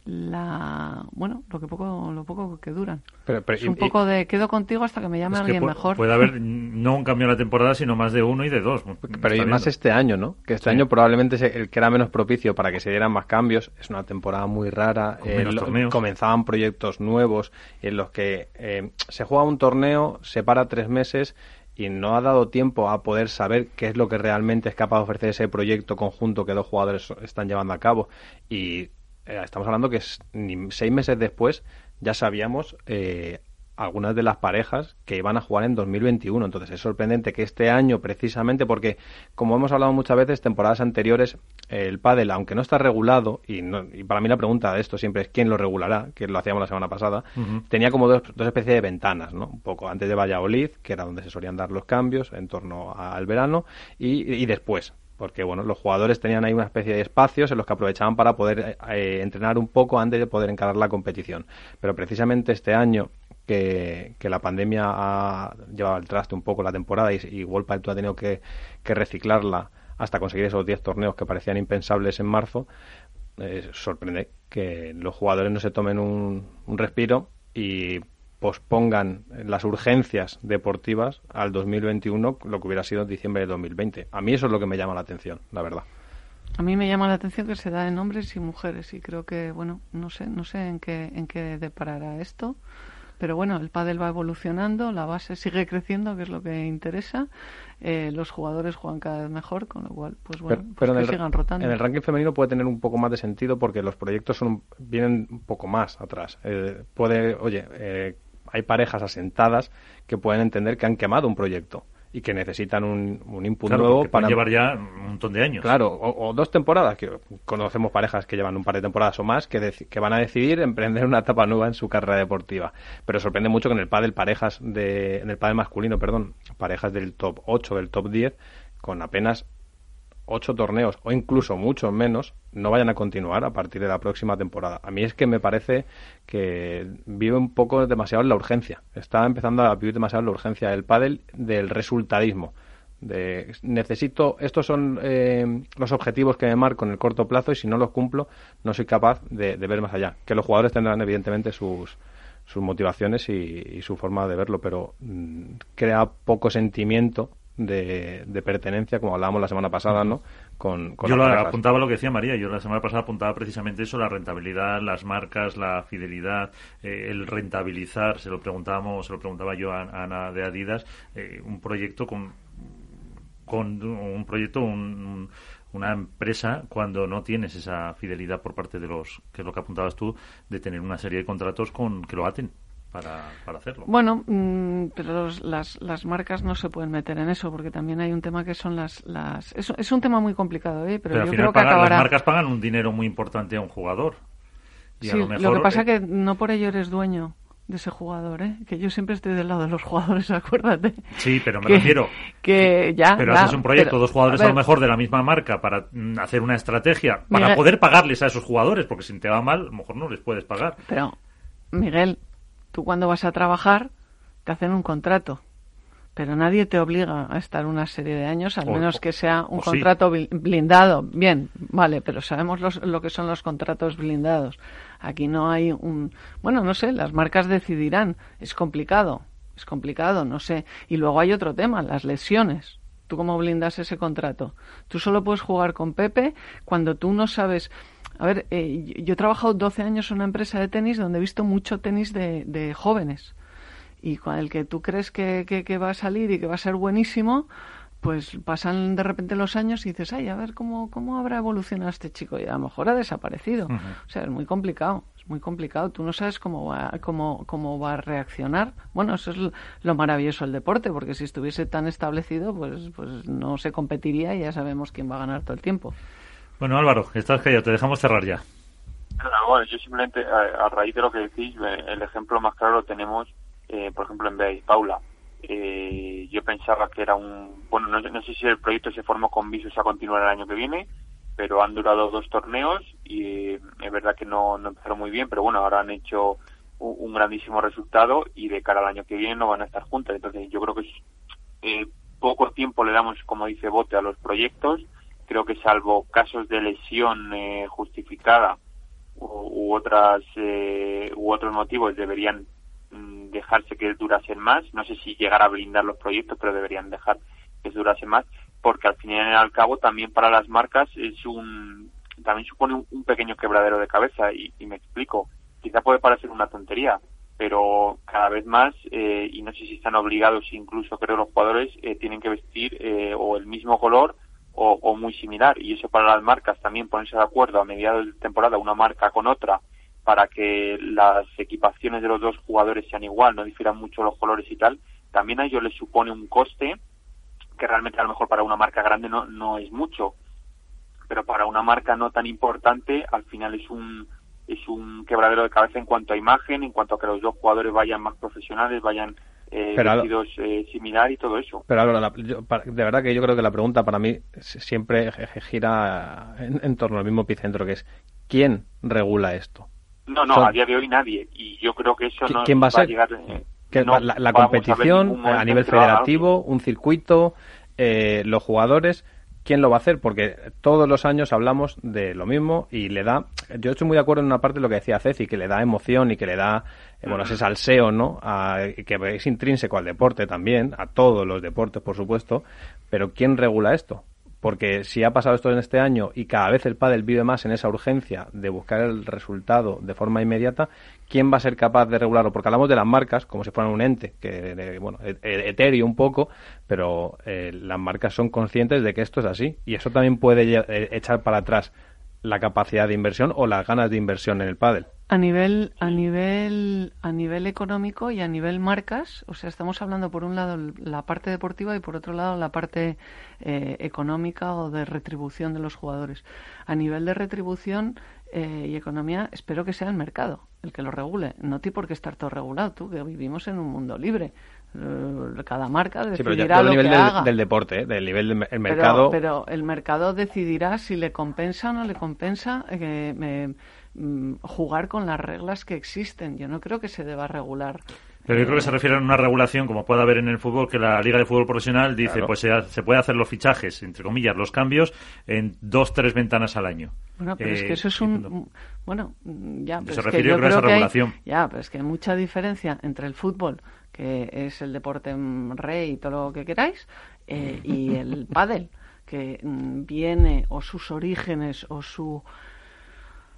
la bueno lo que poco lo poco que duran. Pero, pero, es un y, poco de quedo contigo hasta que me llame es alguien que pu- mejor. Puede haber no un cambio en la temporada, sino más de uno y de dos. Pero y más este año, ¿no? Que este sí. año probablemente el que era menos propicio para que se dieran más cambios. Es una temporada muy rara. Eh, lo, comenzaban proyectos nuevos en los que eh, se juega un torneo, se para tres meses y no ha dado tiempo a poder saber qué es lo que realmente es capaz de ofrecer ese proyecto conjunto que dos jugadores están llevando a cabo. Y Eh, estamos hablando que es, ni seis meses después ya sabíamos eh, algunas de las parejas que iban a jugar en dos mil veintiuno. Entonces es sorprendente que este año precisamente, porque como hemos hablado muchas veces, temporadas anteriores, eh, el pádel, aunque no está regulado, y, no, y para mí la pregunta de esto siempre es quién lo regulará, que lo hacíamos la semana pasada, uh-huh. tenía como dos, dos especies de ventanas, ¿no? Un poco antes de Valladolid, que era donde se solían dar los cambios en torno al verano, y, y después. Porque bueno, los jugadores tenían ahí una especie de espacios en los que aprovechaban para poder eh, entrenar un poco antes de poder encarar la competición. Pero precisamente este año que, que la pandemia ha llevado al traste un poco la temporada y, y World Padel Tour ha tenido que, que reciclarla hasta conseguir esos diez torneos que parecían impensables en marzo, eh, sorprende que los jugadores no se tomen un, un respiro y pospongan las urgencias deportivas al dos mil veintiuno, lo que hubiera sido diciembre de dos mil veinte. A mí eso es lo que me llama la atención, la verdad. A mí me llama la atención que se da en hombres y mujeres y creo que, bueno, no sé, no sé en qué en qué deparará esto, pero bueno, el pádel va evolucionando, la base sigue creciendo, que es lo que interesa, eh, los jugadores juegan cada vez mejor, con lo cual, pues bueno, pero, pues pero que en el, sigan rotando. En el ranking femenino puede tener un poco más de sentido porque los proyectos son vienen un poco más atrás. Eh, puede, oye, eh, hay parejas asentadas que pueden entender que han quemado un proyecto y que necesitan un, un input claro, nuevo para llevar ya un montón de años. Claro, o, o dos temporadas, que conocemos parejas que llevan un par de temporadas o más que, de, que van a decidir emprender una etapa nueva en su carrera deportiva. Pero sorprende mucho que en el pádel parejas de en el pádel masculino, perdón, parejas del top ocho, del top diez, con apenas ocho torneos o incluso muchos menos, no vayan a continuar a partir de la próxima temporada. A mí es que me parece que vive un poco demasiado en la urgencia. Está empezando a vivir demasiado en la urgencia del pádel, del resultadismo. De necesito, estos son eh, los objetivos que me marco en el corto plazo y si no los cumplo no soy capaz de, de ver más allá. Que los jugadores tendrán evidentemente sus sus motivaciones y, y su forma de verlo, pero mmm, crea poco sentimiento De, de pertenencia, como hablábamos la semana pasada, ¿no? Con, con yo lo parejas. apuntaba lo que decía María, yo la semana pasada apuntaba precisamente eso, la rentabilidad, las marcas, la fidelidad, eh, el rentabilizar, se lo preguntábamos, se lo preguntaba yo a, a Ana de Adidas, eh, un proyecto con con un proyecto, un, una empresa, cuando no tienes esa fidelidad por parte de los, que es lo que apuntabas tú, de tener una serie de contratos con que lo aten para, para hacerlo? Bueno, mmm, pero los, las, las marcas no se pueden meter en eso, porque también hay un tema que son las... las es, es un tema muy complicado, ¿eh? Pero, pero yo al final creo que pagan, acabará... las marcas pagan un dinero muy importante a un jugador. Y sí, a lo, mejor, lo que pasa es eh... que no por ello eres dueño de ese jugador, ¿eh? Que yo siempre estoy del lado de los jugadores, acuérdate. Sí, pero me que, refiero que ya pero ya, haces un proyecto, pero, dos jugadores a, a, a lo mejor de la misma marca para mm, hacer una estrategia, para Miguel, poder pagarles a esos jugadores, porque si te va mal, a lo mejor no les puedes pagar. Pero, Miguel, tú cuando vas a trabajar te hacen un contrato, pero nadie te obliga a estar una serie de años, al o, menos que sea un o contrato sí. blindado. Bien, vale, pero sabemos los, lo que son los contratos blindados. Aquí no hay un... Bueno, no sé, las marcas decidirán. Es complicado, es complicado, no sé. Y luego hay otro tema, las lesiones. ¿Tú cómo blindas ese contrato? Tú solo puedes jugar con Pepe cuando tú no sabes... A ver, eh, yo he trabajado doce años en una empresa de tenis donde he visto mucho tenis de, de jóvenes. Y con el que tú crees que, que, que va a salir y que va a ser buenísimo, pues pasan de repente los años y dices, ay, a ver cómo, cómo habrá evolucionado este chico. Y a lo mejor ha desaparecido. Uh-huh. O sea, es muy complicado, es muy complicado. Tú no sabes cómo va, cómo, cómo va a reaccionar. Bueno, eso es lo maravilloso del deporte, porque si estuviese tan establecido, pues, pues no se competiría y ya sabemos quién va a ganar todo el tiempo. Bueno, Álvaro, estás callado, te dejamos cerrar ya. Bueno, yo simplemente, a, a raíz de lo que decís, el ejemplo más claro lo tenemos, eh, por ejemplo, en Beis Paula. Eh, yo pensaba que era un... Bueno, no, no sé si el proyecto se formó con visos a continuar el año que viene, pero han durado dos torneos y eh, es verdad que no, no empezaron muy bien, pero bueno, ahora han hecho un, un grandísimo resultado y de cara al año que viene no van a estar juntas. Entonces yo creo que es, eh, poco tiempo le damos, como dice Bote, a los proyectos. Creo que salvo casos de lesión eh, justificada u, u otras eh, u otros motivos deberían mm, dejarse que durasen más. No sé si llegar a blindar los proyectos, pero deberían dejar que durasen más, porque al final y al cabo también para las marcas es un también supone un, un pequeño quebradero de cabeza y, y me explico. Quizá puede parecer una tontería, pero cada vez más eh, y no sé si están obligados, incluso creo los jugadores eh, tienen que vestir eh, o el mismo color O, o muy similar, y eso para las marcas también ponerse de acuerdo a mediados de temporada una marca con otra para que las equipaciones de los dos jugadores sean igual, no difieran mucho los colores y tal, también a ellos les supone un coste que realmente a lo mejor para una marca grande no, no es mucho, pero para una marca no tan importante al final es un es un quebradero de cabeza en cuanto a imagen, en cuanto a que los dos jugadores vayan más profesionales, vayan Eh, pero, vestidos eh, similar y todo eso. Pero Álvaro, la, yo, de verdad que yo creo que la pregunta para mí siempre gira en, en torno al mismo epicentro, que es ¿quién regula esto? No, no, Son, a día de hoy nadie, y yo creo que eso no ¿quién va a, va ser? a llegar... Eh, ¿Qué, no la, la competición a, a nivel federativo, un circuito, eh, los jugadores... ¿Quién lo va a hacer? Porque todos los años hablamos de lo mismo y le da... Yo estoy muy de acuerdo en una parte de lo que decía Ceci, que le da emoción y que le da, eh, bueno, ese salseo, ¿no? A, que es intrínseco al deporte también, a todos los deportes, por supuesto, pero ¿quién regula esto? Porque si ha pasado esto en este año y cada vez el pádel vive más en esa urgencia de buscar el resultado de forma inmediata, ¿quién va a ser capaz de regularlo? Porque hablamos de las marcas como si fueran un ente, que de, bueno, etéreo un poco, pero eh, las marcas son conscientes de que esto es así y eso también puede eh, echar para atrás la capacidad de inversión o las ganas de inversión en el pádel. A nivel, a nivel, a nivel económico y a nivel marcas, o sea, estamos hablando por un lado la parte deportiva y por otro lado la parte eh, económica o de retribución de los jugadores. A nivel de retribución eh, y economía, espero que sea el mercado el que lo regule. No tiene por qué estar todo regulado, tú, que vivimos en un mundo libre. Cada marca decidirá sí, pero ya, lo nivel que del, haga. del deporte, ¿eh? Del nivel del mercado. Pero, pero el mercado decidirá si le compensa o no le compensa eh, eh, jugar con las reglas que existen. Yo no creo que se deba regular. Pero yo creo que se refiere a una regulación, como puede haber en el fútbol, que la Liga de Fútbol Profesional dice, claro, pues se, se puede hacer los fichajes, entre comillas, los cambios, en dos, tres ventanas al año. Bueno, pero eh, es que eso es un... Bueno, ya, pero se es refiere que yo creo a esa creo regulación. Que hay, ya, pero es que hay mucha diferencia entre el fútbol, que es el deporte rey y todo lo que queráis, eh, y el pádel, que mm, viene, o sus orígenes, o su...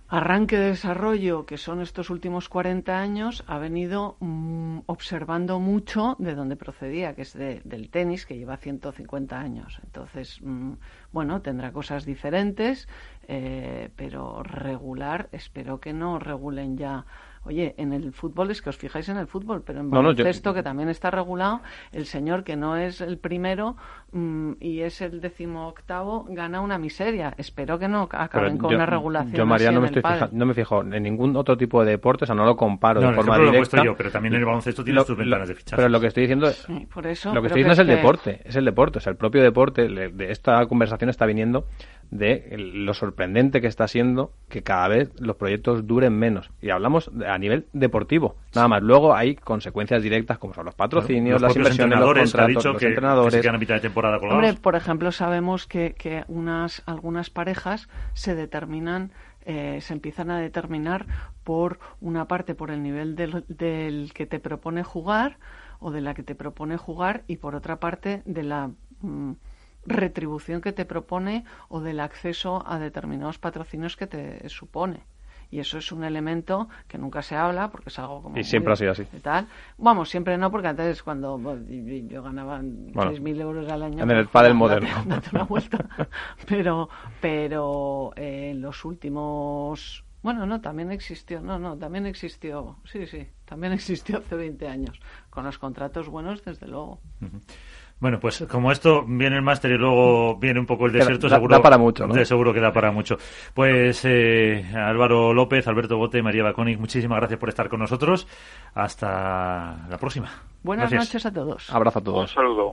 arranque de desarrollo que son estos últimos cuarenta años, ha venido mmm, observando mucho de dónde procedía, que es de, del tenis, que lleva ciento cincuenta años. Entonces, mmm, bueno, tendrá cosas diferentes, eh, pero regular, espero que no regulen ya. Oye, en el fútbol, es que os fijáis en el fútbol, pero en baloncesto, no, no, yo... que también está regulado, el señor que no es el primero mmm, y es el decimoctavo gana una miseria. Espero que no acaben pero con yo, una regulación. Yo, María, no me, estoy fija, no me fijo en ningún otro tipo de deporte, o sea, no lo comparo no, de forma directa. Lo he puesto yo, pero también en el baloncesto tienes tus ventanas de fichaje. Pero lo que estoy diciendo es, sí, por eso, lo que estoy diciendo es el que... deporte, es el deporte, o sea, el propio deporte, de esta conversación está viniendo de lo sorprendente que está siendo que cada vez los proyectos duren menos. Y hablamos a nivel deportivo, nada más. Luego hay consecuencias directas como son los patrocinios, los las inversiones, los contratos, los que, entrenadores. Que se quedan a mitad de temporada colgados. Hombre, por ejemplo, sabemos que, que unas algunas parejas se determinan, eh, se empiezan a determinar por una parte por el nivel del, del que te propone jugar o de la que te propone jugar y por otra parte de la mmm, retribución que te propone o del acceso a determinados patrocinios que te supone. Y eso es un elemento que nunca se habla porque es algo como... Y siempre ha sido así. Tal. Vamos, siempre no, porque antes cuando bueno, yo ganaba bueno, seis mil euros al año... En el pádel moderno. Date, date una vuelta. pero pero eh, en los últimos... Bueno, no, también existió, no, no, también existió, sí, sí, también existió hace veinte años, con los contratos buenos, desde luego. Uh-huh. Bueno, pues como esto viene el máster y luego viene un poco el desierto, da, seguro, da para mucho, ¿no? de seguro que da para mucho. Pues eh, Álvaro López, Alberto Bote, María Baconic, muchísimas gracias por estar con nosotros. Hasta la próxima. Buenas gracias. noches a todos. Abrazo a todos. Un saludo.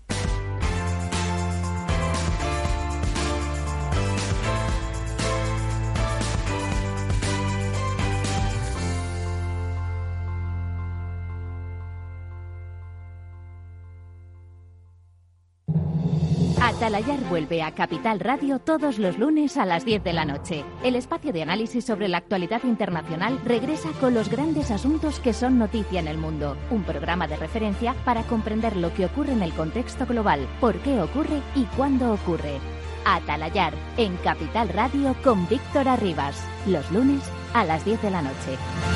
Atalayar vuelve a Capital Radio todos los lunes a las diez de la noche. El espacio de análisis sobre la actualidad internacional regresa con los grandes asuntos que son noticia en el mundo. Un programa de referencia para comprender lo que ocurre en el contexto global, por qué ocurre y cuándo ocurre. Atalayar en Capital Radio con Víctor Arribas. Los lunes a las diez de la noche.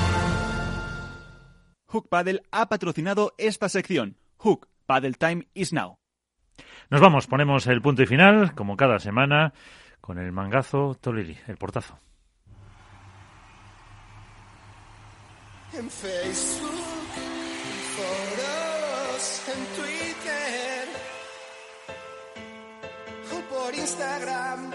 Hook Paddle ha patrocinado esta sección. Hook Paddle Time is now. Nos vamos, ponemos el punto y final, como cada semana, con el mangazo Tolili, el portazo. En Facebook, en foros, en Twitter o por Instagram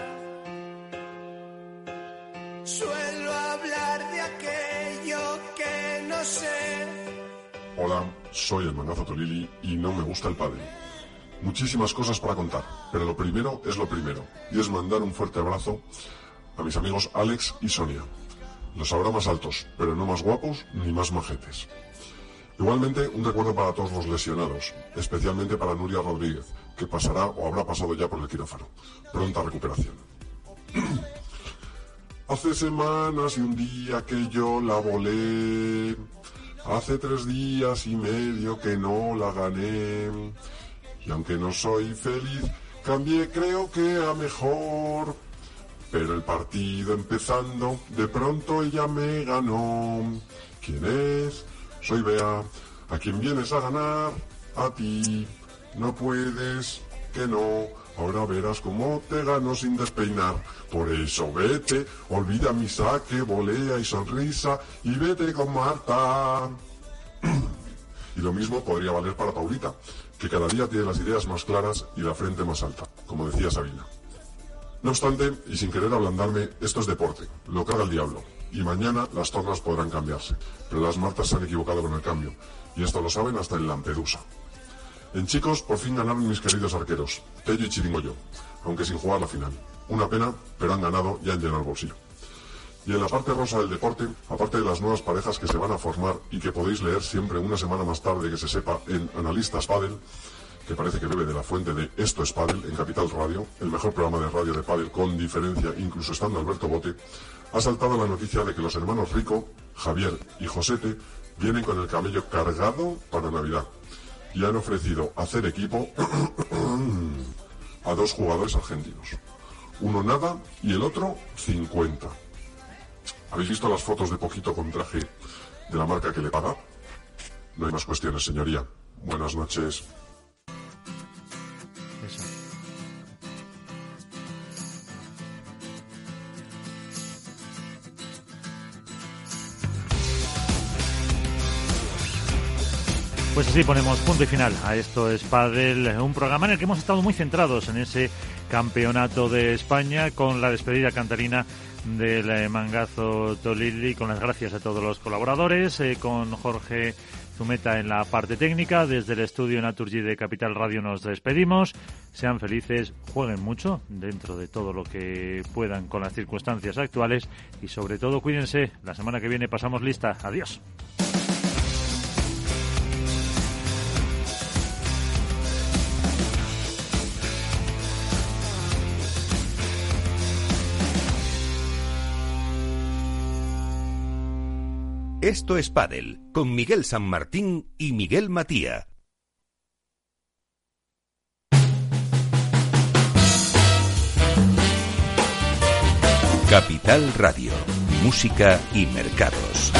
suelo hablar de aquello que no sé. Hola, soy el mangazo Tolili y no me gusta el pádel. Muchísimas cosas para contar, pero lo primero es lo primero, y es mandar un fuerte abrazo a mis amigos Alex y Sonia. Los habrá más altos, pero no más guapos ni más majetes. Igualmente, un recuerdo para todos los lesionados, especialmente para Nuria Rodríguez, que pasará o habrá pasado ya por el quirófano. Pronta recuperación. Hace semanas y un día que yo la volé, hace tres días y medio que no la gané. Y aunque no soy feliz, cambié creo que a mejor. Pero el partido empezando, de pronto ella me ganó. ¿Quién es? Soy Bea. ¿A quién vienes a ganar? A ti. No puedes, que no. Ahora verás cómo te gano sin despeinar. Por eso vete, olvida mi saque, volea y sonrisa, y vete con Marta. Y lo mismo podría valer para Paulita, que cada día tiene las ideas más claras y la frente más alta, como decía Sabina. No obstante, y sin querer ablandarme, esto es deporte, lo carga el diablo, y mañana las tornas podrán cambiarse, pero las Martas se han equivocado con el cambio, y esto lo saben hasta en Lampedusa. En chicos, por fin ganaron mis queridos arqueros, Tello y Chiringoyo, aunque sin jugar la final. Una pena, pero han ganado y han llenado el bolsillo. Y en la parte rosa del deporte, aparte de las nuevas parejas que se van a formar y que podéis leer siempre una semana más tarde que se sepa en Analistas Pádel, que parece que bebe de la fuente de Esto es Pádel en Capital Radio, el mejor programa de radio de pádel con diferencia, incluso estando Alberto Bote, ha saltado la noticia de que los hermanos Rico, Javier y Josete vienen con el camello cargado para Navidad y han ofrecido hacer equipo a dos jugadores argentinos. Uno nada y el otro cincuenta. ¿Habéis visto las fotos de Poquito con traje de la marca que le paga? No hay más cuestiones, señoría. Buenas noches. Eso. Pues así ponemos punto y final a Esto es Pádel, un programa en el que hemos estado muy centrados en ese campeonato de España, con la despedida cantarina del Mangazo Tolili, con las gracias a todos los colaboradores, eh, con Jorge Zumeta en la parte técnica. Desde el estudio Naturgy de Capital Radio nos despedimos. Sean felices, jueguen mucho dentro de todo lo que puedan con las circunstancias actuales y sobre todo cuídense. La semana que viene pasamos lista. Adiós. Esto es Pádel, con Miguel San Martín y Miguel Matía. Capital Radio, música y mercados.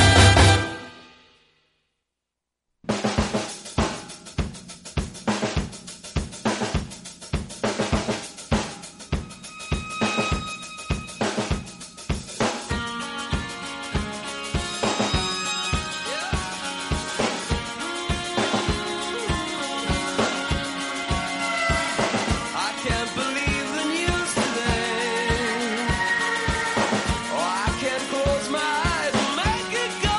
Close my eyes and make it go.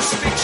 speak